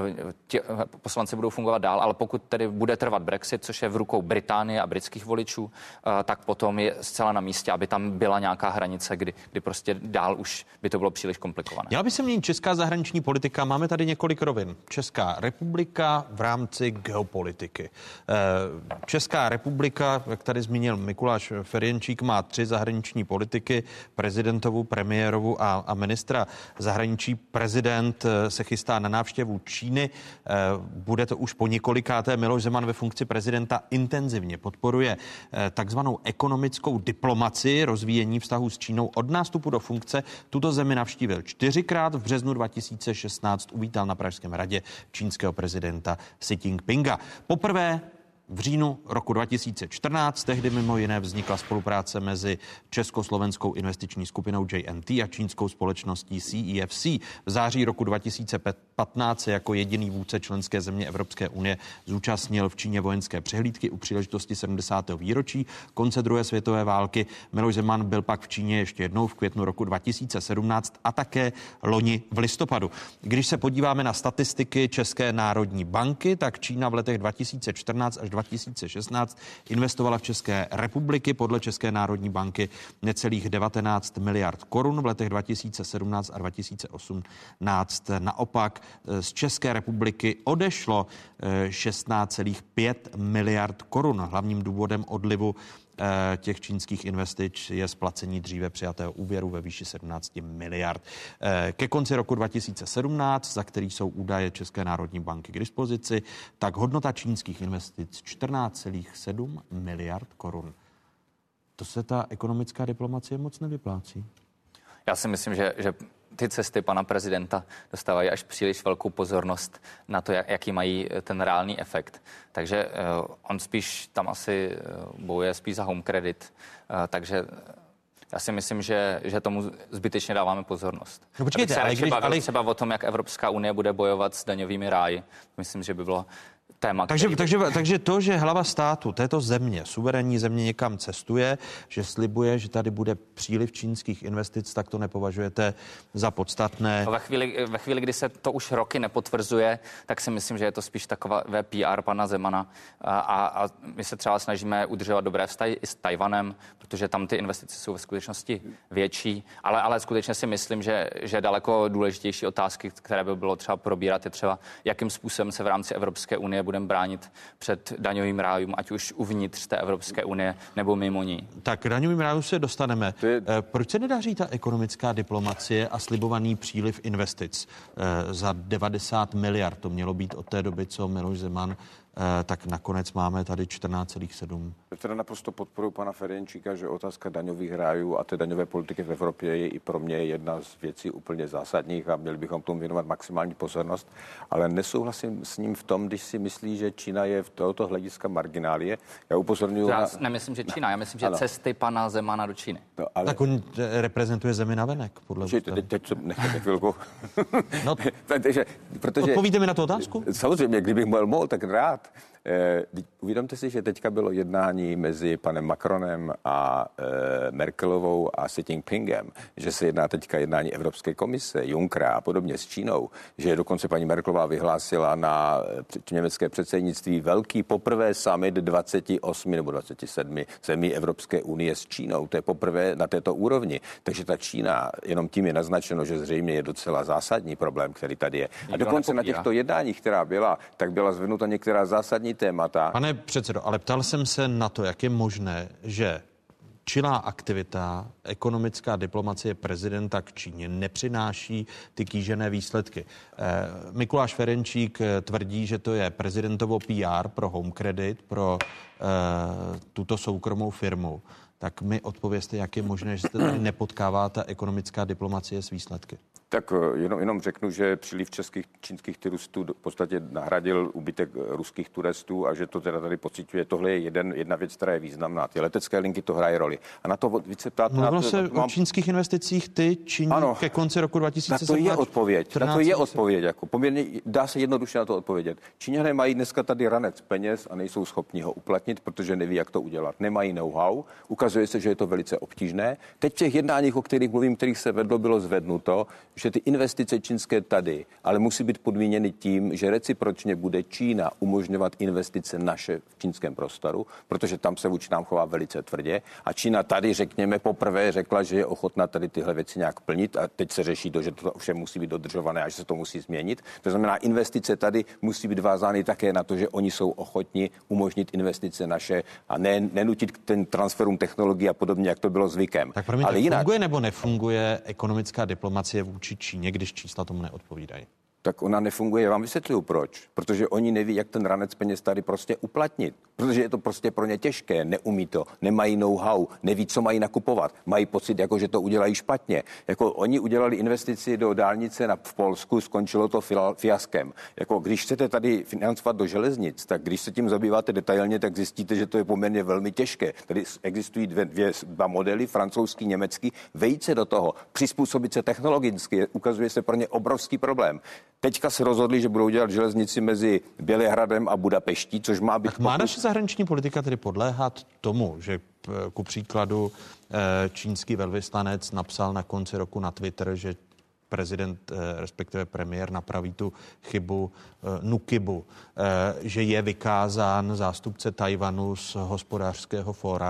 tě, poslanci budou fungovat dál, ale pokud tedy bude trvat Brexit, což je v rukou Británie a britských voličů, tak potom je zcela na místě, aby tam byla nějaká hranice, kdy, kdy prostě dál už by to bylo příliš komplikované. Měla by se měnit česká zahraniční politika. Máme tady několik rovin. Česká republika v rámci geopolitiky. Česká republika, jak tady zmínil Mikuláš Ferjenčík, má tři zahraniční politiky, prezidentovu, premiérovu a, a ministra zahraničí. Prezident se chystá na návštěvu Číny. Bude to už po několikáté. Miloš Zeman ve funkci prezidenta intenzivně podporuje takzvanou ekonomickou diplomacii, rozvíjení vztahů s Čínou. Od nástupu do funkce tuto zemi navštívil čtyřikrát. V březnu dva tisíce šestnáct uvítal na Pražském hradě čínského prezidenta Xi Jinpinga. Poprvé v říjnu roku dva tisíce čtrnáct tehdy mimo jiné vznikla spolupráce mezi československou investiční skupinou J and T a čínskou společností C E F C. V září roku dva tisíce patnáct se jako jediný vůdce členské země Evropské unie zúčastnil v Číně vojenské přehlídky u příležitosti sedmdesátého výročí konce druhé světové války. Miloš Zeman byl pak v Číně ještě jednou v květnu roku dva tisíce sedmnáct a také loni v listopadu. Když se podíváme na statistiky České národní banky, tak Čína v letech dva tisíce čtrnáct až dva tisíce šestnáct investovala v České republiky podle České národní banky necelých devatenáct miliard korun. V letech dva tisíce sedmnáct a dva tisíce osmnáct naopak z České republiky odešlo šestnáct celá pět miliard korun. Hlavním důvodem odlivu těch čínských investic je splacení dříve přijatého úvěru ve výši sedmnáct miliard. Ke konci roku dva tisíce sedmnáct, za který jsou údaje České národní banky k dispozici, tak hodnota čínských investic čtrnáct celá sedm miliard korun. To se ta ekonomická diplomacie moc nevyplácí. Já si myslím, že, že ty cesty pana prezidenta dostávají až příliš velkou pozornost na to, jak, jaký mají ten reálný efekt. Takže uh, on spíš tam asi uh, bojuje spíš za home credit. Uh, takže já si myslím, že, že tomu zbytečně dáváme pozornost. No počkejte, se ale když, když, bavil ale... třeba o tom, jak Evropská unie bude bojovat s daňovými ráji. Myslím, že by bylo téma. Takže, který... takže, takže to, že hlava státu této země, suverénní země někam cestuje, že slibuje, že tady bude příliv čínských investic, tak to nepovažujete za podstatné? Ve chvíli, ve chvíli, kdy se to už roky nepotvrzuje, tak si myslím, že je to spíš takové P R pana Zemana a, a, a my se třeba snažíme udržovat dobré vztahy i s Tajvanem, protože tam ty investice jsou ve skutečnosti větší, ale, ale skutečně si myslím, že, že daleko důležitější otázky, které by bylo třeba probírat, je třeba, jakým způsobem se v rámci Evropské unie budeme bránit před daňovým rájům, ať už uvnitř té Evropské unie nebo mimo ní. Tak k daňovým rájům se dostaneme. Proč se nedaří ta ekonomická diplomacie a slibovaný příliv investic za devadesát miliard? To mělo být od té doby, co Miloš Zeman tak nakonec máme tady čtrnáct celá sedm. Teda naprosto podporuji pana Ferjenčíka, že otázka daňových rájů a té daňové politiky v Evropě je i pro mě jedna z věcí úplně zásadních a měli bychom tomu věnovat maximální pozornost, ale nesouhlasím s ním v tom, když si myslí, že Čína je v tohoto hlediska marginálie. Já upozorňuji... Já na... nemyslím, že Čína, já myslím, že ano. cesty pana Zemana do Číny. No, ale... Tak on reprezentuje zemi navenek, podle ústavy. Teď, teď nechtěte chvilku. No, protože, protože... Odpovíte mi na tu otázku? Samozřejmě, kdybych mohl, mohl tak rád. Eh, uvědomte si, že teďka bylo jednání mezi panem Macronem a eh, Merkelovou a Xi Jinpingem, že se jedná teďka jednání Evropské komise, Junckera a podobně s Čínou, že dokonce paní Merkelová vyhlásila na německé předsednictví velký poprvé summit dvacet osm nebo dvacet sedm zemí Evropské unie s Čínou. To je poprvé na této úrovni. Takže ta Čína, jenom tím je naznačeno, že zřejmě je docela zásadní problém, který tady je. A dokonce na těchto jednáních, která byla, tak byla zvednuta některá zásadní témata. Pane předsedo, ale ptal jsem se na to, jak je možné, že čilá aktivita, ekonomická diplomacie prezidenta k Číně nepřináší ty kýžené výsledky. Eh, Mikuláš Ferjenčík tvrdí, že to je prezidentovo P R pro Home Credit, pro eh, tuto soukromou firmu. Tak mi odpovězte, jak je možné, že se tady nepotkává ta ekonomická diplomacie s výsledky. Tak jenom, jenom řeknu, že příliv českých čínských turistů v podstatě nahradil úbytek ruských turistů a že to teda tady pociťuje. Tohle je jeden, jedna věc, která je významná. Ty letecké linky to hraje roli. A na to více ptát... Mluvilo se mám... o čínských investicích, ty činí ano, ke konci roku dva tisíce sedmnáct. Na to je odpověď. Na to je odpověď. Jako poměrně dá se jednoduše na to odpovědět. Číňané mají dneska tady ranec peněz a nejsou schopni ho uplatnit, protože neví, jak to udělat. Nemají know-how. Ukazuje se, že je to velice obtížné. Teď v těch jednáních, o kterých mluvím, kterých se vedlo, bylo zvednuto, že ty investice čínské tady, ale musí být podmíněny tím, že recipročně bude Čína umožňovat investice naše v čínském prostoru, protože tam se vůči nám chová velice tvrdě. A Čína tady, řekněme, poprvé řekla, že je ochotná tady tyhle věci nějak plnit a teď se řeší to, že to vše musí být dodržované a že se to musí změnit. To znamená, investice tady musí být vázány také na to, že oni jsou ochotni umožnit investice naše a ne, nenutit k ten transferům technologií a podobně, jak to bylo zvykem. Tak pro mě ale jinak... funguje nebo nefunguje ekonomická diplomacie vůči Číně, když čísla tomu neodpovídají? Tak ona nefunguje. Já vám vysvětluju proč. Protože oni neví, jak ten ranec peněz tady prostě uplatnit. Protože je to prostě pro ně těžké. Neumí to, nemají know-how, neví, co mají nakupovat. Mají pocit, jako, že to udělají špatně. Jako oni udělali investici do dálnice na, v Polsku, skončilo to fiaskem. Jako, když chcete tady financovat do železnic, tak když se tím zabýváte detailně, tak zjistíte, že to je poměrně velmi těžké. Tady existují dvě, dvě dva modely, francouzský, německý. Vejít se do toho, přizpůsobit se technologicky, ukazuje se pro ně obrovský problém. Teďka se rozhodli, že budou dělat železnici mezi Bělehradem a Budapeští, což má být... Tak má naše zahraniční politika tedy podléhat tomu, že ku příkladu čínský velvyslanec napsal na konci roku na Twitter, že prezident, respektive premiér napraví tu chybu Nukibu, že je vykázán zástupce Tajvanu z hospodářského fóra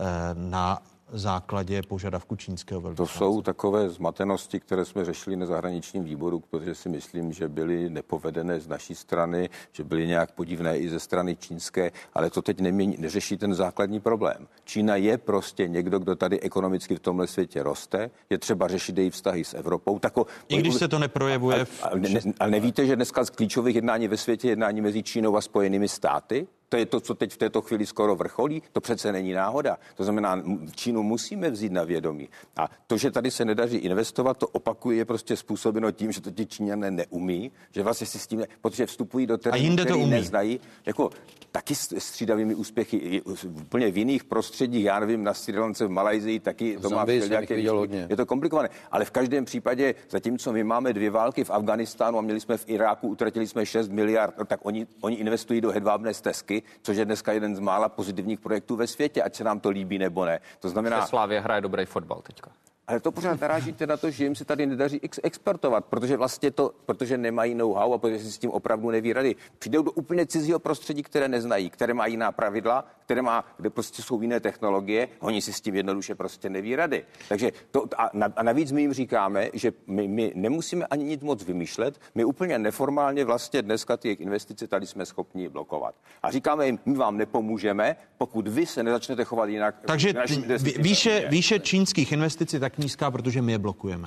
na základě požadavku čínského velvyslance. To jsou takové zmatenosti, které jsme řešili na zahraničním výboru, protože si myslím, že byly nepovedené z naší strany, že byly nějak podivné i ze strany čínské, ale to teď nemění, neřeší ten základní problém. Čína je prostě někdo, kdo tady ekonomicky v tomhle světě roste, je třeba řešit její vztahy s Evropou. Tako, I když se to neprojevuje... V... Ale ne, ne, nevíte, že dneska z klíčových jednání ve světě jednání mezi Čínou a Spojenými státy? To je to, co teď v této chvíli skoro vrcholí. To přece není náhoda. To znamená, Čínu musíme vzít na vědomí. A to, že tady se nedaří investovat, to opakuje je prostě způsobeno tím, že to ti Číňané neumí, že vlastně si s tím, ne, protože vstupují do terénu, který neznají, jako taky střídavými úspěchy, úplně v jiných prostředích, já nevím, na Srí Lance, v Malajsii, taky to má nějaké, je to komplikované. Ale v každém případě, zatímco my máme dvě války v Afghánistánu a měli jsme v Iráku, utratili jsme šest miliard, tak oni, oni investují do hedvábné stezky, což je dneska jeden z mála pozitivních projektů ve světě, ať se nám to líbí nebo ne. To znamená... Slávě hraje dobrý fotbal teďka. Ale to pořád narážíte na to, že jim se tady nedaří ex- exportovat, protože vlastně to, protože nemají know-how a protože si s tím opravdu neví rady. Přijdou do úplně cizího prostředí, které neznají, které má jiná pravidla, které má, kde prostě jsou jiné technologie, oni si s tím jednoduše prostě neví rady. Takže to, a, a navíc my jim říkáme, že my, my nemusíme ani nic moc vymýšlet, my úplně neformálně vlastně dneska ty investice tady jsme schopni blokovat. A říkáme jim, my vám nepomůžeme, pokud vy se nezačnete chovat jinak. Takže výše, výše čínských investic je tak nízká, protože my je blokujeme.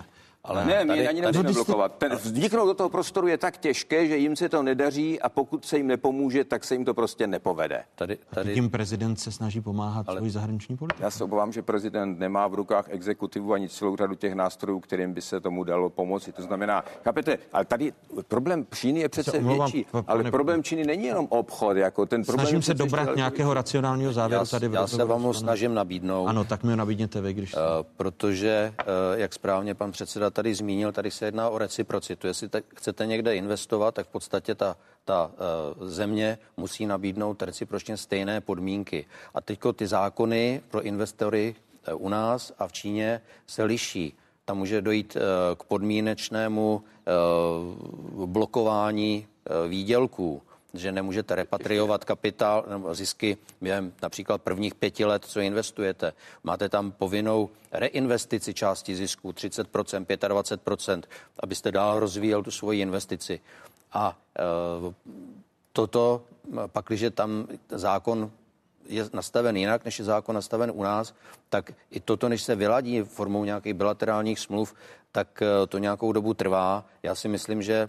Ale ne, my ani nemusíme blokovat. Ten vniknout do toho prostoru je tak těžké, že jim se to nedaří a pokud se jim nepomůže, tak se jim to prostě nepovede. Tady, tady... Tím prezident se snaží pomáhat ale... svojí zahraniční politiku. Já se obávám, že prezident nemá v rukách exekutivu ani celou řadu těch nástrojů, kterým by se tomu dalo pomoci. To znamená, chápete, ale tady problém Číny je přece omlouvám, větší, pane... ale problém Číny není jenom obchod, jako ten problém. Snažím se dobrat ale... nějakého racionálního závěru já, tady. Já se vám ho snažím nabídnout. Ano, tak mi ho nabídněte vy, když... Uh, protože, uh, jak správně pan předseda tady zmínil, tady se jedná o reciprocitu. Jestli te, chcete někde investovat, tak v podstatě ta, ta uh, země musí nabídnout recipročně stejné podmínky. A teďko ty zákony pro investory uh, u nás a v Číně se liší. Tam může dojít uh, k podmínečnému uh, blokování uh, výdělků, že nemůžete repatriovat kapitál nebo zisky během například prvních pěti let, co investujete. Máte tam povinnou reinvestici části zisků třicet procent, dvacet pět procent, abyste dál rozvíjel tu svoji investici. A e, toto, pakliže tam zákon je nastaven jinak, než je zákon nastaven u nás, tak i toto, než se vyladí formou nějakých bilaterálních smluv, tak to nějakou dobu trvá. Já si myslím, že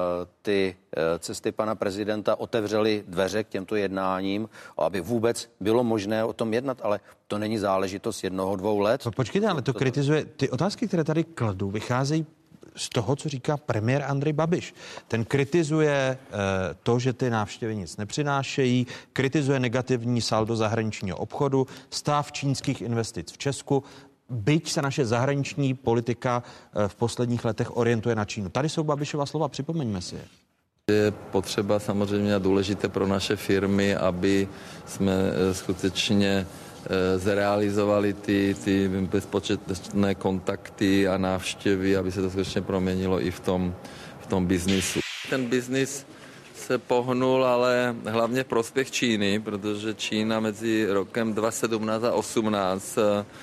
ty cesty pana prezidenta otevřely dveře k těmto jednáním, aby vůbec bylo možné o tom jednat, ale to není záležitost jednoho, dvou let. Počkejte, ale to kritizuje, ty otázky, které tady kladu, vycházejí z toho, co říká premiér Andrej Babiš. Ten kritizuje e, to, že ty návštěvy nic nepřinášejí, kritizuje negativní saldo zahraničního obchodu, stav čínských investic v Česku, byť se naše zahraniční politika e, v posledních letech orientuje na Čínu. Tady jsou Babišova slova, připomeňme si je. Je potřeba samozřejmě a důležité pro naše firmy, aby jsme skutečně zrealizovali ty, ty bezpočetné kontakty a návštěvy, aby se to skutečně proměnilo i v tom, v tom biznisu. Ten biznis se pohnul, ale hlavně v prospěch Číny, protože Čína mezi rokem dva tisíce sedmnáct a osmnáct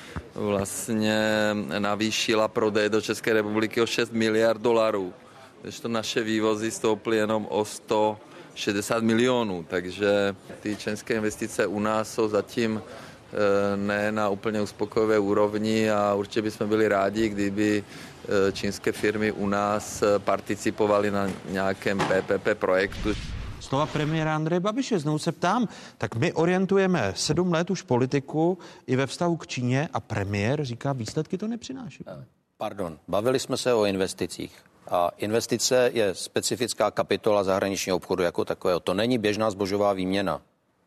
vlastně navýšila prodej do České republiky o šest miliard dolarů. Takže to naše vývozy stouply jenom o sto šedesát milionů, takže ty čínské investice u nás jsou zatím ne na úplně uspokojivé úrovni a určitě bychom byli rádi, kdyby čínské firmy u nás participovaly na nějakém P P P projektu. Slova premiéra Andreje Babiše, znovu se ptám, tak my orientujeme sedm let už politiku i ve vztahu k Číně a premiér říká, výsledky to nepřináší. Pardon, bavili jsme se o investicích. A investice je specifická kapitola zahraničního obchodu jako takového. To není běžná zbožová výměna.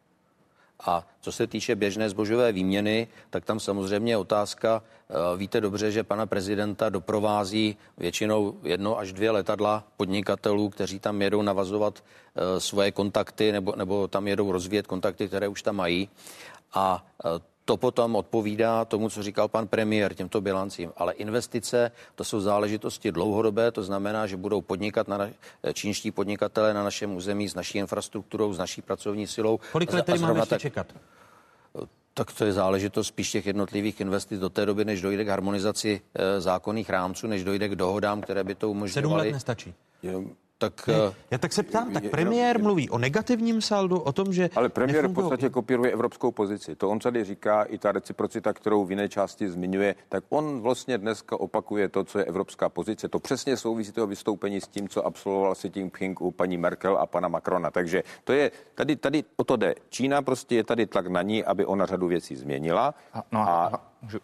A co se týče běžné zbožové výměny, tak tam samozřejmě je otázka, víte dobře, že pana prezidenta doprovází většinou jedno až dvě letadla podnikatelů, kteří tam jedou navazovat svoje kontakty nebo, nebo tam jedou rozvíjet kontakty, které už tam mají. A to potom odpovídá tomu, co říkal pan premiér, těmto bilancím. Ale investice, to jsou záležitosti dlouhodobé, to znamená, že budou podnikat na na, čínští podnikatelé na našem území s naší infrastrukturou, s naší pracovní silou. Kolik let tady máme ještě čekat? Tak to je záležitost spíš těch jednotlivých investic do té doby, než dojde k harmonizaci e, zákonných rámců, než dojde k dohodám, které by to umožňovaly. Sedm let nestačí. Jenom Tak, ne, já tak se ptám, tak premiér je, mluví o negativním saldu, o tom, že... Ale premiér v podstatě kopíruje evropskou pozici. To on tady říká, i ta reciprocita, kterou v jiné části zmiňuje, tak on vlastně dneska opakuje to, co je evropská pozice. To přesně souvisí toho vystoupení s tím, co absolvoval Xi Jinping u paní Merkel a pana Macrona. Takže to je, tady, tady o to jde. Čína prostě je tady tlak na ní, aby ona řadu věcí změnila. A, no a... a,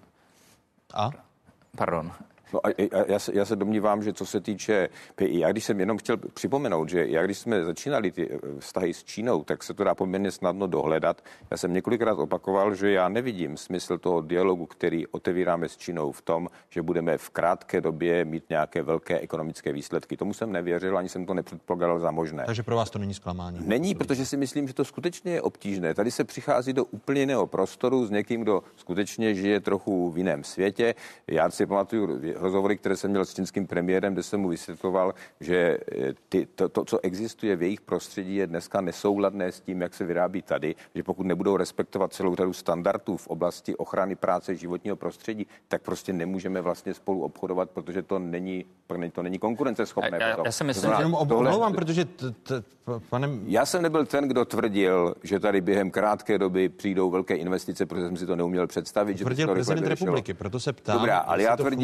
a? Pardon. No a já se, já se domnívám, že co se týče P I, já když jsem jenom chtěl připomenout, že já když jsme začínali ty vztahy s Čínou, tak se to dá poměrně snadno dohledat. Já jsem několikrát opakoval, že já nevidím smysl toho dialogu, který otevíráme s Čínou v tom, že budeme v krátké době mít nějaké velké ekonomické výsledky. Tomu jsem nevěřil, ani jsem to nepředpokládal za možné. Takže pro vás to není zklamání? Není, protože si myslím, že to skutečně je obtížné. Tady se přichází do úplně jiného prostoru s někým, kdo skutečně žije trochu v jiném světě. Já si pamatuju rozhovory, které jsem měl s čínským premiérem, kde jsem mu vysvětloval, že ty, to, to, co existuje v jejich prostředí, je dneska nesouladné s tím, jak se vyrábí tady, že pokud nebudou respektovat celou řadu standardů v oblasti ochrany práce životního prostředí, tak prostě nemůžeme vlastně spolu obchodovat, protože to není, to není konkurenceschopné. Já, já, já jsem myslím, že... Omlouvám, protože t, t, panem... Já jsem nebyl ten, kdo tvrdil, že tady během krátké doby přijdou velké investice, protože jsem si to neuměl představit. Tvrdil prezident republiky, proto se ptám. Dobrá, ale já tvrdím, že pro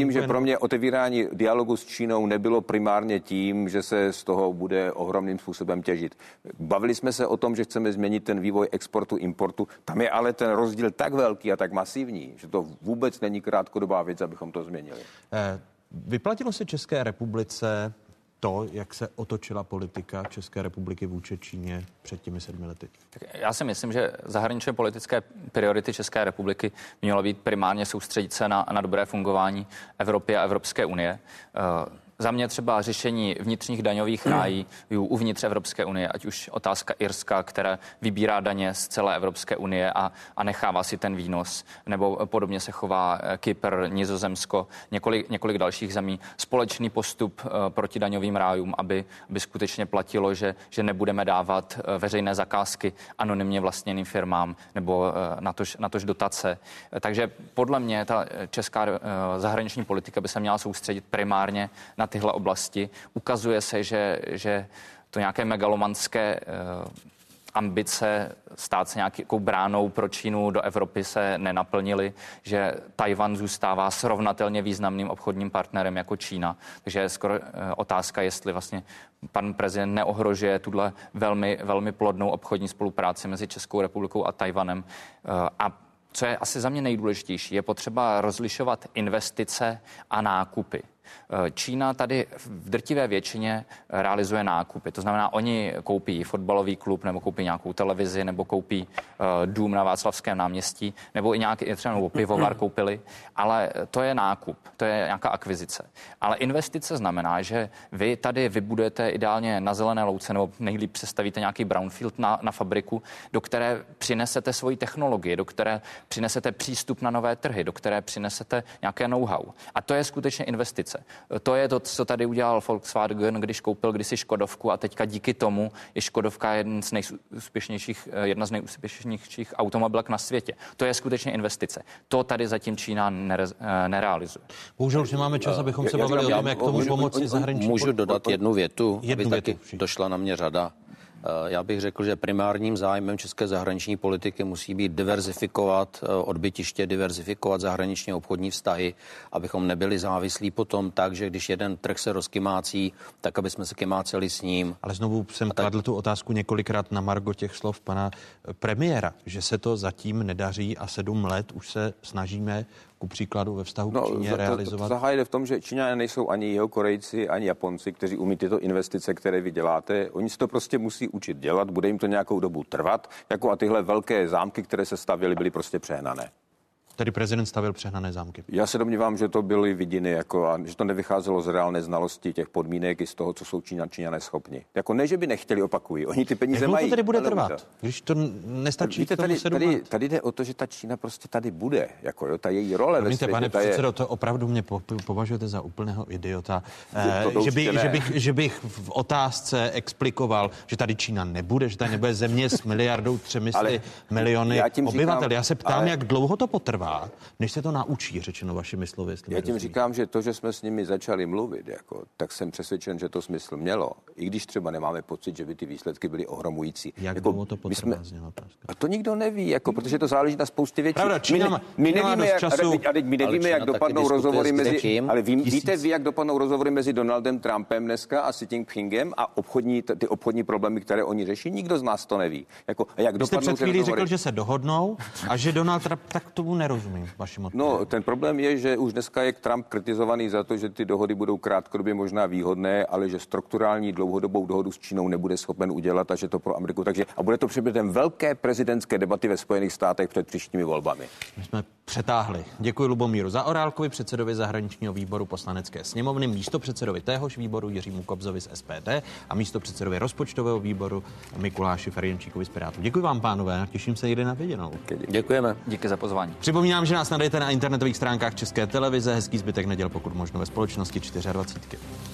mě otevírání dialogu s Čínou nebylo primárně tím, že se z toho bude ohromným způsobem těžit. Bavili jsme se o tom, že chceme změnit ten vývoj exportu, importu. Tam je ale ten rozdíl tak velký a tak masivní, že to vůbec není krátkodobá věc, abychom to změnili. Eh, vyplatilo se České republice to, jak se otočila politika České republiky vůči Číně před těmi sedmi lety? Tak já si myslím, že zahraničně politické priority České republiky mělo být primárně soustředit se na, na dobré fungování Evropy a Evropské unie. Uh, Za mě třeba řešení vnitřních daňových rájí uvnitř Evropské unie, ať už otázka Irska, která vybírá daně z celé Evropské unie a, a nechává si ten výnos, nebo podobně se chová Kypr, Nizozemsko, několik, několik dalších zemí. Společný postup uh, proti daňovým rájům, aby, aby skutečně platilo, že, že nebudeme dávat uh, veřejné zakázky anonymně vlastněným firmám nebo uh, natož, natož dotace. Takže podle mě ta česká uh, zahraniční politika by se měla soustředit primárně na tyhle oblasti. Ukazuje se, že, že to nějaké megalomanské uh, ambice stát se nějakou bránou pro Čínu do Evropy se nenaplnily, že Tajvan zůstává srovnatelně významným obchodním partnerem jako Čína. Takže je skoro uh, otázka, jestli vlastně pan prezident neohrožuje tuhle velmi, velmi plodnou obchodní spolupráci mezi Českou republikou a Tajvanem. Uh, a co je asi za mě nejdůležitější, je potřeba rozlišovat investice a nákupy. Čína tady v drtivé většině realizuje nákupy. To znamená, oni koupí fotbalový klub, nebo koupí nějakou televizi, nebo koupí uh, dům na Václavském náměstí, nebo i nějaký třeba nebo pivovar koupili, ale to je nákup, to je nějaká akvizice. Ale investice znamená, že vy tady vybudujete ideálně na zelené louce, nebo nejlíp přestavíte nějaký brownfield na, na fabriku, do které přinesete svoji technologii, do které přinesete přístup na nové trhy, do které přinesete nějaké know-how. A to je skutečně investice. To je to, co tady udělal Volkswagen, když koupil kdysi Škodovku a teďka díky tomu je Škodovka jeden z nejúspěšnějších, jedna z nejúspěšnějších automobilek na světě. To je skutečně investice. To tady zatím Čína nere, nerealizuje. Bohužel už nemáme čas, abychom se bavili o tom, jak tomu pomoci zahraničí. Můžu dodat jednu větu, jednu aby větu, taky došla na mě řada. Já bych řekl, že primárním zájmem české zahraniční politiky musí být diverzifikovat odbytiště, diverzifikovat zahraničně obchodní vztahy, abychom nebyli závislí potom tak, že když jeden trh se rozkymácí, tak aby jsme se kymáceli s ním. Ale znovu jsem tak... kladl tu otázku několikrát na margo těch slov pana premiéra, že se to zatím nedaří a sedm let už se snažíme ku příkladu ve vztahu no, k Číně realizovat. To zahájili v tom, že Číňané nejsou ani Jihokorejci, ani Japonci, kteří umí tyto investice, které vy děláte. Oni si to prostě musí učit dělat, bude jim to nějakou dobu trvat, jako a tyhle velké zámky, které se stavěly, byly prostě přehnané. Tedy prezident stavil přehnané zámky. Já se domnívám, že to byly vidiny, jako, a že to nevycházelo z reálné znalosti těch podmínek i z toho, co jsou Číňané, Číňané schopni. Jako ne, že by nechtěli, opakují. Oni ty peníze Jak mají. Jak to tedy bude trvat? Když to nestačí. Víte, tady, tady, tady jde o to, že ta Čína prostě tady bude. Jako, jo, ta její role Promiňte, ve světě. Pane předsedo, je... to opravdu mě po, považujete za úplného idiota. To Eh, že, by, že, bych, že bych v otázce explikoval, že tady Čína nebude, že tady nebude země s miliardou třemi miliony já obyvatel. Říkám, já se ptám, ale... jak dlouho to potrvá, než se to naučí, řečeno vašimi slovy. Já tím říkám, že to, že jsme s nimi začali mluvit, jako, tak jsem přesvědčen, že to smysl mělo. I když třeba nemáme pocit, že by ty výsledky byly ohromující. Jak jako, dlouho to potrvá? Jsme... A to nikdo neví, jako, protože to záleží na spoustě věcí. Pravda, Čína má, my, my nevíme, jak, času, a teď my nevíme, jak dopadnou rozhovory mezi... Ale ví, víte vy, jak dopadnou rozhovory mezi Donaldem Trumpem dneska a Xi Jinpingem a obchodní, ty obchodní problémy, které oni řeší? Nikdo z nás to neví. Jako, jak Vy jste před chvílí řekl, že se dohodnou a že Donald Trump, tak tomu nerozumím, vašim odpovědem. No, ten problém je, že už dneska je Trump kritizovaný za to, že ty dohody budou krátkodobě možná výhodné, ale že strukturální dlouhodobou dohodu s Čínou nebude schopen udělat a že to pro Ameriku. Takže a bude to předmětem velké prezidentské debaty ve Spojených státech před příštími volbami. My jsme přetáhli. Děkuji Lubomíru Zaorálkovi, předsedovi zahraničního výboru Poslanecké sněmovny, místopředsedovi téhož výboru Jiřímu Kobzovi z S P D a místopředsedovi rozpočtového výboru Mikuláši Ferjenčíkovi z Pirátů. Děkuji vám, pánové, těším se někdy na viděnou. Děkujeme. Díky za pozvání. Připomínám, že nás najdete na internetových stránkách České televize. Hezký zbytek neděl, pokud možno ve společnosti dvacet čtyři.